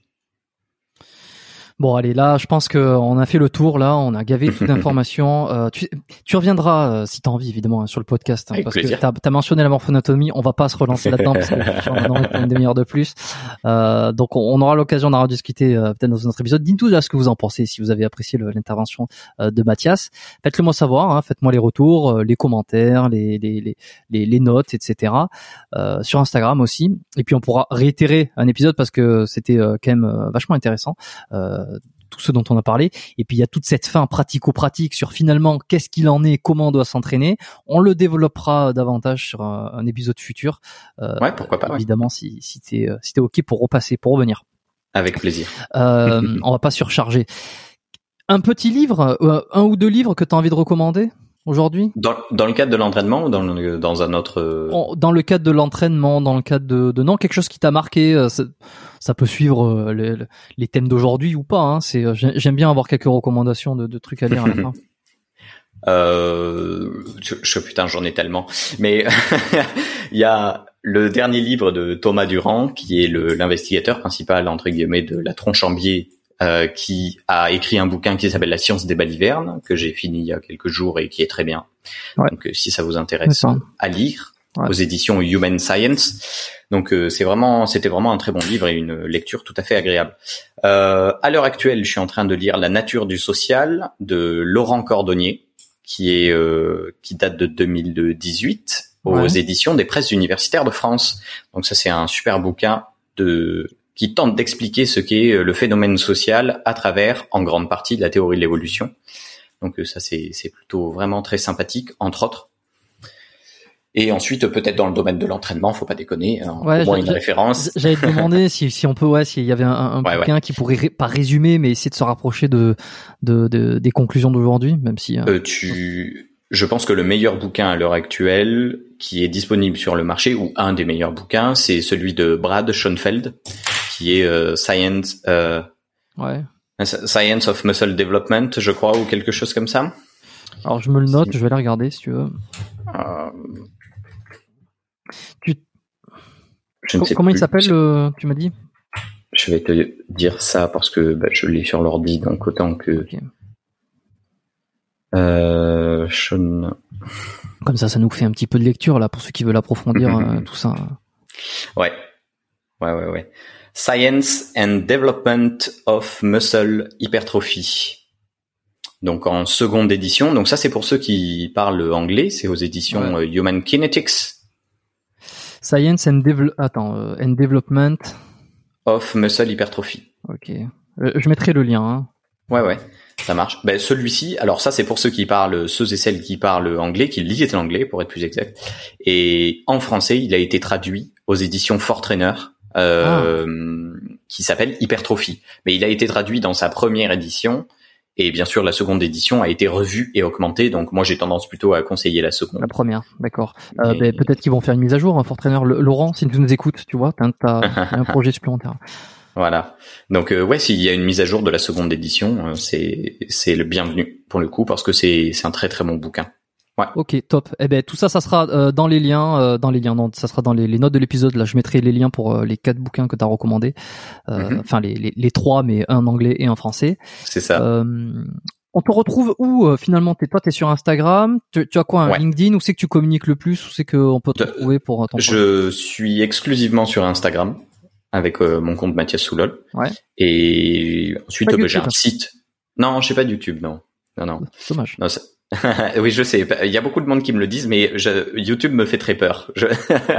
Bon, allez, là, je pense que on a fait le tour. Là, on a gavé toute l'information. Euh, tu, tu reviendras euh, si t'as envie, évidemment, hein, sur le podcast, hein, Avec parce plaisir. que t'as, t'as mentionné la morphonatomie. On va pas se relancer là-dedans parce que j'en ai pour une demi-heure de plus. Euh, donc, on, on aura l'occasion d'en rediscuter euh, peut-être dans un autre épisode. Dites-nous là ce que vous en pensez, si vous avez apprécié le, l'intervention euh, de Mathias. Faites-le moi savoir. Hein, faites-moi les retours, euh, les commentaires, les, les, les, les, les notes, et cetera. Euh, sur Instagram aussi. Et puis, on pourra réitérer un épisode parce que c'était euh, quand même euh, vachement intéressant. Euh, tout ce dont on a parlé, et puis il y a toute cette fin pratico-pratique sur finalement qu'est-ce qu'il en est, comment on doit s'entraîner. On le développera davantage sur un, un épisode futur. Euh, ouais, pourquoi pas. Évidemment, ouais. si, si t'es si t'es ok pour repasser, pour revenir. Avec plaisir. Euh, on va pas surcharger. Un petit livre, euh, un ou deux livres que t'as envie de recommander aujourd'hui? Dans, dans le cadre de l'entraînement ou dans, le, dans un autre... Dans le cadre de l'entraînement, dans le cadre de, de non, quelque chose qui t'a marqué, ça, ça peut suivre les, les thèmes d'aujourd'hui ou pas. Hein, c'est, j'aime bien avoir quelques recommandations de, de trucs à lire à la fin. Euh, je, je putain, j'en ai tellement. Mais il y a le dernier livre de Thomas Durand, qui est le, l'investigateur principal entre guillemets de la tronche en biais, euh, qui a écrit un bouquin qui s'appelle La science des balivernes, que j'ai fini il y a quelques jours et qui est très bien. Ouais. Donc, si ça vous intéresse, à lire, ouais. Aux éditions Human Science. Donc, euh, c'est vraiment, c'était vraiment un très bon livre et une lecture tout à fait agréable. Euh, à l'heure actuelle, je suis en train de lire La nature du social de Laurent Cordonnier, qui est, euh, qui date de deux mille dix-huit. Aux ouais. éditions des presses universitaires de France. Donc ça, c'est un super bouquin de qui tente d'expliquer ce qu'est le phénomène social à travers, en grande partie, la théorie de l'évolution. Donc ça, c'est, c'est plutôt vraiment très sympathique, entre autres. Et ensuite, peut-être dans le domaine de l'entraînement, faut pas déconner, hein, ouais, au moins une référence. J'allais te demander si, si on peut, ouais, s'il y avait un, un ouais, bouquin ouais. qui pourrait ré, pas résumer, mais essayer de se rapprocher de, de, de des conclusions d'aujourd'hui, même si. Euh, tu Je pense que le meilleur bouquin à l'heure actuelle qui est disponible sur le marché, ou un des meilleurs bouquins, c'est celui de Brad Schoenfeld, qui est euh, Science, euh, ouais. Science of Muscle Development, je crois, ou quelque chose comme ça. Alors je me le note, je vais aller regarder si tu veux. Euh... Tu... Je ne sais Comment plus. Il s'appelle, euh, tu m'as dit ? Je vais te dire ça parce que bah, je l'ai sur l'ordi, donc autant que... Okay. Euh, Sean... Comme ça, ça nous fait un petit peu de lecture là pour ceux qui veulent approfondir mm-hmm. euh, tout ça. Ouais, ouais, ouais, ouais. Science and Development of Muscle Hypertrophy. Donc en seconde édition. Donc ça, c'est pour ceux qui parlent anglais. C'est aux éditions ouais. Human Kinetics. Science and, Devel- Attends, euh, and Development of Muscle Hypertrophy. Ok. Euh, je mettrai le lien. Hein. Ouais, ouais. Ça marche. Ben, celui-ci, alors ça, c'est pour ceux qui parlent, ceux et celles qui parlent anglais, qui lisent l'anglais, pour être plus exact. Et en français, il a été traduit aux éditions Fort Trainer, euh, ah. qui s'appelle Hypertrophie. Mais il a été traduit dans sa première édition. Et bien sûr, la seconde édition a été revue et augmentée. Donc, moi, j'ai tendance plutôt à conseiller la seconde. La première, d'accord. Euh, ben, peut-être qu'ils vont faire une mise à jour, hein, Fort Trainer. Le, Laurent, si tu nous écoutes, tu vois, t'as, t'as un projet supplémentaire. Voilà. Donc euh, ouais, s'il y a une mise à jour de la seconde édition, euh, c'est c'est le bienvenu pour le coup parce que c'est c'est un très très bon bouquin. Ouais. Ok, top. Eh ben tout ça, ça sera euh, dans les liens, euh, dans les liens, non, ça sera dans les, les notes de l'épisode. Là, je mettrai les liens pour euh, les quatre bouquins que tu as recommandés. Euh, mm-hmm. Enfin les, les les trois, mais un en anglais et un en français. C'est ça. Euh, on te retrouve où euh, finalement t'es, toi, t'es sur Instagram. Tu, tu as quoi, un ouais. LinkedIn? Où c'est que tu communiques le plus? Où c'est qu'on peut te de, retrouver pour ton Je projet? Suis exclusivement sur Instagram. Avec euh, mon compte Mathias Soulol. Ouais. Et ensuite, euh, bah, j'ai un site. Non, je sais pas de YouTube, non. Non, non. C'est dommage. Non, c'est... oui, je sais. Il y a beaucoup de monde qui me le disent, mais je... YouTube me fait très peur. Je...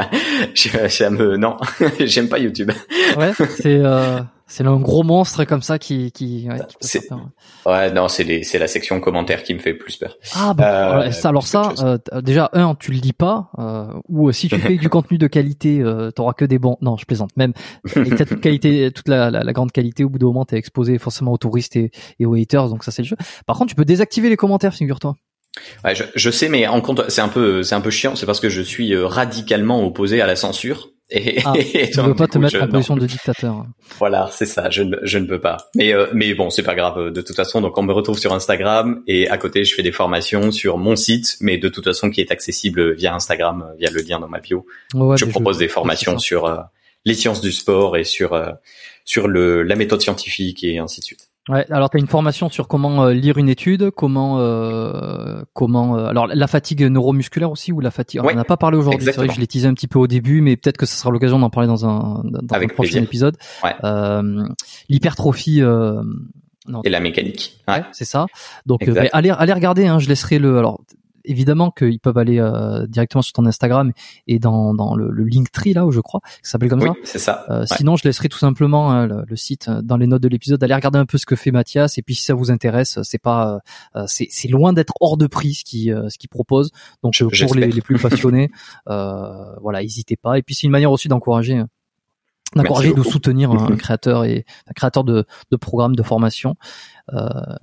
je... ça me... Non, j'aime pas YouTube. Ouais, c'est... Euh... C'est un gros monstre comme ça qui qui, ouais, qui peut c'est... faire peur. Ouais, non, c'est les c'est la section commentaires qui me fait plus peur. Ah bah euh, ça, alors ça euh, déjà un tu le lis pas euh, ou si tu fais du contenu de qualité euh, t'auras que des bons. Non, je plaisante. Même et t'as toute qualité, toute la, la la grande qualité au bout d'un moment t'es exposé forcément aux touristes et, et aux haters, donc ça c'est le jeu. Par contre, tu peux désactiver les commentaires, figure-toi. Ouais, je, je sais, mais en compte, c'est un peu, c'est un peu chiant. C'est parce que je suis radicalement opposé à la censure. Et, ah, et tu ne veux pas te coup, mettre je, en position non. de dictateur. Voilà, c'est ça. Je ne, je ne peux pas. Mais, euh, mais bon, c'est pas grave. De toute façon, donc on me retrouve sur Instagram et à côté, je fais des formations sur mon site, mais de toute façon, qui est accessible via Instagram, via le lien dans ma bio. Ouais, je propose je, des formations sur euh, les sciences du sport et sur euh, sur le la méthode scientifique et ainsi de suite. Ouais, alors tu as une formation sur comment euh, lire une étude, comment euh, comment euh, alors la fatigue neuromusculaire aussi ou la fatigue. Ouais, on n'en a pas parlé aujourd'hui, exactement. C'est vrai que je l'ai teasé un petit peu au début, mais peut-être que ce sera l'occasion d'en parler dans un dans Avec un prochain plaisir. épisode. Ouais. Euh, l'hypertrophie euh, non, et la mécanique. Ouais, ouais c'est ça. Donc euh, bah, allez allez regarder hein, je laisserai le alors évidemment qu'ils peuvent aller euh, directement sur ton Instagram et dans dans le, le Linktree là où je crois, ça s'appelle comme oui, ça. C'est ça. Euh, ouais. Sinon, je laisserai tout simplement hein, le, le site dans les notes de l'épisode. Allez regarder un peu ce que fait Mathias et puis si ça vous intéresse, c'est pas euh, c'est c'est loin d'être hors de prix ce qu'il euh, ce qu'il propose. Donc je, pour les, les plus passionnés, euh, voilà, n'hésitez pas. Et puis c'est une manière aussi d'encourager d'encourager de soutenir un créateur et un créateur de de programmes de formation. Euh,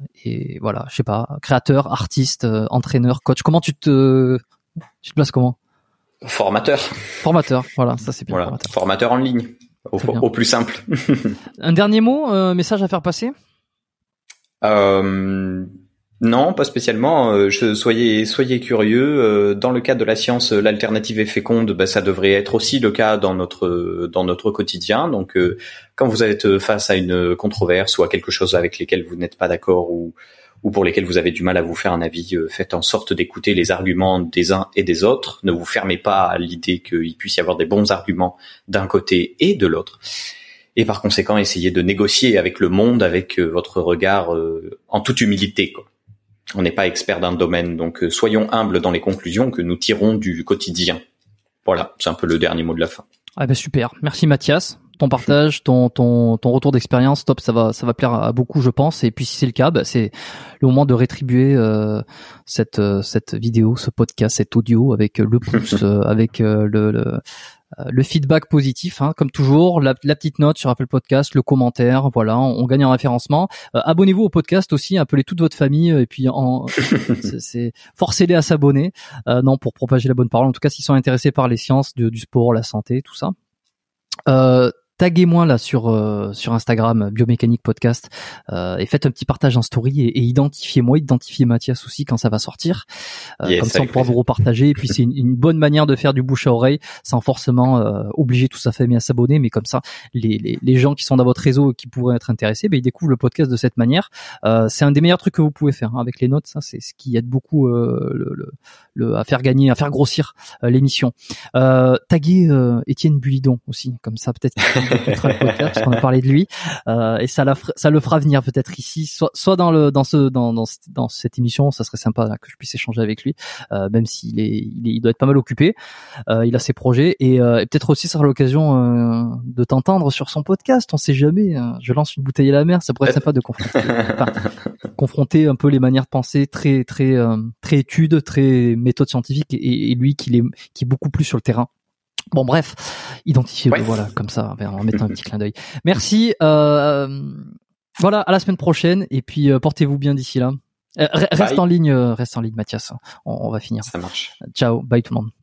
et voilà, je sais pas, créateur, artiste, euh, entraîneur, coach. Comment tu te, tu te places comment? Formateur. Formateur, voilà, ça c'est bien. Voilà, formateur, formateur en ligne, au, au plus simple. Un dernier mot, euh, message à faire passer? Euh, Non, pas spécialement. Euh, je, soyez, soyez curieux. Euh, dans le cadre de la science, l'alternative est féconde. Bah, ça devrait être aussi le cas dans notre dans notre quotidien. Donc, euh, quand vous êtes face à une controverse ou à quelque chose avec lesquels vous n'êtes pas d'accord ou ou pour lesquels vous avez du mal à vous faire un avis, euh, faites en sorte d'écouter les arguments des uns et des autres. Ne vous fermez pas à l'idée qu'il puisse y avoir des bons arguments d'un côté et de l'autre. Et par conséquent, essayez de négocier avec le monde, avec euh, votre regard euh, en toute humilité, quoi. On n'est pas expert d'un domaine, donc euh, soyons humbles dans les conclusions que nous tirons du quotidien. Voilà, c'est un peu le dernier mot de la fin. Ah ben super, merci Mathias. Ton partage, ton ton ton retour d'expérience, top, ça va ça va plaire à beaucoup, je pense. Et puis si c'est le cas, bah, c'est le moment de rétribuer euh, cette euh, cette vidéo, ce podcast, cet audio avec le pouce, euh, avec euh, le, le le feedback positif, hein, comme toujours, la, la petite note sur Apple Podcast, le commentaire, voilà, on, on gagne en référencement. Euh, abonnez-vous au podcast aussi, appelez toute votre famille et puis en, c'est, c'est forcez-les à s'abonner, euh, non, pour propager la bonne parole. En tout cas, s'ils sont intéressés par les sciences, de, du sport, la santé, tout ça. Euh, taguez-moi là sur euh, sur Instagram Biomécanique Podcast euh, et faites un petit partage en story et, et identifiez-moi, identifiez Mathias aussi quand ça va sortir, euh, yes, comme ça on pourra vous repartager. Et puis c'est une, une bonne manière de faire du bouche à oreille sans forcément euh, obliger toute sa famille à s'abonner, mais comme ça les, les les gens qui sont dans votre réseau et qui pourraient être intéressés, ben ils découvrent le podcast de cette manière. Euh, c'est un des meilleurs trucs que vous pouvez faire, hein, avec les notes. Ça c'est ce qui aide beaucoup euh, le, le, le à faire gagner, à faire grossir euh, l'émission. Euh, taguez euh, Étienne Bulidon aussi, comme ça peut-être qu'il écoutera le podcast parce qu'on a parlé de lui, euh, et ça, la, ça le fera venir peut-être ici, soit, soit dans le dans ce dans dans, dans cette émission. Ça serait sympa là, que je puisse échanger avec lui, euh, même s'il est il, est, il doit être pas mal occupé. Euh, il a ses projets et, euh, et peut-être aussi ça sera l'occasion euh, de t'entendre sur son podcast. On sait jamais. Hein. Je lance une bouteille à la mer, ça pourrait être sympa de confronter, enfin, confronter un peu les manières de penser, très très euh, très études, très méthode scientifique, et, et lui qui est qui est beaucoup plus sur le terrain. Bon bref, identifiez-le, ouais. Voilà, comme ça, en mettant un petit clin d'œil. Merci. Euh, voilà, à la semaine prochaine et puis euh, portez-vous bien d'ici là. Euh, reste bye. en ligne, euh, reste en ligne, Mathias. On, on va finir. Ça marche. Ciao, bye tout le monde.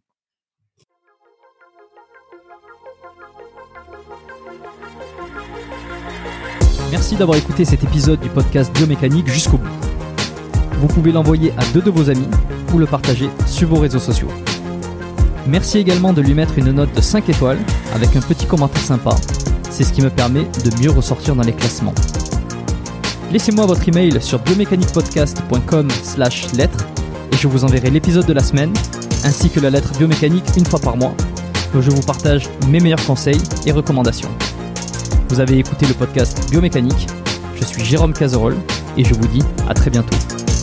Merci d'avoir écouté cet épisode du podcast Biomécanique jusqu'au bout. Vous pouvez l'envoyer à deux de vos amis ou le partager sur vos réseaux sociaux. Merci également de lui mettre une note de cinq étoiles avec un petit commentaire sympa. C'est ce qui me permet de mieux ressortir dans les classements. Laissez-moi votre email sur biomécaniquepodcast point com slash lettres et je vous enverrai l'épisode de la semaine ainsi que la lettre biomécanique une fois par mois où je vous partage mes meilleurs conseils et recommandations. Vous avez écouté le podcast Biomécanique. Je suis Jérôme Cazerolle et je vous dis à très bientôt.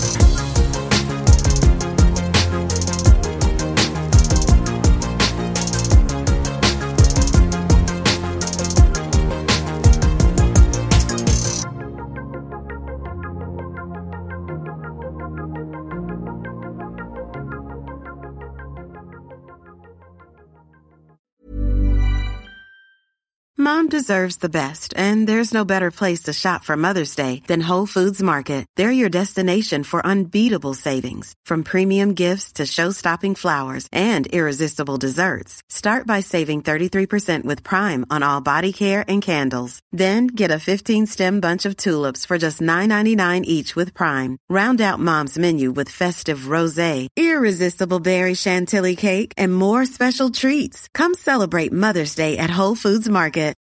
Mom deserves the best, and there's no better place to shop for Mother's Day than Whole Foods Market. They're your destination for unbeatable savings, from premium gifts to show-stopping flowers and irresistible desserts. Start by saving thirty-three percent with Prime on all body care and candles. Then get a fifteen-stem bunch of tulips for just nine ninety-nine each with Prime. Round out Mom's menu with festive rosé, irresistible berry chantilly cake, and more special treats. Come celebrate Mother's Day at Whole Foods Market.